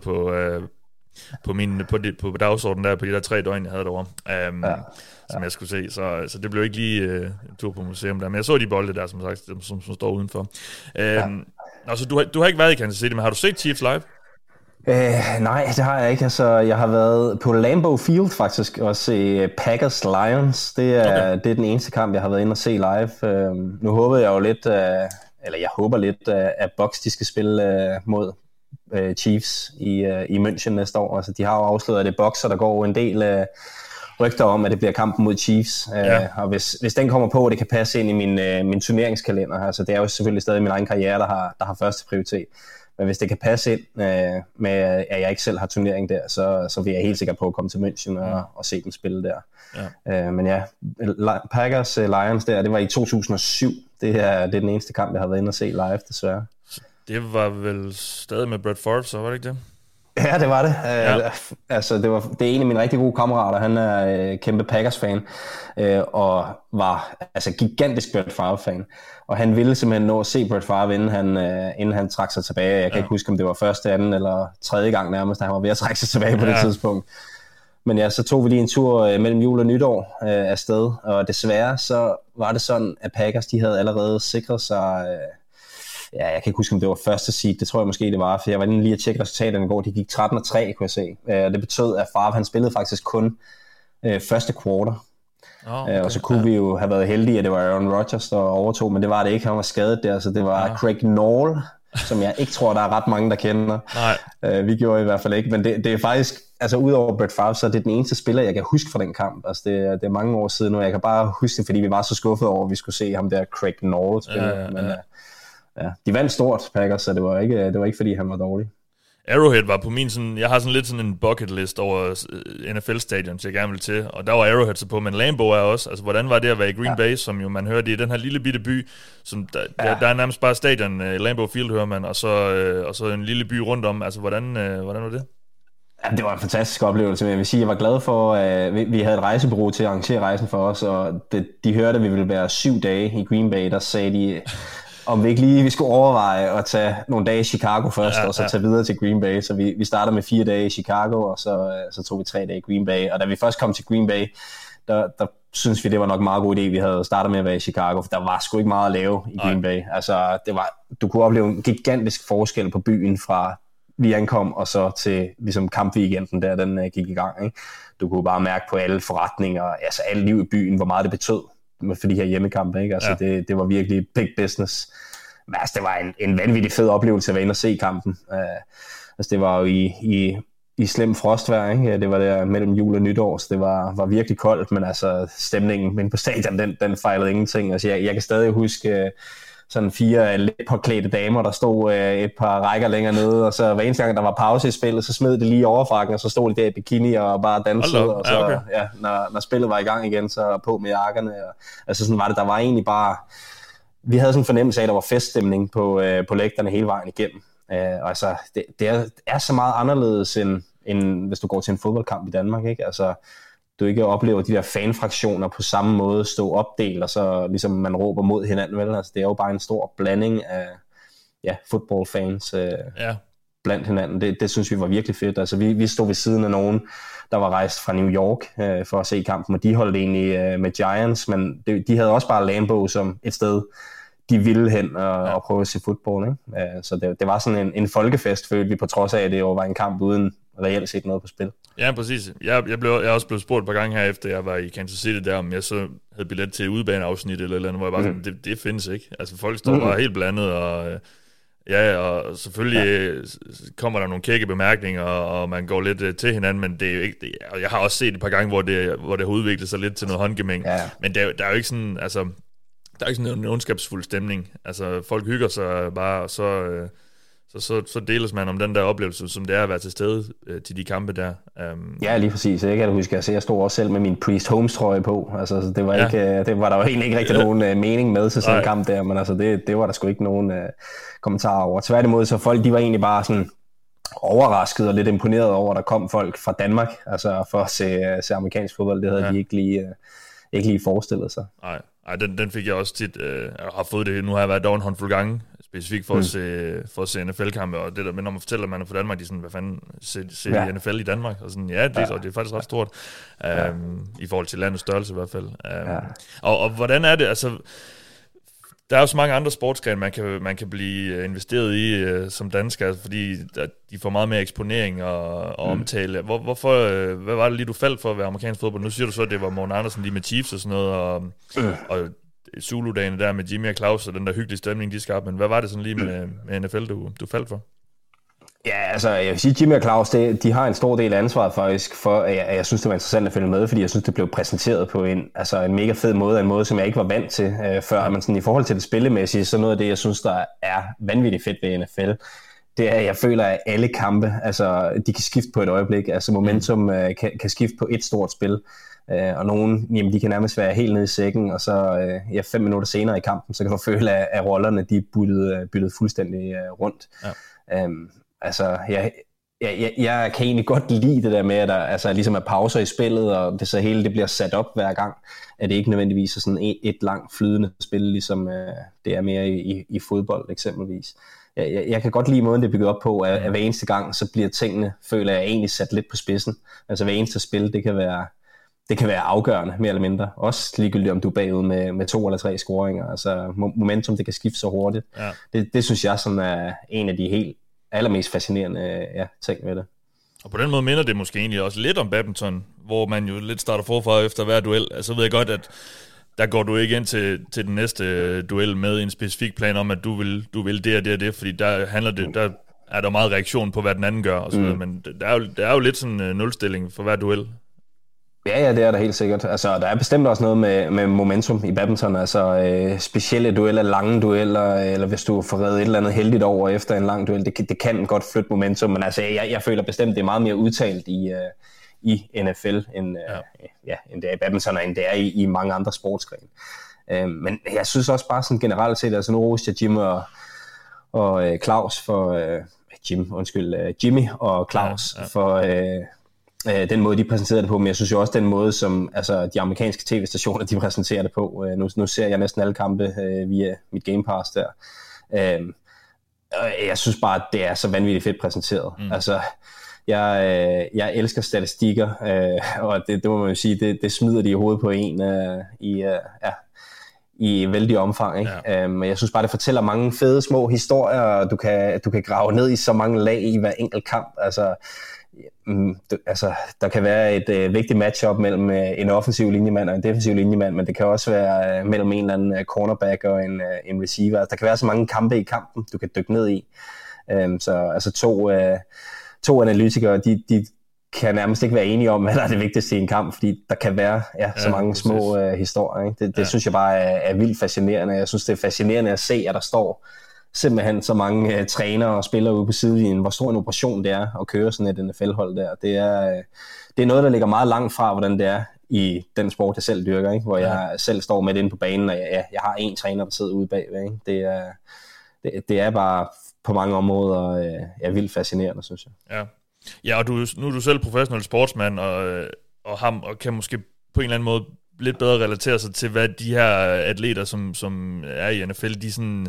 på dagsordenen der, på de der 3 døgn, jeg havde derovre, som jeg skulle se. Så det blev ikke lige en tur på museum der. Men jeg så de bolde der, som sagt, som står udenfor. Altså, du har ikke været i Kansas City, men har du set Chiefs live? Nej, det har jeg ikke. Altså, jeg har været på Lambeau Field faktisk og se Packers Lions. Det er den eneste kamp, jeg har været inde og se live. Nu håber jeg jo lidt, at Bucs de skal spille mod Chiefs i München næste år. Altså, de har jo afsløret, at det er Bucs, og der går en del rygter om, at det bliver kampen mod Chiefs. Og hvis den kommer på, det kan passe ind i min turneringskalender. Altså, det er jo selvfølgelig stadig min egen karriere, der har første prioritet. Men hvis det kan passe ind med, at jeg ikke selv har turnering der, så vil jeg helt sikkert på at komme til München og se dem spille der. Ja. Men ja, Packers Lions der, det var i 2007. Det er den eneste kamp, jeg har været inde og se live, desværre. Det var vel stadig med Brett Favre, så var det ikke det? Ja, det var det. Altså, det er en af mine rigtig gode kammerater. Han er kæmpe Packers-fan, og var gigantisk Brett Favre-fan. Og han ville simpelthen nå at se Brett Favre, inden han trak sig tilbage. Jeg kan ikke huske, om det var første, anden eller tredje gang nærmest, da han var ved at trække sig tilbage på det tidspunkt. Men ja, så tog vi lige en tur mellem jul og nytår afsted, og desværre så var det sådan, at Packers, de havde allerede sikret sig... jeg kan ikke huske, om det var første seed, det tror jeg måske det var, for jeg var lige at tjekke resultaterne i går, de gik 13-3, kunne jeg se. Det betød, at Favre, han spillede faktisk kun første quarter. Okay. Og så kunne vi jo have været heldige, at det var Aaron Rodgers, der overtog, men det var det ikke, han var skadet der, så det var Craig Nall, som jeg ikke tror, der er ret mange, der kender. Nej. Vi gjorde i hvert fald ikke, men det er faktisk, altså udover Brett Favre, så er det den eneste spiller, jeg kan huske fra den kamp. Altså det er mange år siden nu, jeg kan bare huske det, fordi vi var så skuffede over, at vi skulle se ham der Craig Nall spille, men de vandt stort, Packers, så det var ikke fordi han var dårlig. Arrowhead var på min sådan, jeg har sådan lidt sådan en bucket list over NFL-stadions, jeg gerne vil til, og der var Arrowhead så på, men Lambeau er også, altså hvordan var det at være i Green Bay, som jo man hører, det er den her lille bitte by, som der er nærmest bare stadion, Lambeau Field hører man, og så en lille by rundt om, altså hvordan var det? Ja, det var en fantastisk oplevelse, men jeg vil sige, jeg var glad for, at vi havde et rejsebureau til at arrangere rejsen for os, og de hørte, at vi ville være 7 dage i Green Bay, der sagde de... om vi ikke lige vi skulle overveje at tage nogle dage i Chicago først, og så tage videre til Green Bay. Så vi starter med 4 dage i Chicago, og så tog vi 3 dage i Green Bay. Og da vi først kom til Green Bay, der synes vi, det var nok en meget god idé, vi havde startet med at være i Chicago, for der var sgu ikke meget at lave i Green Bay. Altså, du kunne opleve en gigantisk forskel på byen fra vi ankom, og så til ligesom kampweekenden der, den gik i gang. Ikke? Du kunne bare mærke på alle forretninger, altså alle liv i byen, hvor meget det betød for de her hjemmekampe, ikke? Altså det var virkelig big business. Men altså, det var en vanvittig fed oplevelse at være inde og se kampen. Altså det var jo i slem frostvejr, ikke? Det var der mellem jul og nytår, så det var virkelig koldt, men altså stemningen på stadion, den fejlede ingenting. Altså jeg kan stadig huske sådan 4 lidt påklædte damer, der stod et par rækker længere nede, og så hver eneste gang, der var pause i spillet, så smed det lige overfrakken, og så stod de der i bikini og bare dansede, og så, okay. Når spillet var i gang igen, så på med jakkerne, og altså sådan var det, der var egentlig bare, vi havde sådan en fornemmelse af, at der var feststemning på lægterne hele vejen igennem, og altså, det er så meget anderledes, end hvis du går til en fodboldkamp i Danmark, ikke? Altså, du ikke oplever de der fanfraktioner på samme måde stå opdelt, og så ligesom man råber mod hinanden, vel? Altså, det er jo bare en stor blanding af fodboldfans blandt hinanden. Det synes vi var virkelig fedt. Altså, vi stod ved siden af nogen, der var rejst fra New York for at se kampen, og de holdt egentlig med Giants, men de havde også bare Lambeau som et sted, de ville hen og prøve at se fodbold, ikke? Så det var sådan en folkefest, følte vi, på trods af, at det jo var en kamp uden reelt set noget på spil. Ja, præcis. Jeg er også blevet spurgt et par gange her, efter jeg var i Kansas City der, om jeg så havde billet til udbaneafsnit eller andet, hvor jeg bare sådan, det findes ikke. Altså folk står bare helt blandet, og og selvfølgelig kommer der nogle kække bemærkninger, og man går lidt til hinanden, men det er jo ikke det. Og jeg har også set et par gange, hvor det har udviklet sig lidt til noget håndgemæng, men der er jo ikke sådan, altså, der er ikke sådan en ondskabsfuld stemning. Altså folk hygger sig bare, og så deles man om den der oplevelse, som det er at være til stede til de kampe der. Ja, lige præcis. Jeg kan huske, at jeg stod også selv med min Priest Holmes trøje på. Altså, det var ikke, det var der jo egentlig ikke rigtig nogen mening med til sådan en kamp der, men altså, det var der sgu ikke nogen kommentarer over. Tværtimod, så folk, de var egentlig bare sådan overrasket og lidt imponeret over, at der kom folk fra Danmark, altså for at se amerikansk fodbold. Det havde de ikke lige forestillet sig. Nej, den fik jeg også tit. Jeg har fået det. Nu har jeg været dog en håndfuld gange, specifikt for at se NFL-kampe, og det der, men når man fortæller, at man er fra Danmark, de er sådan, hvad fanden, se NFL i Danmark, og sådan, det er faktisk ret stort, i forhold til landets størrelse i hvert fald. Og hvordan er det, altså, der er jo så mange andre sportsgrene, man kan blive investeret i som dansker, altså, fordi de får meget mere eksponering og omtale. Hvad var det lige, du faldt for at være amerikansk fodbold? Nu siger du så, at det var Morten Andersen lige med Chiefs og sådan noget, og Zulu-dagene der med Jimmy og Claus og den der hyggelige stemning, de skabte. Men hvad var det sådan lige med NFL, du faldt for? Ja, altså jeg vil sige, Jimmy og Claus, de har en stor del af ansvaret faktisk for, at jeg synes, det var interessant at følge med, fordi jeg synes, det blev præsenteret på en mega fed måde, en måde, som jeg ikke var vant til før. Men sådan, i forhold til det spillemæssige, så noget af det, jeg synes, der er vanvittigt fedt ved NFL, det er, at jeg føler, at alle kampe, altså de kan skifte på et øjeblik. Altså momentum kan skifte på et stort spil. Og nogen, jamen, de kan nærmest være helt nede i sækken, og så 5 minutter senere i kampen, så kan du føle, at rollerne de er byttet fuldstændig rundt. Ja. Altså, jeg kan egentlig godt lide det der med, at der altså, ligesom er pauser i spillet, og det så hele det bliver sat op hver gang, at det ikke nødvendigvis er sådan et langt flydende spil, ligesom det er mere i fodbold eksempelvis. Jeg kan godt lide måden, det er bygget op på, at hver eneste gang, så bliver tingene, føler jeg, egentlig sat lidt på spidsen. Altså hver eneste spil, det kan være afgørende, mere eller mindre. Også ligegyldigt, om du er bagud med 2 eller 3 scoringer. Altså momentum, det kan skifte så hurtigt. Ja. Det synes jeg sådan er en af de helt allermest fascinerende ting ved det. Og på den måde minder det måske egentlig også lidt om badminton, hvor man jo lidt starter forfra efter hver duel. Altså ved jeg godt, at der går du ikke ind til den næste duel med en specifik plan om, at du vil det og det og det, fordi der er der meget reaktion på, hvad den anden gør og sådan noget, men der er jo lidt sådan en nulstilling for hver duel. Ja, det er der helt sikkert. Altså, der er bestemt også noget med momentum i badminton, altså specielle dueller, lange dueller, eller hvis du får reddet et eller andet heldigt over efter en lang duel, det kan godt flytte momentum, men altså, jeg føler bestemt, det er meget mere udtalt i NFL, end det er i badminton, end det er i mange andre sportsgrene. Men jeg synes også bare sådan generelt set, altså nu roste jeg Jim og Claus for... Jimmy og Claus for... den måde, de præsenterede det på, men jeg synes jo også, den måde, som altså, de amerikanske tv-stationer, de præsenterer det på. Nu ser jeg næsten alle kampe via mit Game Pass der. Jeg synes bare, at det er så vanvittigt fedt præsenteret. Altså, jeg elsker statistikker, og det må man jo sige, det smider de i hovedet på en i vældig omfang. Ikke? Ja. Jeg synes bare, det fortæller mange fede små historier, og du kan grave ned i så mange lag i hver enkelt kamp. Altså, der kan være et vigtigt matchup mellem en offensiv linjemand og en defensiv linjemand, men det kan også være mellem en eller anden cornerback og en receiver. Der kan være så mange kampe i kampen, du kan dykke ned i. Så altså to analytikere, de kan nærmest ikke være enige om, hvad der er det vigtigste i en kamp, fordi der kan være så mange små historier. Ikke? Det synes jeg bare er vildt fascinerende. Jeg synes, det er fascinerende at se, at der står simpelthen så mange trænere og spillere ude på sidelinjen, hvor stor en operation det er at køre sådan et NFL-hold der. Det er noget, der ligger meget langt fra, hvordan det er i den sport, jeg selv dyrker, ikke? Hvor jeg selv står med inde på banen, og jeg har en træner, der sidder ude bagved. Ikke? Det er bare på mange områder vildt fascinerende, synes jeg. Ja, og nu er du selv professionel sportsmand, og kan måske på en eller anden måde lidt bedre relatere sig til, hvad de her atleter, som er i NFL, de sådan...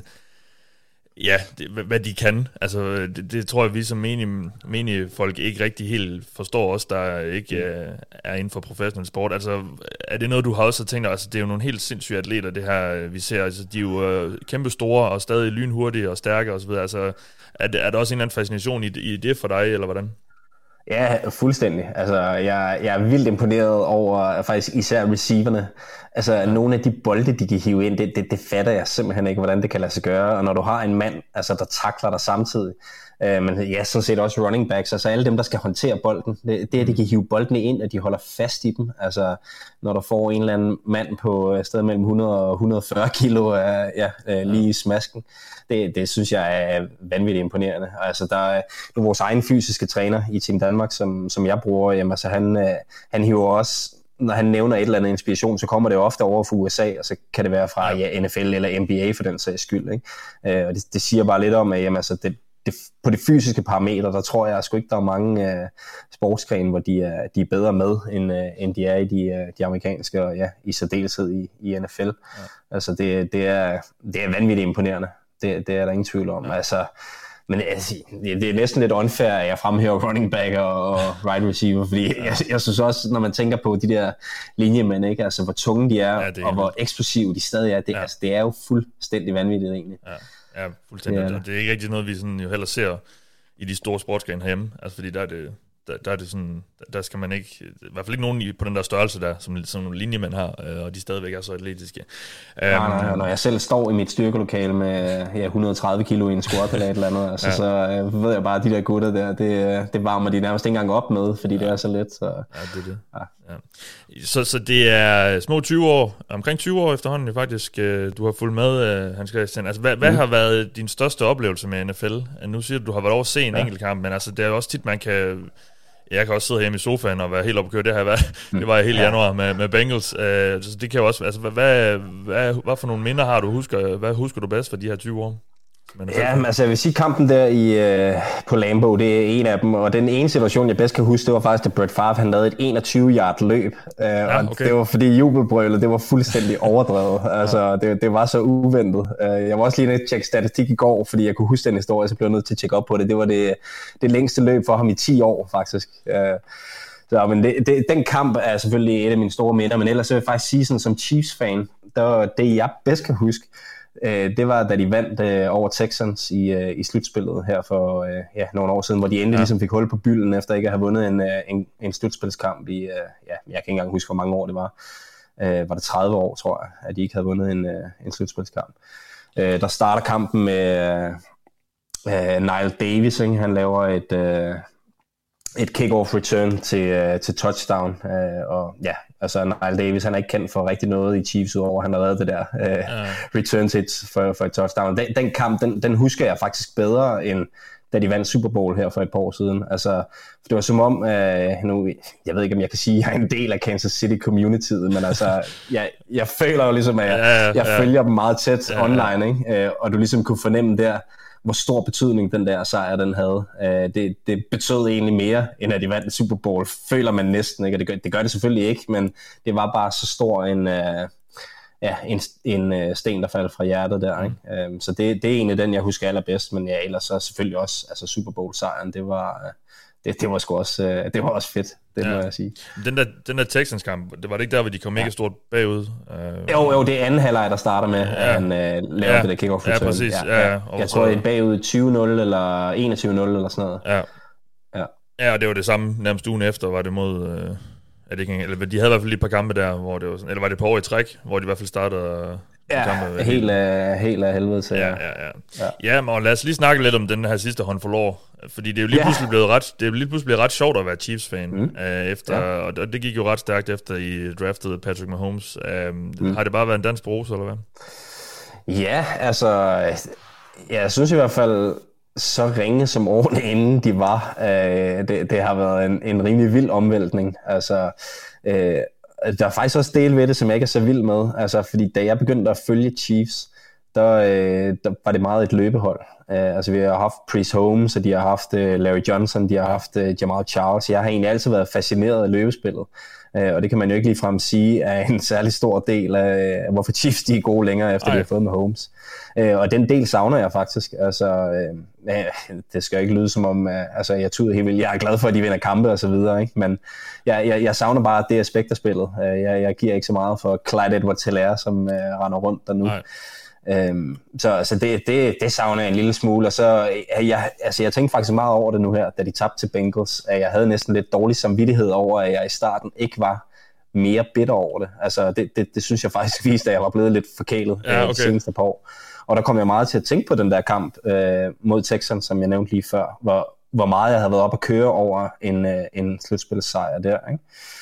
Ja, hvad de kan. Altså, det tror jeg, vi som menige folk ikke rigtig helt forstår os, der ikke er inden for professionel sport. Altså, er det noget, du har også tænkt, altså, det er jo nogle helt sindssyge atleter, det her, vi ser. Altså, de er jo kæmpe store og stadig lynhurtige og stærke osv. Altså, er der også en eller anden fascination i det for dig, eller hvordan? Ja, fuldstændig. Altså, jeg er vildt imponeret over faktisk især receiverne. Altså, nogle af de bolde, de kan hive ind, det fatter jeg simpelthen ikke, hvordan det kan lade sig gøre. Og når du har en mand, altså, der takler dig samtidig, men ja, sådan set også running backs, altså alle dem, der skal håndtere bolden, det at de kan hive boldene ind, at de holder fast i dem. Altså, når du får en eller anden mand på et sted mellem 100 og 140 kilo lige i smasken, det synes jeg er vanvittigt imponerende. Altså, der er vores egen fysiske træner i Team Danmark, som jeg bruger, jamen, altså, han hiver også, når han nævner et eller andet inspiration, så kommer det jo ofte over fra USA, og så kan det være fra NFL eller NBA for den sags skyld. Ikke? Og det siger bare lidt om, at jamen, altså, på de fysiske parametre, der tror jeg sgu ikke, der er mange sportsgrene, hvor de er bedre med, end de er i de amerikanske, og i særdeleshed i NFL. Ja. Altså, det er vanvittigt imponerende. Det er der ingen tvivl om. Ja. Altså, men altså, det er næsten lidt unfair, at jeg fremhæver running back og right receiver, fordi jeg synes også, når man tænker på de der linjemænd, ikke? Altså, hvor tunge de er, og hvor eksplosive de stadig er, altså, det er jo fuldstændig vanvittigt egentlig. Ja, fuldstændig. Det er ikke rigtig noget, vi sådan jo heller ser i de store sportsgrene herhjemme, altså fordi der er det sådan, der skal man ikke, i hvert fald ikke nogen på den der størrelse der, som nogle linjemænd har, og de stadigvæk er så atletiske. Nej, når jeg selv står i mit styrkelokale med 130 kilo i en squat eller et eller andet, altså, så ved jeg bare, at de der gutter der, det varmer de nærmest ikke engang op med, fordi det er så let. Så. Ja, det er det. Ja. Så det er små 20 år, omkring 20 år efterhånden faktisk, du har fulgt med, Hans Christian. Altså, hvad har været din største oplevelse med NFL? Nu siger du har været over at se en enkelt kamp, men altså, det er jo også tit, man kan... Jeg kan også sidde hjemme i sofaen og være helt oppe at køre. Det var jeg helt januar med Bengals. Så det kan jo også... Altså, hvad for nogle minder har du? Hvad husker du bedst for de her 20 år? Ja, altså jeg vil sige, kampen der på Lambeau, det er en af dem, og den ene situation, jeg bedst kan huske, det var faktisk, at Brett Favre, han lavede et 21-yard løb, og det var fordi jubelbrølet, det var fuldstændig overdrevet, altså det var så uventet. Jeg var også lige nødt til at tjekke statistik i går, fordi jeg kunne huske den historie, så blev jeg nødt til at tjekke op på det. Det var det længste løb for ham i 10 år, faktisk. Så, men den kamp er selvfølgelig et af mine store minder, men ellers vil jeg faktisk sige sådan, som Chiefs-fan, det jeg bedst kan huske, det var, da de vandt over Texans i slutspillet her for nogle år siden, hvor de endelig ligesom fik hul på bylden, efter ikke at have vundet en slutspilskamp i, jeg kan ikke engang huske, hvor mange år det var. Var det 30 år, tror jeg, at de ikke havde vundet en slutspilskamp. Der starter kampen med Niall Davis, ikke? Han laver et kick-off return til touchdown, og altså Niall Davis, han er ikke kendt for rigtig noget i Chiefs, udover han har lavet det der return for et touchdown. Den kamp, den husker jeg faktisk bedre, end da de vandt Super Bowl her for et par år siden. Altså, det var som om, nu, jeg ved ikke, om jeg kan sige, at jeg er en del af Kansas City communityet, men altså, jeg føler jo ligesom, at jeg følger dem meget tæt online, ikke? Og du ligesom kunne fornemme der, hvor stor betydning den der sejr, den havde. Det betød egentlig mere, end at de vandt Super Bowl, føler man næsten, ikke? Og det gør det selvfølgelig ikke, men det var bare så stor en sten, der faldt fra hjertet der, ikke? Så det er egentlig den, jeg husker allerbedst, men ellers så selvfølgelig også, altså Super Bowl-sejren, det var sgu også, det var også fedt, det må jeg sige. Den der Texans-kamp, det var det ikke der, hvor de kom mega stort bagud? Jo, det er anden halvleg, der starter med, at han laver det der kick-off return. Ja, præcis. Jeg tror, det er bagud 20-0 eller 21-0 eller sådan noget. Ja, og det var det samme nærmest ugen efter, var det mod... eller de havde i hvert fald lige et par kampe der, hvor det var, eller var det på år i træk, hvor de i hvert fald startede Ja, helt af helvede til. Ja, og lad os lige snakke lidt om den her sidste håndfuld år, fordi det er jo lige pludselig blevet ret sjovt at være Chiefs-fan, og det gik jo ret stærkt efter I draftede Patrick Mahomes. Har det bare været en dans på roser, eller hvad? Ja, altså, jeg synes i hvert fald, så ringe som årene inden de var, det har været en rimelig vild omvæltning. Altså, der er faktisk også del ved det, som jeg ikke er så vild med. Altså, fordi da jeg begyndte at følge Chiefs, der var det meget et løbehold. Altså, vi har haft Priest Holmes, og de har haft Larry Johnson, de har haft Jamal Charles. Jeg har egentlig altid været fascineret af løbespillet. Og det kan man jo ikke ligefrem sige er en særlig stor del af, hvorfor Chiefs de er gode længere efter de har fået med Holmes. Og den del savner jeg faktisk. Altså, det skal ikke lyde som om, altså jeg tuder helt vildt. Jeg er glad for, at de vinder kampe og så videre, ikke? Men jeg savner bare det aspekt af spillet. Jeg giver ikke så meget for Clyde Edwards-Helaire, som render rundt der nu. Så det savner jeg en lille smule. Og så jeg tænkte faktisk meget over det nu her, da de tabte til Bengals, at jeg havde næsten lidt dårlig samvittighed over, at jeg i starten ikke var mere bitter over det. Altså det synes jeg faktisk viste, at jeg var blevet lidt forkælet de seneste par år. Og der kom jeg meget til at tænke på den der kamp mod Texans, som jeg nævnte lige før, hvor meget jeg havde været op at køre over en slutspilssejr der, ikke?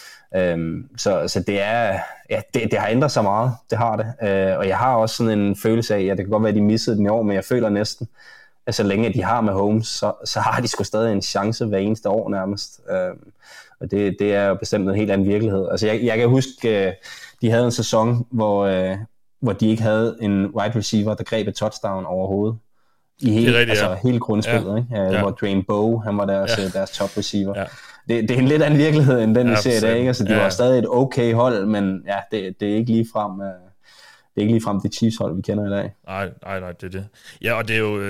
Så det er, det har ændret sig meget, det har det, og jeg har også sådan en følelse af, at det kan godt være, at de missede den i år, men jeg føler næsten, at så længe de har med Holmes, så har de sgu stadig en chance hver eneste år nærmest, og det er jo bestemt en helt anden virkelighed. Altså jeg kan huske, de havde en sæson, hvor de ikke havde en wide receiver, der greb et touchdown overhovedet. I hele grundspillet, ikke? Hvor Dwayne Bowe, han var deres top receiver. Ja. Det er en lidt anden virkelighed, end den vi ser i dag, ikke? Altså, de var stadig et okay hold, men ja, det er ikke ligefrem det Chiefs-hold, vi kender i dag. Nej, det er det. Ja, og det er jo...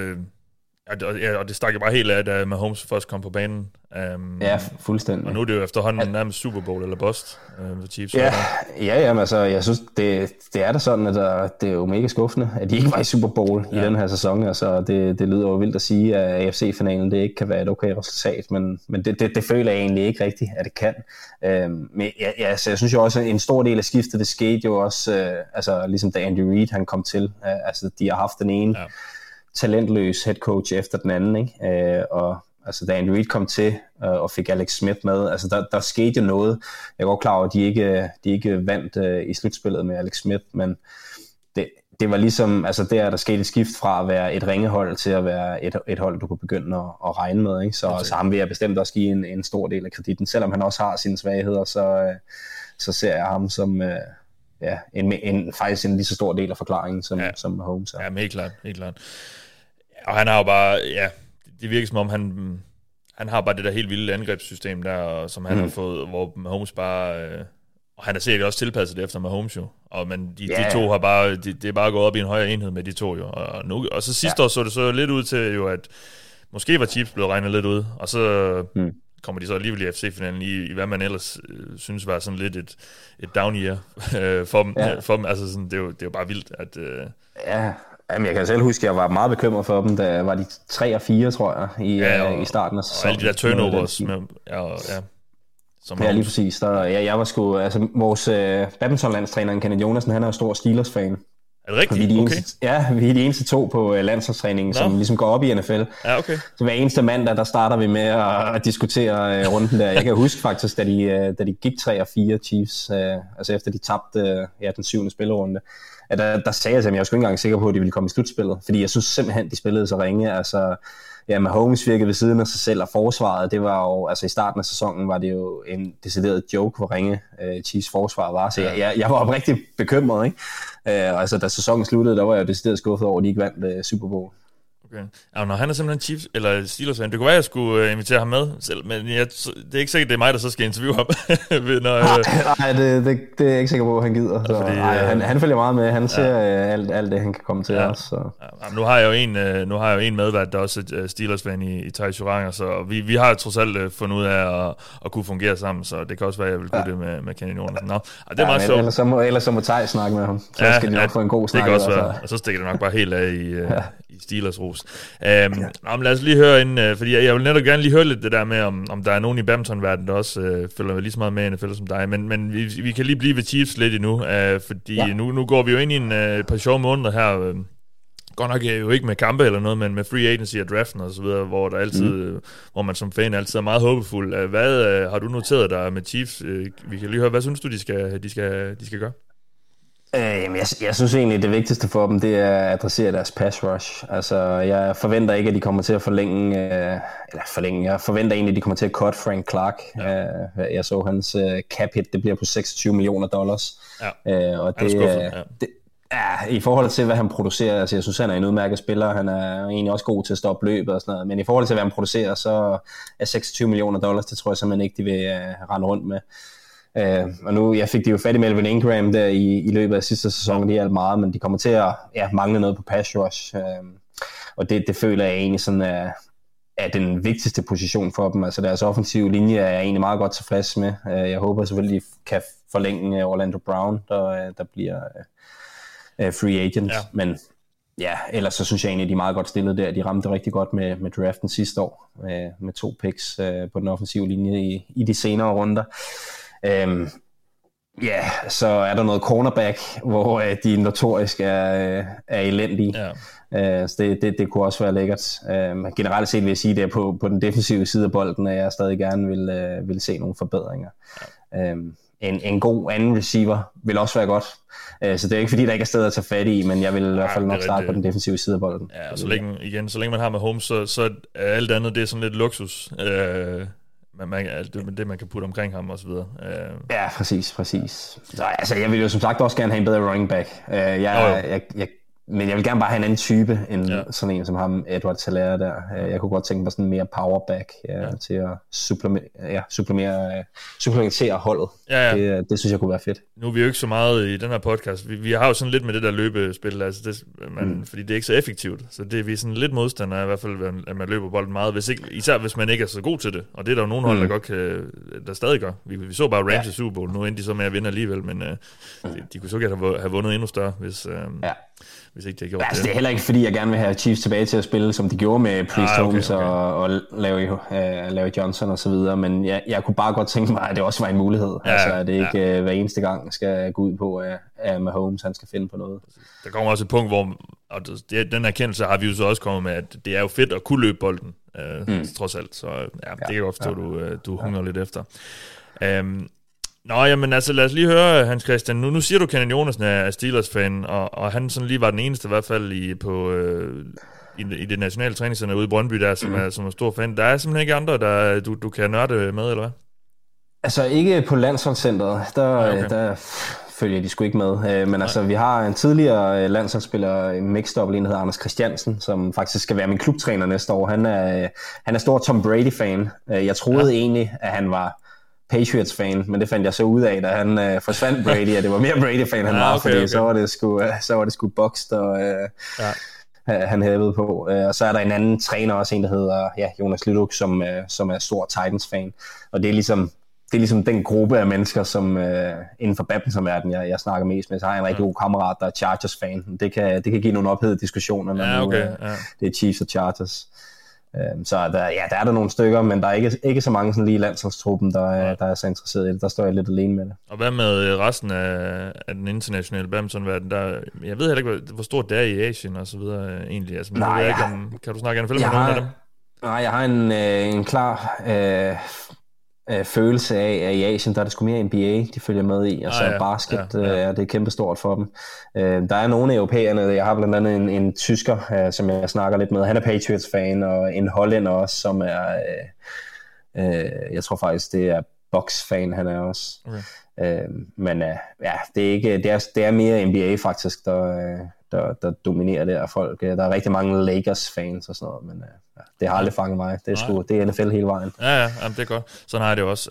og det stak jo bare helt af, da Mahomes først kom på banen. Ja, fuldstændig. Og nu er det jo efterhånden nærmest Super Bowl eller bust for Chiefs. Ja, altså, jeg synes, det er da sådan, at det er jo mega skuffende, at de ikke var i Super Bowl i den her sæson. Altså, det lyder jo vildt at sige, at AFC-finalen det ikke kan være et okay resultat, men det føler jeg egentlig ikke rigtigt, at det kan. Men så jeg synes jo også, at en stor del af skiftet, det skete jo også, altså ligesom da Andy Reid han kom til. Altså, de har haft den ene talentløs head coach efter den anden, ikke? Og altså, da Andy Reid kom til og fik Alex Smith med, altså der skete jo noget. Jeg er godt klar over, at de ikke vandt i slutspillet med Alex Smith, men det var ligesom, altså der skete et skift fra at være et ringehold til at være et hold, du kunne begynde at regne med, ikke? Så ham vil jeg bestemt også give en stor del af kreditten. Selvom han også har sine svagheder, så ser jeg ham som faktisk en lige så stor del af forklaringen, som Mahomes er. Ja, men helt klart. Og han har jo bare, det virker som om, han har bare det der helt vilde angrebssystem der, som han har fået, hvor Mahomes bare, og han har sikkert også tilpasset det efter Mahomes jo, men de to har bare, det er bare gået op i en højere enhed med de to jo, og så sidste år så det så lidt ud til jo, at måske var Chiefs blevet regnet lidt ud, og så kommer de så alligevel i FC-finalen i hvad man ellers synes var sådan lidt et down year for dem, altså sådan, det er jo bare vildt, at... Jamen, jeg kan selv huske, at jeg var meget bekymret for dem, da var de 3-4, tror jeg, i starten af sæsonen. Og alle de der turnovers. Lige præcis. Jeg var sgu, altså vores badmintonlandstræner, Kenneth Jonassen, han er jo stor Steelers-fan. Er det rigtigt? Vi er de eneste to på landsholdstræningen, som ligesom går op i NFL. Ja, okay. Så hver eneste mandag, der starter vi med at diskutere runden der. Jeg kan huske faktisk, da de gik 3-4 Chiefs, altså efter de tabte den 7. spillerunde, at der sagde jeg, at jeg var sgu ikke engang sikker på, at de ville komme i slutspillet, fordi jeg synes simpelthen, de spillede så ringe. Altså, Mahomes virkede ved siden af sig selv, og forsvaret, det var jo, altså i starten af sæsonen var det jo en decideret joke, hvor ringe Chiefs forsvar var, så jeg var oprigtigt bekymret, ikke? Altså da sæsonen sluttede, der var jeg jo decideret skuffet over, at de ikke vandt Super Bowl. Okay. Ja, når han er simpelthen Chiefs eller Steelers fan, det kunne være, at jeg skulle invitere ham med selv, men det er ikke sikkert, det er mig, der så skal interviewe ham. Nej, det er jeg ikke sikker på, at han gider. Så, fordi, han følger meget med. Han ser alt det, han kan komme til os. Så. Ja, nu har jeg jo en medvært, der også er Steelers fan i Thijs Joranger, så vi har trods alt fundet ud af at kunne fungere sammen, så det kan også være, at jeg vil kunne det med Kenny Jonasen. Det er meget sjovt. Ellers så må Thijs snakke med ham. Så skal de nok få en god snak. Det kan også være, og så stikker det nok bare helt af i Steelers-rosen. Men lad os lige høre ind, fordi jeg vil netop gerne lige høre lidt det der med, om der er nogen i badmintonverdenen, der også følger lige så meget med i NFL som dig, men vi kan lige blive ved Chiefs lidt endnu, fordi nu går vi jo ind i et par sjove måneder her, godt nok jo ikke med kampe eller noget, men med free agency og draften og så videre, hvor der altid, hvor man som fan altid er meget håbefuld. Hvad har du noteret dig med Chiefs? Vi kan lige høre, hvad synes du, de skal gøre? Jeg synes egentlig, det vigtigste for dem, det er at adressere deres pass rush. Altså, jeg forventer ikke, at de kommer til at forlænge. Jeg forventer egentlig, at de kommer til at cut Frank Clark. Ja. Jeg så hans cap hit, det bliver på $26 million. Ja. Og det i forhold til, hvad han producerer, altså jeg synes, han er en udmærket spiller. Han er egentlig også god til at stoppe løbet og sådan noget. Men i forhold til, hvad han producerer, så er $26 million, det tror jeg simpelthen ikke, de vil rende rundt med. Og nu, jeg fik de jo fat i Melvin Ingram der i løbet af sidste sæson, det er alt meget, men de kommer til at mangle noget på pass rush. Og det føler jeg egentlig sådan er den vigtigste position for dem. Altså deres offensive linje er jeg egentlig meget godt tilfreds med. Jeg håber selvfølgelig, de kan forlænge Orlando Brown, der bliver free agent, men ellers så synes jeg egentlig, de er meget godt stillet der. De ramte rigtig godt med draften sidste år, med 2 picks på den offensive linje i de senere runder. Så er der noget cornerback, hvor de notorisk er elendige. Så det kunne også være lækkert. Generelt set vil jeg sige, det er på den defensive side af bolden, at jeg stadig gerne vil se nogle forbedringer. En god anden receiver vil også være godt. Så det er ikke fordi, der ikke er steder at tage fat i, men jeg vil i hvert fald nok starte på den defensive side af bolden. Ja, og så længe man har med Holmes, så er alt andet, det er sådan lidt luksus. Det man kan putte omkring ham og så videre. Ja, præcis. Så, altså, jeg vil jo som sagt også gerne have en bedre running back. Men jeg vil gerne bare have en anden type end sådan en som ham, Edward Helaire der. Jeg kunne godt tænke mig sådan mere powerback til at supplementere holdet. Det synes jeg kunne være fedt. Nu er vi jo ikke så meget i den her podcast. Vi har jo sådan lidt med det der løbespil, altså fordi det er ikke så effektivt. Så det er vi sådan lidt modstandere i hvert fald, at man løber bolden meget. Især hvis man ikke er så god til det. Og det er der jo nogle hold, der godt der stadig gør. Vi så bare Rams i Super Bowl. Nu endte de så med at vinde alligevel, men de kunne så gerne have vundet endnu større, hvis ikke det gjort det. Det er heller ikke fordi, jeg gerne vil have Chiefs tilbage til at spille, som de gjorde med Priest Holmes og Larry Johnson og så videre, men jeg kunne bare godt tænke mig, at det også var en mulighed. Altså, at det ikke hver eneste gang skal gå ud på, at Mahomes han skal finde på noget. Der kommer også et punkt, hvor og den erkendelse har vi jo så også kommet med, at det er jo fedt at kunne løbe bolden, trods alt. Så det kan jeg godt forstå, du hungrer lidt efter. Jamen altså lad os lige høre, Hans Christian. Nu siger du, Kenan Jonasen er Steelers-fan, og han sådan lige var den eneste i hvert fald i det nationale træningscenter ude i Brøndby, der som er stor fan. Der er simpelthen ikke andre, der du kan nørde med, eller hvad? Altså ikke på landsholdscenteret. Der følger de sgu ikke med. Men altså, vi har en tidligere landsholdsspiller, mixed up, en hedder Anders Christiansen, som faktisk skal være min klubtræner næste år. Han er stor Tom Brady-fan. Jeg troede egentlig, at han var Patriots-fan, men det fandt jeg så ud af, da han forsvandt Brady, at det var mere Brady-fan, han var, fordi så var det sgu Bucks, der han hævede på. Og så er der en anden træner også, en der hedder Jonas Lyduk, som er stor Titans-fan. Og det er ligesom den gruppe af mennesker, som inden for badmintonverdenen, jeg snakker mest med. Så har jeg en rigtig god kammerat, der er Chargers-fan. Det kan give nogle ophedede diskussioner, når det er Chiefs og Chargers. Så der er der nogle stykker, men der er ikke så mange sådan lige i landsholdstruppen, der er så interesseret i det. Der står jeg lidt alene med det. Og hvad med resten af den internationale badmintonverden? Jeg ved heller ikke, hvor stort det er i Asien og så videre egentlig. Altså, kan du snakke med nogen af dem? Nej, jeg har en klar følelse af, at i Asien, der er det sgu mere NBA, de følger med i. Altså basket, det er kæmpestort for dem. Der er nogle europæerne, jeg har blandt andet en tysker, som jeg snakker lidt med. Han er Patriots-fan, og en hollænder også, som er, jeg tror faktisk, det er Bucks-fan, han er også. Okay. Men det er mere NBA faktisk, der dominerer det af folk. Der er rigtig mange Lakers-fans og sådan noget, men det har aldrig fanget mig. Det er NFL hele vejen. Ja, det er godt. Sådan har jeg det også.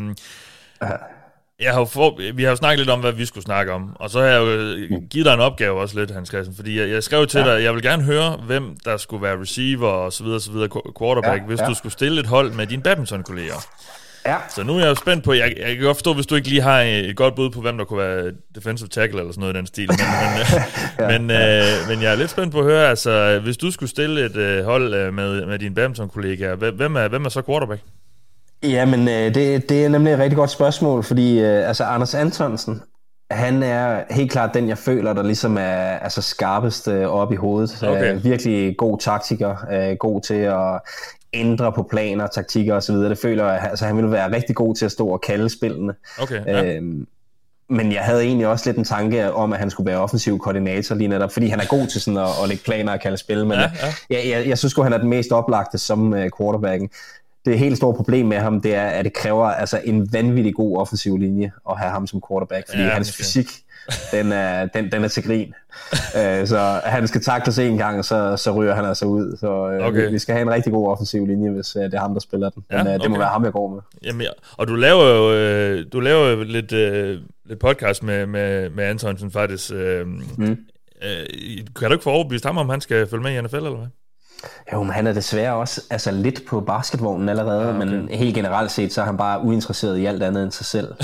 Vi har jo snakket lidt om, hvad vi skulle snakke om, og så har jeg jo givet dig en opgave også lidt, Hans Christian, fordi jeg skrev til dig, jeg vil gerne høre, hvem der skulle være receiver og så videre, quarterback, hvis du skulle stille et hold med dine badminton-kolleger. Ja. Så nu er jeg jo spændt på, jeg kan godt forstå, hvis du ikke lige har et godt bud på, hvem der kunne være defensive tackle eller sådan noget i den stil, men jeg er lidt spændt på at høre, altså hvis du skulle stille et hold med dine badminton-kollegaer, hvem er så quarterback? Jamen, det er nemlig et rigtig godt spørgsmål, fordi Anders Antonsen, han er helt klart den, jeg føler, der ligesom er skarpest op i hovedet. Okay. Virkelig god taktiker, god til at ændre på planer, taktikker osv. Det føler jeg, han ville være rigtig god til at stå og kalde spillene. Okay, ja. Men jeg havde egentlig også lidt en tanke om, at han skulle være offensiv koordinator lige netop, fordi han er god til sådan at lægge planer og kalde spil, men jeg synes han er den mest oplagte som quarterbacken. Det helt store problem med ham, det er, at det kræver en vanvittig god offensiv linje at have ham som quarterback, fordi hans fysik, den er til grin. Så han skal takles en gang, så ryger han altså ud. Så vi skal have en rigtig god offensiv linje, hvis det er ham, der spiller den. Men det må være ham, jeg går med. Jamen, og du laver jo lidt podcast med Antonsen faktisk. Kan du ikke få overbevist ham, om han skal følge med i NFL, eller hvad? Jo, men han er desværre også lidt på basketvognen allerede, men helt generelt set, så er han bare uinteresseret i alt andet end sig selv.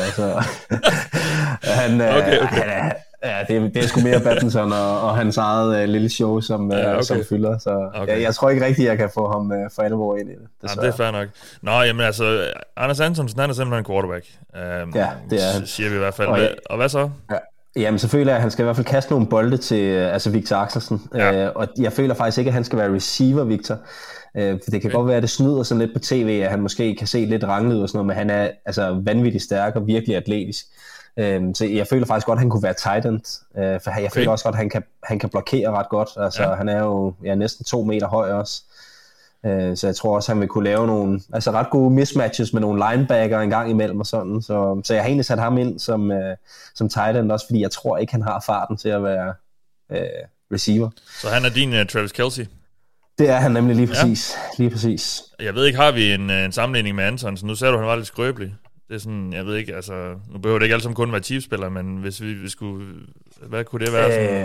Det er sgu mere badminton og hans eget lille show, som fylder. Så jeg tror ikke rigtigt, jeg kan få ham for alvor ind i det. Ja, det er fair nok. Nå, jamen altså, Anders Antonsen, han er simpelthen quarterback. Det er han. Siger vi i hvert fald. Og hvad så? Ja. Jamen, så føler jeg, at han skal i hvert fald kaste nogle bolde til Victor Axelsen. Og jeg føler faktisk ikke, at han skal være receiver, Victor. For det kan godt være, at det snyder sådan lidt på tv, at han måske kan se lidt ranglet ud og sådan noget, men han er vanvittigt stærk og virkelig atletisk. Så jeg føler faktisk godt, at han kunne være tight end. For jeg føler også godt, at han kan blokere ret godt. Han er jo næsten 2 meter høj også. Så jeg tror også, han vil kunne lave nogle ret gode mismatches med nogle linebacker en gang imellem og sådan. Så jeg har egentlig sat ham ind som tight end også, fordi jeg tror ikke, han har farten til at være receiver. Så han er din Travis Kelce? Det er han nemlig lige præcis. Ja. Lige præcis. Jeg ved ikke, har vi en sammenligning med Antonsen? Nu sagde du, han var lidt skrøbelig. Det er sådan, jeg ved ikke, nu behøver det ikke alle sammen kun være Chiefs-spillere, men hvis vi skulle, hvad kunne det være?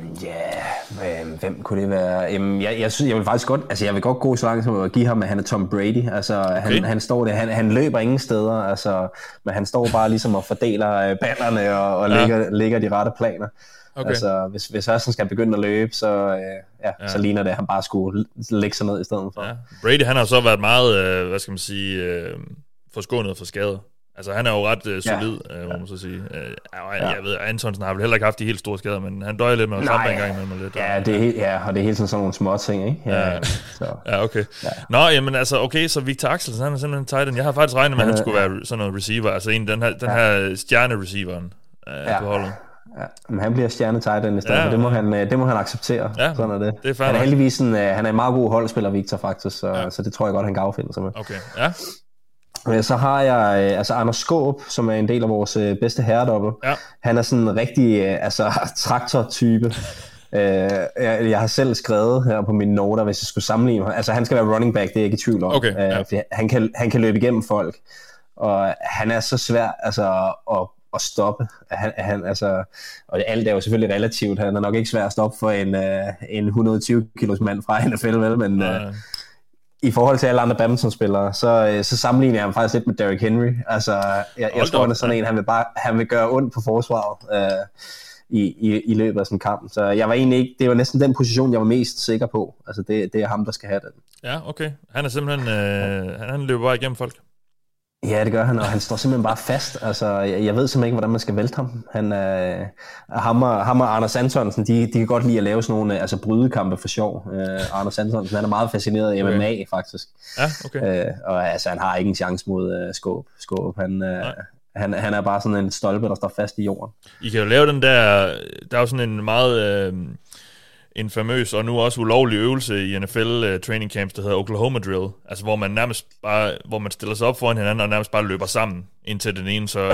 Hvem kunne det være? Jeg vil faktisk godt, jeg vil godt gå så langt som at give ham, at han er Tom Brady. Han står der, han løber ingen steder, men han står bare ligesom og fordeler ballerne og lægger de rette planer. Okay. Hvis Hørsson skal begynde at løbe, så ligner det, at han bare skulle lægge sig ned i stedet for. Ja. Brady, han har så været meget, forskånet for skader. Altså, han er jo ret solid, må man så sige. Jeg ved, Antonsen har vel heller ikke haft de helt store skader, men han døjer lidt med at trampe en gang imellem lidt. Ja, det er helt, og det er helt sådan nogle små ting, ikke? Ja, okay. Ja. Nå, jamen altså, okay, så Victor Axelsen, han er simpelthen tight end. Jeg har faktisk regnet med, at han skulle være sådan noget receiver, altså den her stjerne-receiveren på holdet. Ja, men han bliver stjerne-tight end i stedet, for det må han acceptere. Ja, sådan er det. Det er han er heldigvis han er en meget god holdspiller, Victor, faktisk, så det tror jeg godt, han kan affinde sig med. Okay, ja. Så har jeg Anders Skåb, som er en del af vores bedste herredobbel. Ja. Han er sådan en rigtig traktor-type. Jeg har selv skrevet her på mine noter, hvis jeg skulle sammenligne ham. Han skal være running back, det er jeg ikke i tvivl om. Okay, han kan løbe igennem folk. Og han er så svær at stoppe. Og alt er jo selvfølgelig relativt. Han er nok ikke svær at stoppe for en 120 kilos mand fra NFL, vel, men i forhold til alle andre badmintonspillere, så sammenligner jeg ham faktisk lidt med Derrick Henry. Jeg tror, han er sådan en, han vil gøre ondt på forsvaret i løbet af sådan en kamp. Så jeg var egentlig ikke, det var næsten den position, jeg var mest sikker på. Det er ham, der skal have den. Ja, okay. Han er simpelthen, han løber bare igennem folk. Ja, det gør han, og han står simpelthen bare fast. Jeg ved simpelthen ikke, hvordan man skal vælte ham. Ham og Anders Antonsen, de kan godt lide at lave sådan nogle brydekampe for sjov. Anders Antonsen, han er meget fascineret af MMA, faktisk. Ja, okay. Han har ikke en chance mod Skåb. Han er bare sådan en stolpe, der står fast i jorden. I kan jo lave den der er jo sådan en meget en famøs og nu også ulovlig øvelse i NFL training camps, der hedder Oklahoma Drill, hvor man nærmest bare, hvor man stiller sig op foran hinanden og nærmest bare løber sammen, indtil den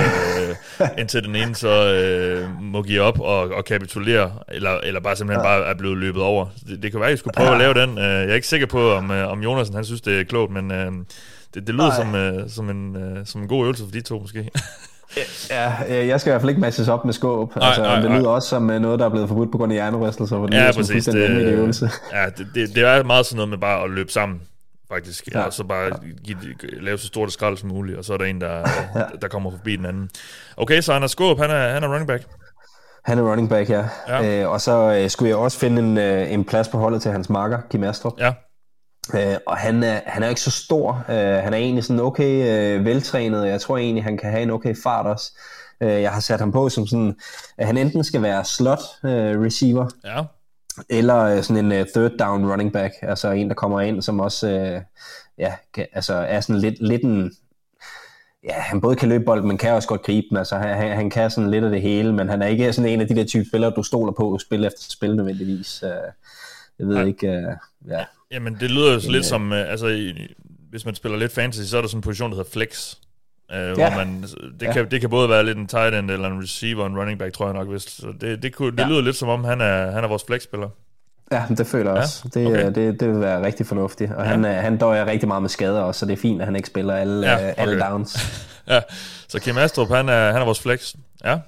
ene så må give op og kapitulere, eller bare simpelthen bare er blevet løbet over. Det kan være, at I skulle prøve at lave den. Jeg er ikke sikker på, om Jonasen han synes, det er klogt, men det lyder som en god øvelse for de to måske. Ja, jeg skal i hvert fald ikke matches op med Skåb. Det lyder også som noget, der er blevet forbudt på grund af hjernerystelser, for det ja, præcis. Det er meget sådan noget med bare at løbe sammen faktisk. Ja. Og så bare lave så stort et skrald som muligt, og så er der en, der kommer forbi den anden. Okay, så Anders Skaarup, han er running back. Han er running back, ja. Og så skulle jeg også finde en plads på holdet til hans makker, Kim Astrup. Ja. Og han er ikke så stor. Han er egentlig sådan okay veltrænet. Jeg tror egentlig, han kan have en okay fart også. Jeg har sat ham på som sådan, at han enten skal være slot receiver, eller sådan en third down running back. Altså en, der kommer ind, som også er sådan lidt en... Ja, han både kan løbe bolden, men kan også godt gribe den. Altså, han kan sådan lidt af det hele, men han er ikke sådan en af de der type spillere, du stoler på spil efter spil nødvendigvis. Jeg ved ikke... Jamen, det lyder jo lidt som... hvis man spiller lidt fantasy, så er der sådan en position, der hedder flex. Hvor man, det kan både være lidt en tight end, eller en receiver, og en running back, tror jeg nok. Så det lyder lidt som om, han er vores flex-spiller. Ja, det føler jeg også. Det vil være rigtig fornuftigt. Og han døjer rigtig meget med skader også, så det er fint, at han ikke spiller alle downs. Ja, så Kim Astrup, han er vores flex. Ja.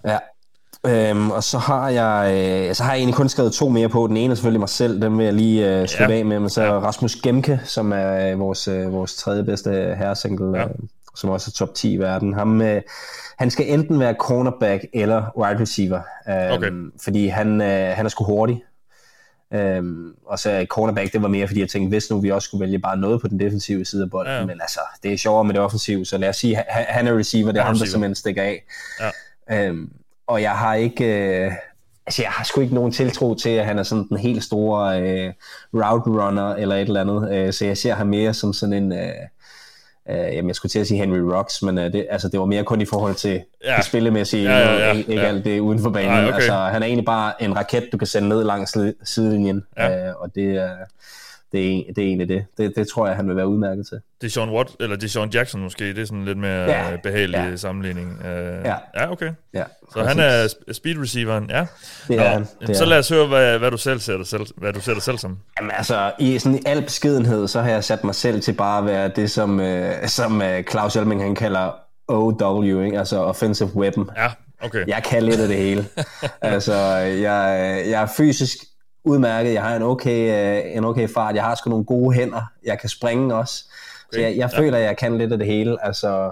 Og så har jeg egentlig kun skrevet 2 mere på. Den ene er selvfølgelig mig selv, den vil jeg lige slutte af med. Men så Rasmus Gemke, som er vores tredje bedste herresingle, som også er top 10 i verden. Han skal enten være cornerback eller wide receiver, fordi han er sgu hurtig. Og så cornerback, det var mere fordi jeg tænkte, hvis nu vi også skulle vælge bare noget på den defensive side af bolden, men altså det er sjovere med det offensive, så lad os sige han er receiver, det er ham der simpelthen stikker af. Og jeg har ikke jeg har sgu ikke nogen tiltro til at han er sådan den helt store route runner eller et eller andet, så jeg ser ham mere som sådan en jeg skulle til at sige Henry Rocks, men det var mere kun i forhold til det spillemæssige, ikke alt det uden for banen. Altså, han er egentlig bare en raket, du kan sende ned langs sidelinjen, og det er egentlig det. Det tror jeg, han vil være udmærket til. Deshaun Watt, eller Deshaun Jackson måske, det er sådan lidt mere behagelig sammenligning. Ja, okay. Ja, så han er speed receiveren, ja. Det er han. Så lad os høre, hvad du selv ser dig selv som. Jamen altså, i al beskedenhed, så har jeg sat mig selv til bare at være det, som Claus Elming han kalder OW, ikke? Altså offensive weapon. Ja, okay. Jeg kan lidt af det hele. Altså, jeg er fysisk udmærket, jeg har en okay fart, jeg har sgu nogle gode hænder, jeg kan springe også, så jeg føler, at jeg kan lidt af det hele. Altså,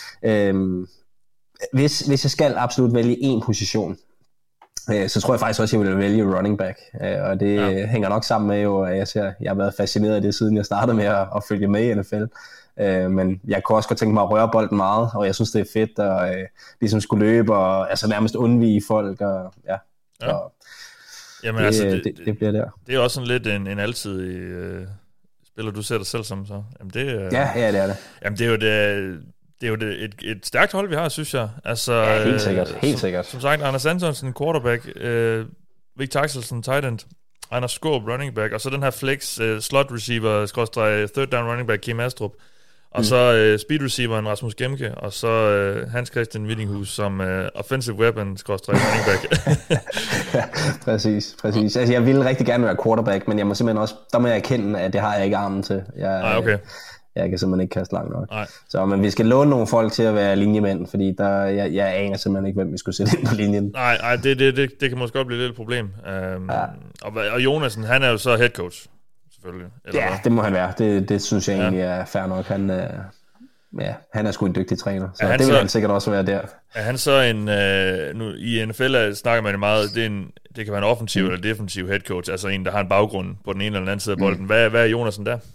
hvis jeg skal absolut vælge en position, så tror jeg faktisk også, at jeg vil vælge running back, og det hænger nok sammen med jo, at jeg har været fascineret af det, siden jeg startede med at følge med i NFL, men jeg kunne også godt tænke mig at røre bolden meget, og jeg synes, det er fedt at ligesom skulle løbe, og altså nærmest undvige folk, og så jamen, det bliver der. Det er også sådan lidt en altid spiller, du ser dig selv som så. Jamen, det er det. Jamen, det er jo et stærkt hold, vi har, synes jeg. Altså, ja, helt sikkert. Som sagt, Anders Antonsen, quarterback, Victor Axelsen, tight end, Anders Skaarup, running back, og så den her flex, slot receiver, third down running back, Kim Astrup, og så speed receiveren Rasmus Gemke, og så Hans Christian Wittinghus som offensive weapon running back. Præcis. Altså, jeg ville rigtig gerne være quarterback, men jeg må simpelthen også, der må jeg erkende, at det har jeg ikke armen til. Jeg kan simpelthen ikke kaste langt nok. Men vi skal låne nogle folk til at være linjemænd, fordi jeg aner simpelthen ikke, hvem vi skulle sætte ind på linjen. Nej, det kan måske godt blive lidt et problem. Og Jonasen, han er jo så head coach. Ja, det må han være. Det synes jeg egentlig er fair nok. Han er sgu en dygtig træner, så det vil han sikkert også være der. Er han så en... nu, i NFL snakker man det meget, det kan være en offensiv eller defensiv head coach, altså en, der har en baggrund på den ene eller den anden side af bolden. Hvad er Jonasen der?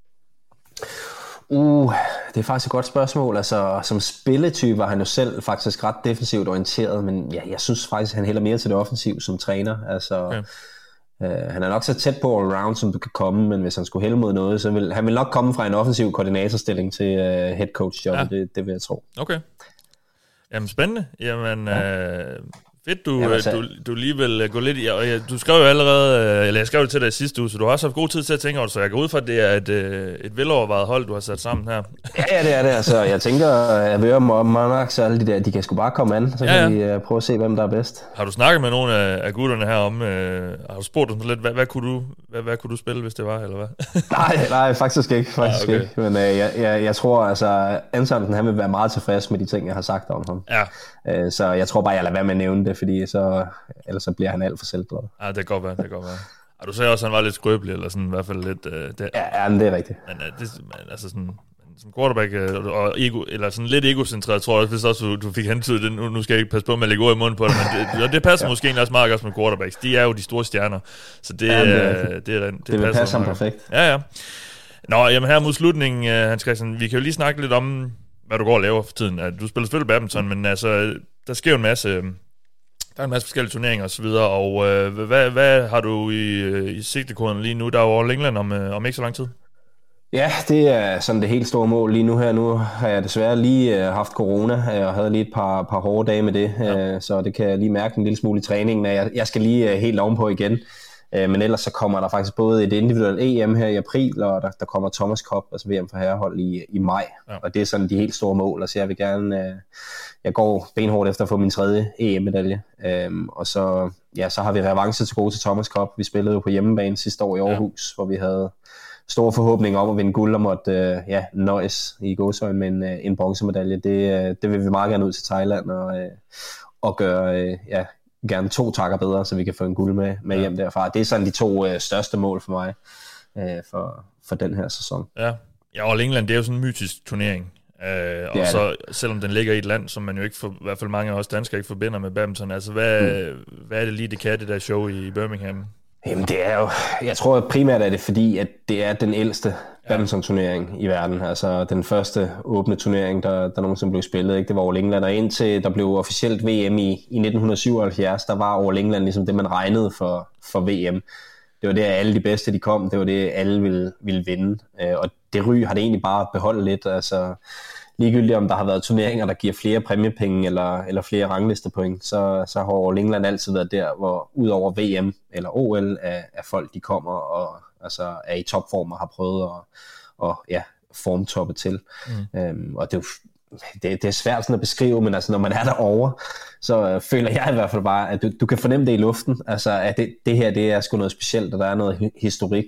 Det er faktisk et godt spørgsmål. Altså, som spilletype var han jo selv faktisk ret defensivt orienteret, men jeg synes faktisk, han hælder mere til det offensiv som træner. Altså... Han er nok så tæt på all-round, som du kan komme, men hvis han skulle hælde mod noget, så vil han nok komme fra en offensiv koordinatorstilling til head coach job, det vil jeg tro. Okay. Jamen spændende. Jamen fedt, du lige vil gå lidt i, og du skrev jo allerede, eller jeg skrev det til dig i sidste uge, så du har også haft god tid til at tænke over det, så jeg går ud fra, at det er et velovervejet hold, du har sat sammen her. Ja, det er det. Altså, jeg tænker, at Vøre Monarchs og alle de der, de kan sgu bare komme an, så kan vi prøve at se, hvem der er bedst. Har du snakket med nogle af gutterne her om, har du spurgt dem lidt, hvad kunne du spille, hvis det var, eller hvad? nej, faktisk ikke. Ikke. Men jeg tror, altså, Antonsen, han vil være meget tilfreds med de ting, jeg har sagt om ham. Ja. Så jeg tror bare, jeg lader være med at nævne det, fordi ellers så bliver han alt for selvglad. Ja, det kan godt være. Og du sagde også, at han var lidt skrøbelig, eller sådan i hvert fald lidt... Ja, men det er rigtigt. Men altså sådan... Som quarterback og ego, eller sådan lidt egocentreret, tror jeg hvis også, du fik hentydet det. Nu skal jeg ikke passe på med at lægge ord i munden på det, men det passer måske egentlig også meget godt med quarterbacks. De er jo de store stjerner, så det vil passe ham perfekt. Ja. Nå, jamen her mod slutningen, Hans Christian, vi kan jo lige snakke lidt om, hvad du går og laver for tiden. Du spiller selvfølgelig badminton, men altså, der sker jo en masse... Der er en masse forskellige turneringer og så videre, og hvad har du i sigtekoden lige nu? Der er jo All England om ikke så lang tid. Ja, det er sådan det helt store mål lige nu her. Nu har jeg desværre lige haft corona, og havde lige et par hårde dage med det, så det kan jeg lige mærke en lille smule i træningen. Jeg skal lige helt ovenpå igen, men ellers så kommer der faktisk både et individuelt EM her i april, og der kommer Thomas Cup, altså VM for herrehold i maj, og det er sådan de helt store mål, altså jeg vil gerne, jeg går benhårdt efter at få min 3. EM-medalje, og så har vi revanche til gode til Thomas Cup. Vi spillede jo på hjemmebane sidste år i Aarhus, hvor vi havde store forhåbninger om at vinde guld og måtte nøjes i gåseøjne med en bronzemedalje. Det vil vi meget gerne ud til Thailand og gøre gerne 2 takker bedre, så vi kan få en guld med hjem derfra. Det er sådan de 2 største mål for mig for den her sæson. Ja, og England, det er jo sådan en mytisk turnering. Og så selvom den ligger i et land, som man jo ikke, i hvert fald mange af os danskere ikke forbinder med badminton, altså hvad er det lige, det kan, det der show i Birmingham? Jamen det er jo, jeg tror primært er det fordi, at det er den ældste badminton-turnering i verden. Altså den første åbne turnering, der nogensinde blev spillet, ikke? Det var All England, og indtil der blev officielt VM i 1977, der var All England ligesom det, man regnede for VM. Det var det, at alle de bedste de kom, det var det, alle ville vinde. Og det ry har det egentlig bare beholdt lidt, altså ligegyldigt om der har været turneringer, der giver flere præmiepenge eller flere ranglistepoint, så har All England altid været der, hvor ud over VM eller OL er folk, de kommer og altså er i topform og har prøvet at formtoppe til. Og det er svært sådan at beskrive, men altså når man er derovre, så føler jeg i hvert fald bare, at du kan fornemme det i luften, altså at det her, det er sgu noget specielt, og der er noget historik.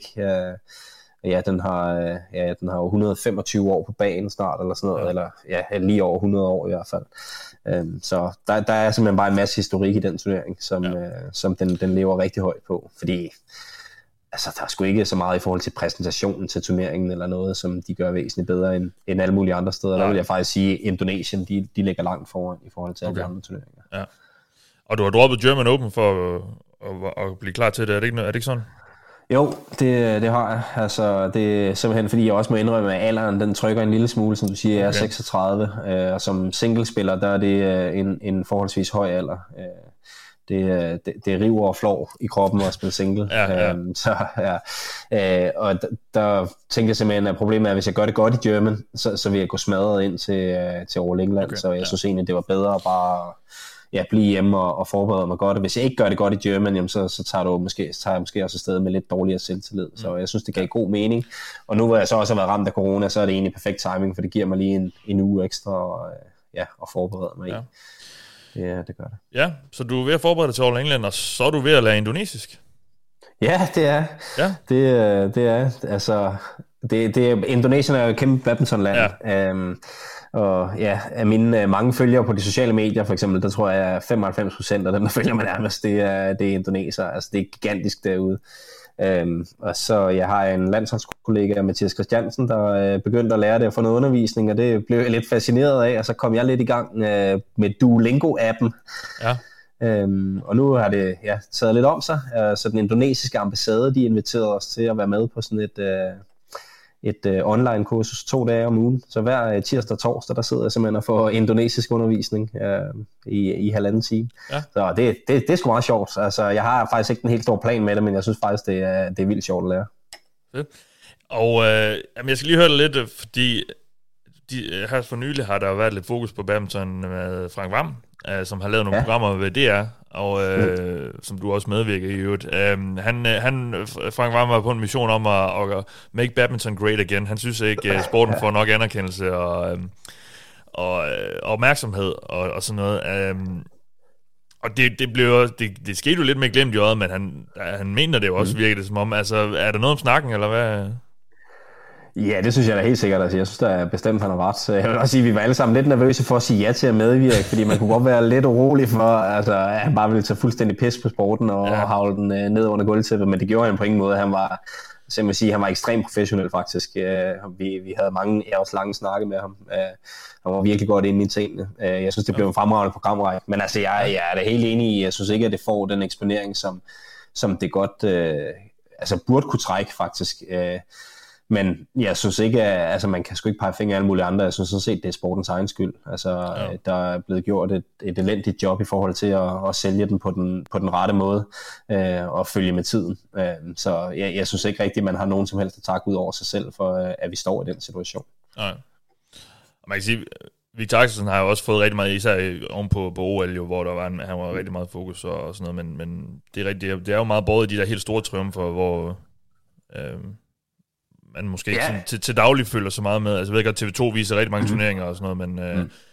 Den har jo 125 år på banen snart, eller sådan noget, eller lige over 100 år i hvert fald. Så der er simpelthen bare en masse historik i den turnering, som den lever rigtig højt på, fordi altså, der er sgu ikke så meget i forhold til præsentationen til turneringen eller noget, som de gør væsentligt bedre end alle mulige andre steder. Der vil jeg faktisk sige, at Indonesien, de ligger langt foran i forhold til alle andre turneringer. Ja. Og du har droppet German Open for at blive klar til det, er det ikke sådan? Jo, det har jeg. Altså, det er simpelthen fordi, jeg også må indrømme, at alderen den trykker en lille smule, som du siger, jeg er 36, og som singlespiller, der er det en forholdsvis høj alder. Det river og flår i kroppen at spille single. Og der tænker jeg simpelthen, at problemet er, at hvis jeg gør det godt i German, så vil jeg gå smadret ind til All England, så jeg synes egentlig, det var bedre at bare blive hjemme og forberede mig godt. Og hvis jeg ikke gør det godt i German, jamen, så tager jeg måske også afsted med lidt dårligere selvtillid. Så jeg synes, det gav god mening. Og nu hvor jeg så også har været ramt af corona, så er det egentlig perfekt timing, for det giver mig lige en uge ekstra at forberede mig i. Ja, det gør det. Ja, så du er ved at forberede dig til All England, og så er du ved at lære indonesisk? Ja, det er. Ja. Det er. Altså, Indonesien er jo et kæmpe badmintonland. Ja. Og af mine mange følgere på de sociale medier, for eksempel, der tror jeg, at 95% af dem, der følger mig nærmest, det er indoneser. Altså, det er gigantisk derude. Og så jeg har en landsholdskollega, Mathias Christiansen, der begyndte at lære det og få noget undervisning, og det blev jeg lidt fascineret af, og så kom jeg lidt i gang med Duolingo-appen. Ja. Og nu har det taget lidt om sig, så den indonesiske ambassade, de inviterede os til at være med på sådan et online kursus 2 dage om ugen. Så hver tirsdag og torsdag, der sidder jeg simpelthen og får indonesisk undervisning i 1,5 time. Ja. Så det er sgu meget sjovt. Altså, jeg har faktisk ikke en helt stor plan med det, men jeg synes faktisk, det er vildt sjovt at lære. Fedt. Og jeg skal lige høre det lidt, fordi her for nylig har der været lidt fokus på badminton med Frank Hvam, som har lavet nogle programmer ved DR, og som du også medvirker i øvrigt. Frank Hvam var på en mission om at make badminton great again. Han synes ikke, sporten får nok anerkendelse og opmærksomhed og sådan noget. Og det skete jo lidt med glemt i øjet, men han mener det jo også, virker det som om. Altså, er der noget om snakken, eller hvad? Ja, det synes jeg da helt sikkert. Altså, jeg synes da bestemt, han har ret. Så jeg vil også sige, at vi var alle sammen lidt nervøse for at sige ja til at medvirke, fordi man kunne godt være lidt urolig for, altså, at han bare ville tage fuldstændig pis på sporten og havle den ned under gulvtæppet, men det gjorde han på ingen måde. Han var, så jeg må sige, han var ekstremt professionel faktisk. Vi havde mange også lange snakke med ham. Han var virkelig godt inde i tingene. Jeg synes, det blev en fremragende programrække. Men altså, jeg er da helt enig i, jeg synes ikke, at det får den eksponering, som det godt burde kunne trække faktisk. Men jeg synes ikke, at man kan sgu ikke pege fingre af alle mulige andre. Jeg synes sådan set, det er sportens egen skyld. Altså, der er blevet gjort et elendigt job i forhold til at sælge den på den rette måde og følge med tiden. Så jeg synes ikke rigtigt, man har nogen som helst at takke ud over sig selv for, at vi står i den situation. Nej. Og man kan sige, Victor Axelsen har jo også fået rigtig meget, især oven på OL, jo, hvor han var rigtig meget fokus og sådan noget, men det er rigtigt, det er jo meget båret i de der helt store triumfer, hvor man måske ikke sådan, til daglig følger så meget med. Altså jeg ved godt, TV2 viser rigtig mange turneringer og sådan noget, men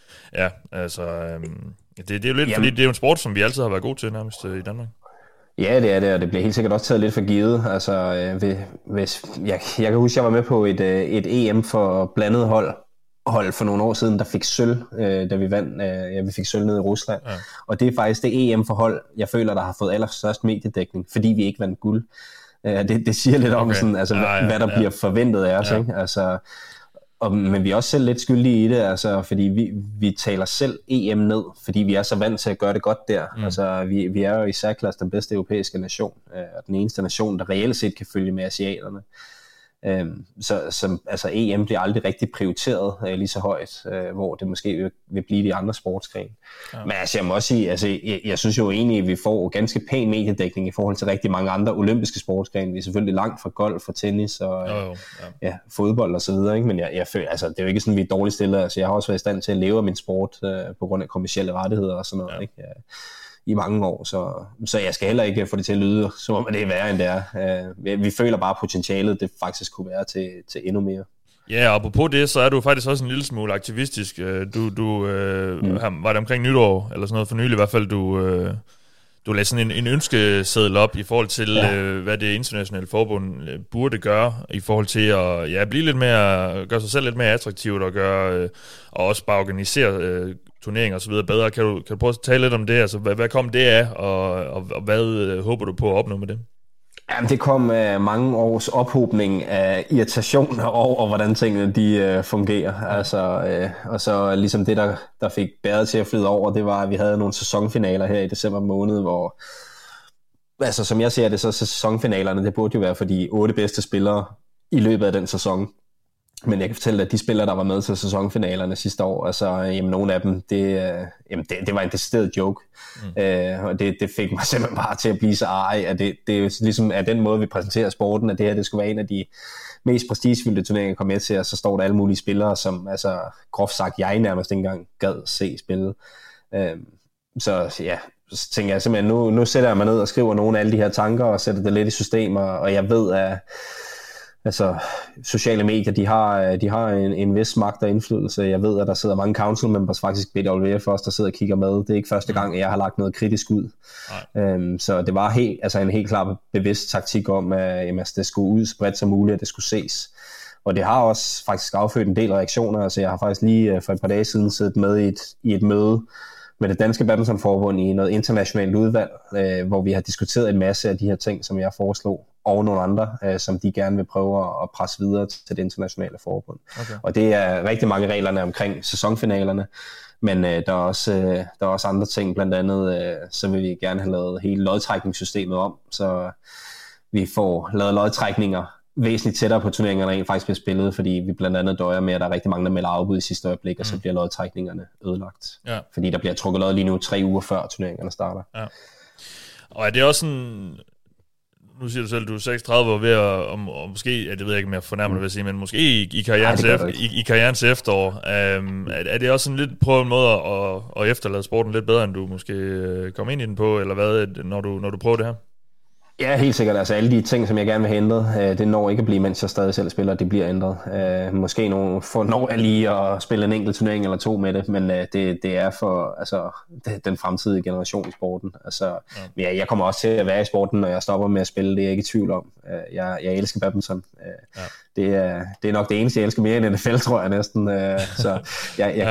det er jo lidt, fordi det er jo en sport, som vi altid har været gode til nærmest i Danmark. Ja, det er det, og det bliver helt sikkert også taget lidt for givet. Altså, jeg kan huske, jeg var med på et EM for blandet hold for nogle år siden, der fik sølv, da vi vandt. Vi fik sølv ned i Rusland. Ja. Og det er faktisk det EM for hold, jeg føler, der har fået allerstørst mediedækning, fordi vi ikke vandt guld. Det siger lidt om, sådan, altså, hvad der bliver forventet af os. Ikke? Altså, men vi er også selv lidt skyldige i det, altså, fordi vi taler selv EM ned, fordi vi er så vant til at gøre det godt der. Altså, vi er jo i særklasse den bedste europæiske nation, og den eneste nation, der reelt set kan følge med asiaterne. Så EM bliver aldrig rigtig prioriteret lige så højt, hvor det måske vil blive de andre sportsgrene. Ja. Men altså, jeg må også sige, altså, jeg synes jo egentlig, at vi får ganske pæn mediedækning i forhold til rigtig mange andre olympiske sportsgrene. Vi er selvfølgelig langt fra golf og tennis og fodbold og så videre, ikke? Men jeg føler, altså, det er jo ikke sådan, vi er dårligt stillet. Altså, jeg har også været i stand til at leve af min sport på grund af kommercielle rettigheder og sådan noget, ikke? I mange år, så jeg skal heller ikke få det til at lyde, som om det er værre end det er. Vi føler bare potentialet, det faktisk kunne være til endnu mere. Ja, og apropos det, så er du faktisk også en lille smule aktivistisk. Var det omkring nytår, eller sådan noget for nylig i hvert fald, du lagde sådan en ønskeseddel op i forhold til, hvad det internationale forbund burde gøre, i forhold til at blive lidt mere, gøre sig selv lidt mere attraktivt, og også bare organisere turneringer og så videre bedre. Kan du prøve at tale lidt om det? Altså, hvad kom det af, og hvad håber du på at opnå med det? Jamen, det kom af mange års ophobning af irritation over, hvordan tingene de fungerer. Altså, og så ligesom det, der fik bæret til at flyde over, det var, at vi havde nogle sæsonfinaler her i december måned, hvor, altså som jeg ser det, så sæsonfinalerne, det burde jo være for de 8 bedste spillere i løbet af den sæson. Men jeg kan fortælle dig, at de spillere, der var med til sæsonfinalerne sidste år, altså nogle af dem, det var en decideret joke. Og det fik mig simpelthen bare til at blive så at det er jo ligesom af den måde, vi præsenterer sporten, at det skulle være en af de mest prestigefyldte turneringer, kom med til, og så står der alle mulige spillere, som altså groft sagt, jeg nærmest ikke engang gad se spille. Så tænker jeg simpelthen, nu sætter jeg mig ned og skriver nogle af alle de her tanker, og sætter det lidt i systemer, og jeg ved, at altså, sociale medier, de har en vis magt og indflydelse. Jeg ved, at der sidder mange council members, faktisk BWF også, der sidder og kigger med. Det er ikke første gang, jeg har lagt noget kritisk ud. Så det var en helt klar bevidst taktik om, at det skulle ud så bredt som muligt, at det skulle ses. Og det har også faktisk affødt en del reaktioner. Altså, jeg har faktisk lige for et par dage siden siddet med i et møde med det danske badmintonforbund i noget internationalt udvalg, hvor vi har diskuteret en masse af de her ting, som jeg foreslog, og nogle andre, som de gerne vil prøve at presse videre til det internationale forbund. Okay. Og det er rigtig mange reglerne omkring sæsonfinalerne, men der er også andre ting, blandt andet, så vil vi gerne have lavet hele lodtrækningssystemet om, så vi får lavet lodtrækninger væsentligt tættere på turneringerne, rent faktisk bliver spillet, fordi vi blandt andet døjer med, at der er rigtig mange, der melder afbud i sidste øjeblik, og så bliver lodtrækningerne ødelagt. Ja. Fordi der bliver trukket lod lige nu 3 uger før turneringerne starter. Ja. Og er det også sådan, nu siger du selv, du er 36 år ved at, og måske, det ved jeg ikke, om jeg fornærmer det ved at sige, men måske i karrierens efterår, er det også sådan lidt på en måde at efterlade sporten lidt bedre, end du måske kom ind i den på, eller hvad, når du prøver det her? Ja, helt sikkert. Altså alle de ting, som jeg gerne vil have ændret, det når ikke at blive, mens jeg stadig selv spiller, det bliver ændret. Måske når jeg lige at spille en enkelt turnering eller 2 med det, men det er for den fremtidige generation i sporten. Jeg kommer også til at være i sporten, når jeg stopper med at spille, det er jeg ikke i tvivl om. Jeg elsker badminton. Det er nok det eneste, jeg elsker mere end NFL, tror jeg næsten. Så jeg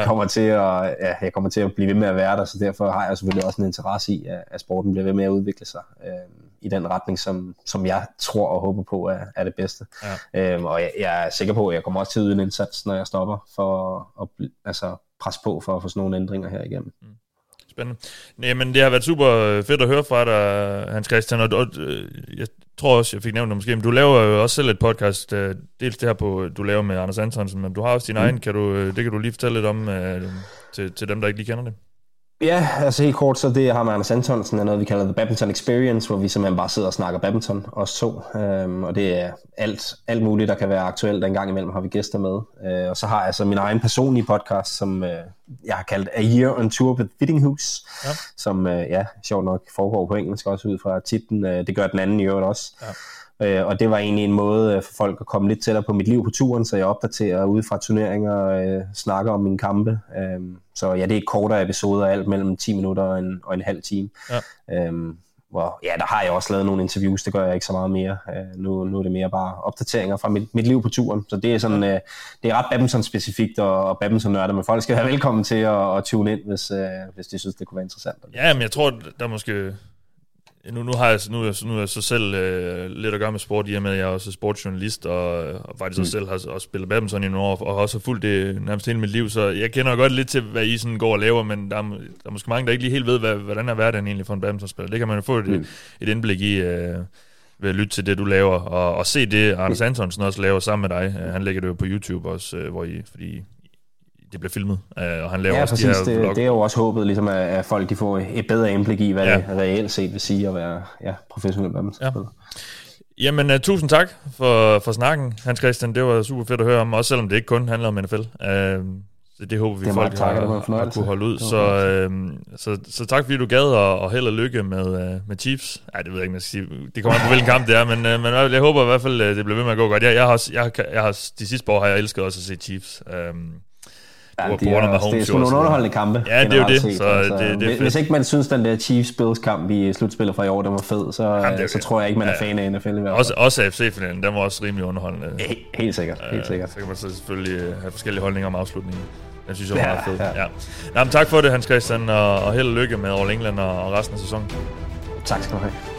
kommer til at blive ved med at være der, så derfor har jeg selvfølgelig også en interesse i, at sporten bliver ved med at udvikle sig i den retning, som jeg tror og håber på er det bedste. Ja. Og jeg er sikker på, at jeg kommer også til at yde en indsats, når jeg stopper, for at presse på for at få sådan nogle ændringer her igennem. Spændende. Nej, men det har været super fedt at høre fra dig, Hans Christian, og jeg tror også, jeg fik nævnt det måske, men du laver jo også selv et podcast, dels det her du laver med Anders Antonsen, men du har også din egen, det kan du lige fortælle lidt om til dem, der ikke lige kender det. Ja, altså helt kort, så det jeg har med Anders Antonsen er noget, vi kalder The Badminton Experience, hvor vi simpelthen bare sidder og snakker badminton, os to. Og det er alt muligt, der kan være aktuelt. En gang imellem har vi gæster med. Og så har jeg så min egen personlige podcast, som jeg har kaldt A Year on Tour with Fittinghus, som sjovt nok foregår på engelsk, også ud fra titlen. Det gør den anden i øvrigt også. Ja. Og det var egentlig en måde for folk at komme lidt tættere på mit liv på turen, så jeg opdaterer ude fra turneringer og snakker om mine kampe. Så ja, det er kortere episoder, alt mellem 10 minutter og en halv time. Ja. Hvor, der har jeg også lavet nogle interviews, det gør jeg ikke så meget mere. Nu er det mere bare opdateringer fra mit liv på turen. Så det er sådan, det er ret badminton-specifikt og badminton-nørder, men folk skal være velkommen til at tune ind, hvis de synes, det kunne være interessant. Ja, men jeg tror, der måske... Nu har jeg så selv lidt at gøre med sport, i og med at jeg er også sportsjournalist, og faktisk også selv har også spillet badminton i nogle år, og også har fulgt det nærmest hele mit liv, så jeg kender godt lidt til, hvad I sådan går og laver, men der er måske mange, der ikke lige helt ved, hvordan er hverdagen egentlig for en badmintonspiller. Det kan man jo få et indblik i ved at lytte til det, du laver, og se det, Anders Antonsen også laver sammen med dig. Han lægger det jo på YouTube også, fordi det bliver filmet, og han laver også præcis, de her vlogger. Det er jo også håbet, ligesom, at folk de får et bedre indblik i, hvad det reelt set vil sige at være professionel badmintonspiller. Ja. Jamen, tusind tak for snakken, Hans Christian. Det var super fedt at høre om, også selvom det ikke kun handler om NFL. Så det håber vi, folk har kunne holde ud. Så tak, fordi du gad, og held og lykke med Chiefs. Nej, det ved jeg ikke, man skal sige. Det kommer an på, hvilken kamp det er, men jeg håber i hvert fald, det bliver ved med at gå godt. Jeg har de sidste år har jeg elsket også at se Chiefs. Det er sgu nogle underholdende kampe. Ja, det er jo det. Så hvis ikke man synes, den der Chiefs-Bills-kamp i slutspillet fra i år, den var fed, så tror jeg ikke, man er fan af NFL i hvert fald. Også AFC-finalen, den var også rimelig underholdende. Helt sikkert. Så kan man så selvfølgelig have forskellige holdninger om afslutningen. Den synes jeg var meget fed. Ja. Nå, men tak for det, Hans Christian, og held og lykke med All England og resten af sæsonen. Tak skal du have.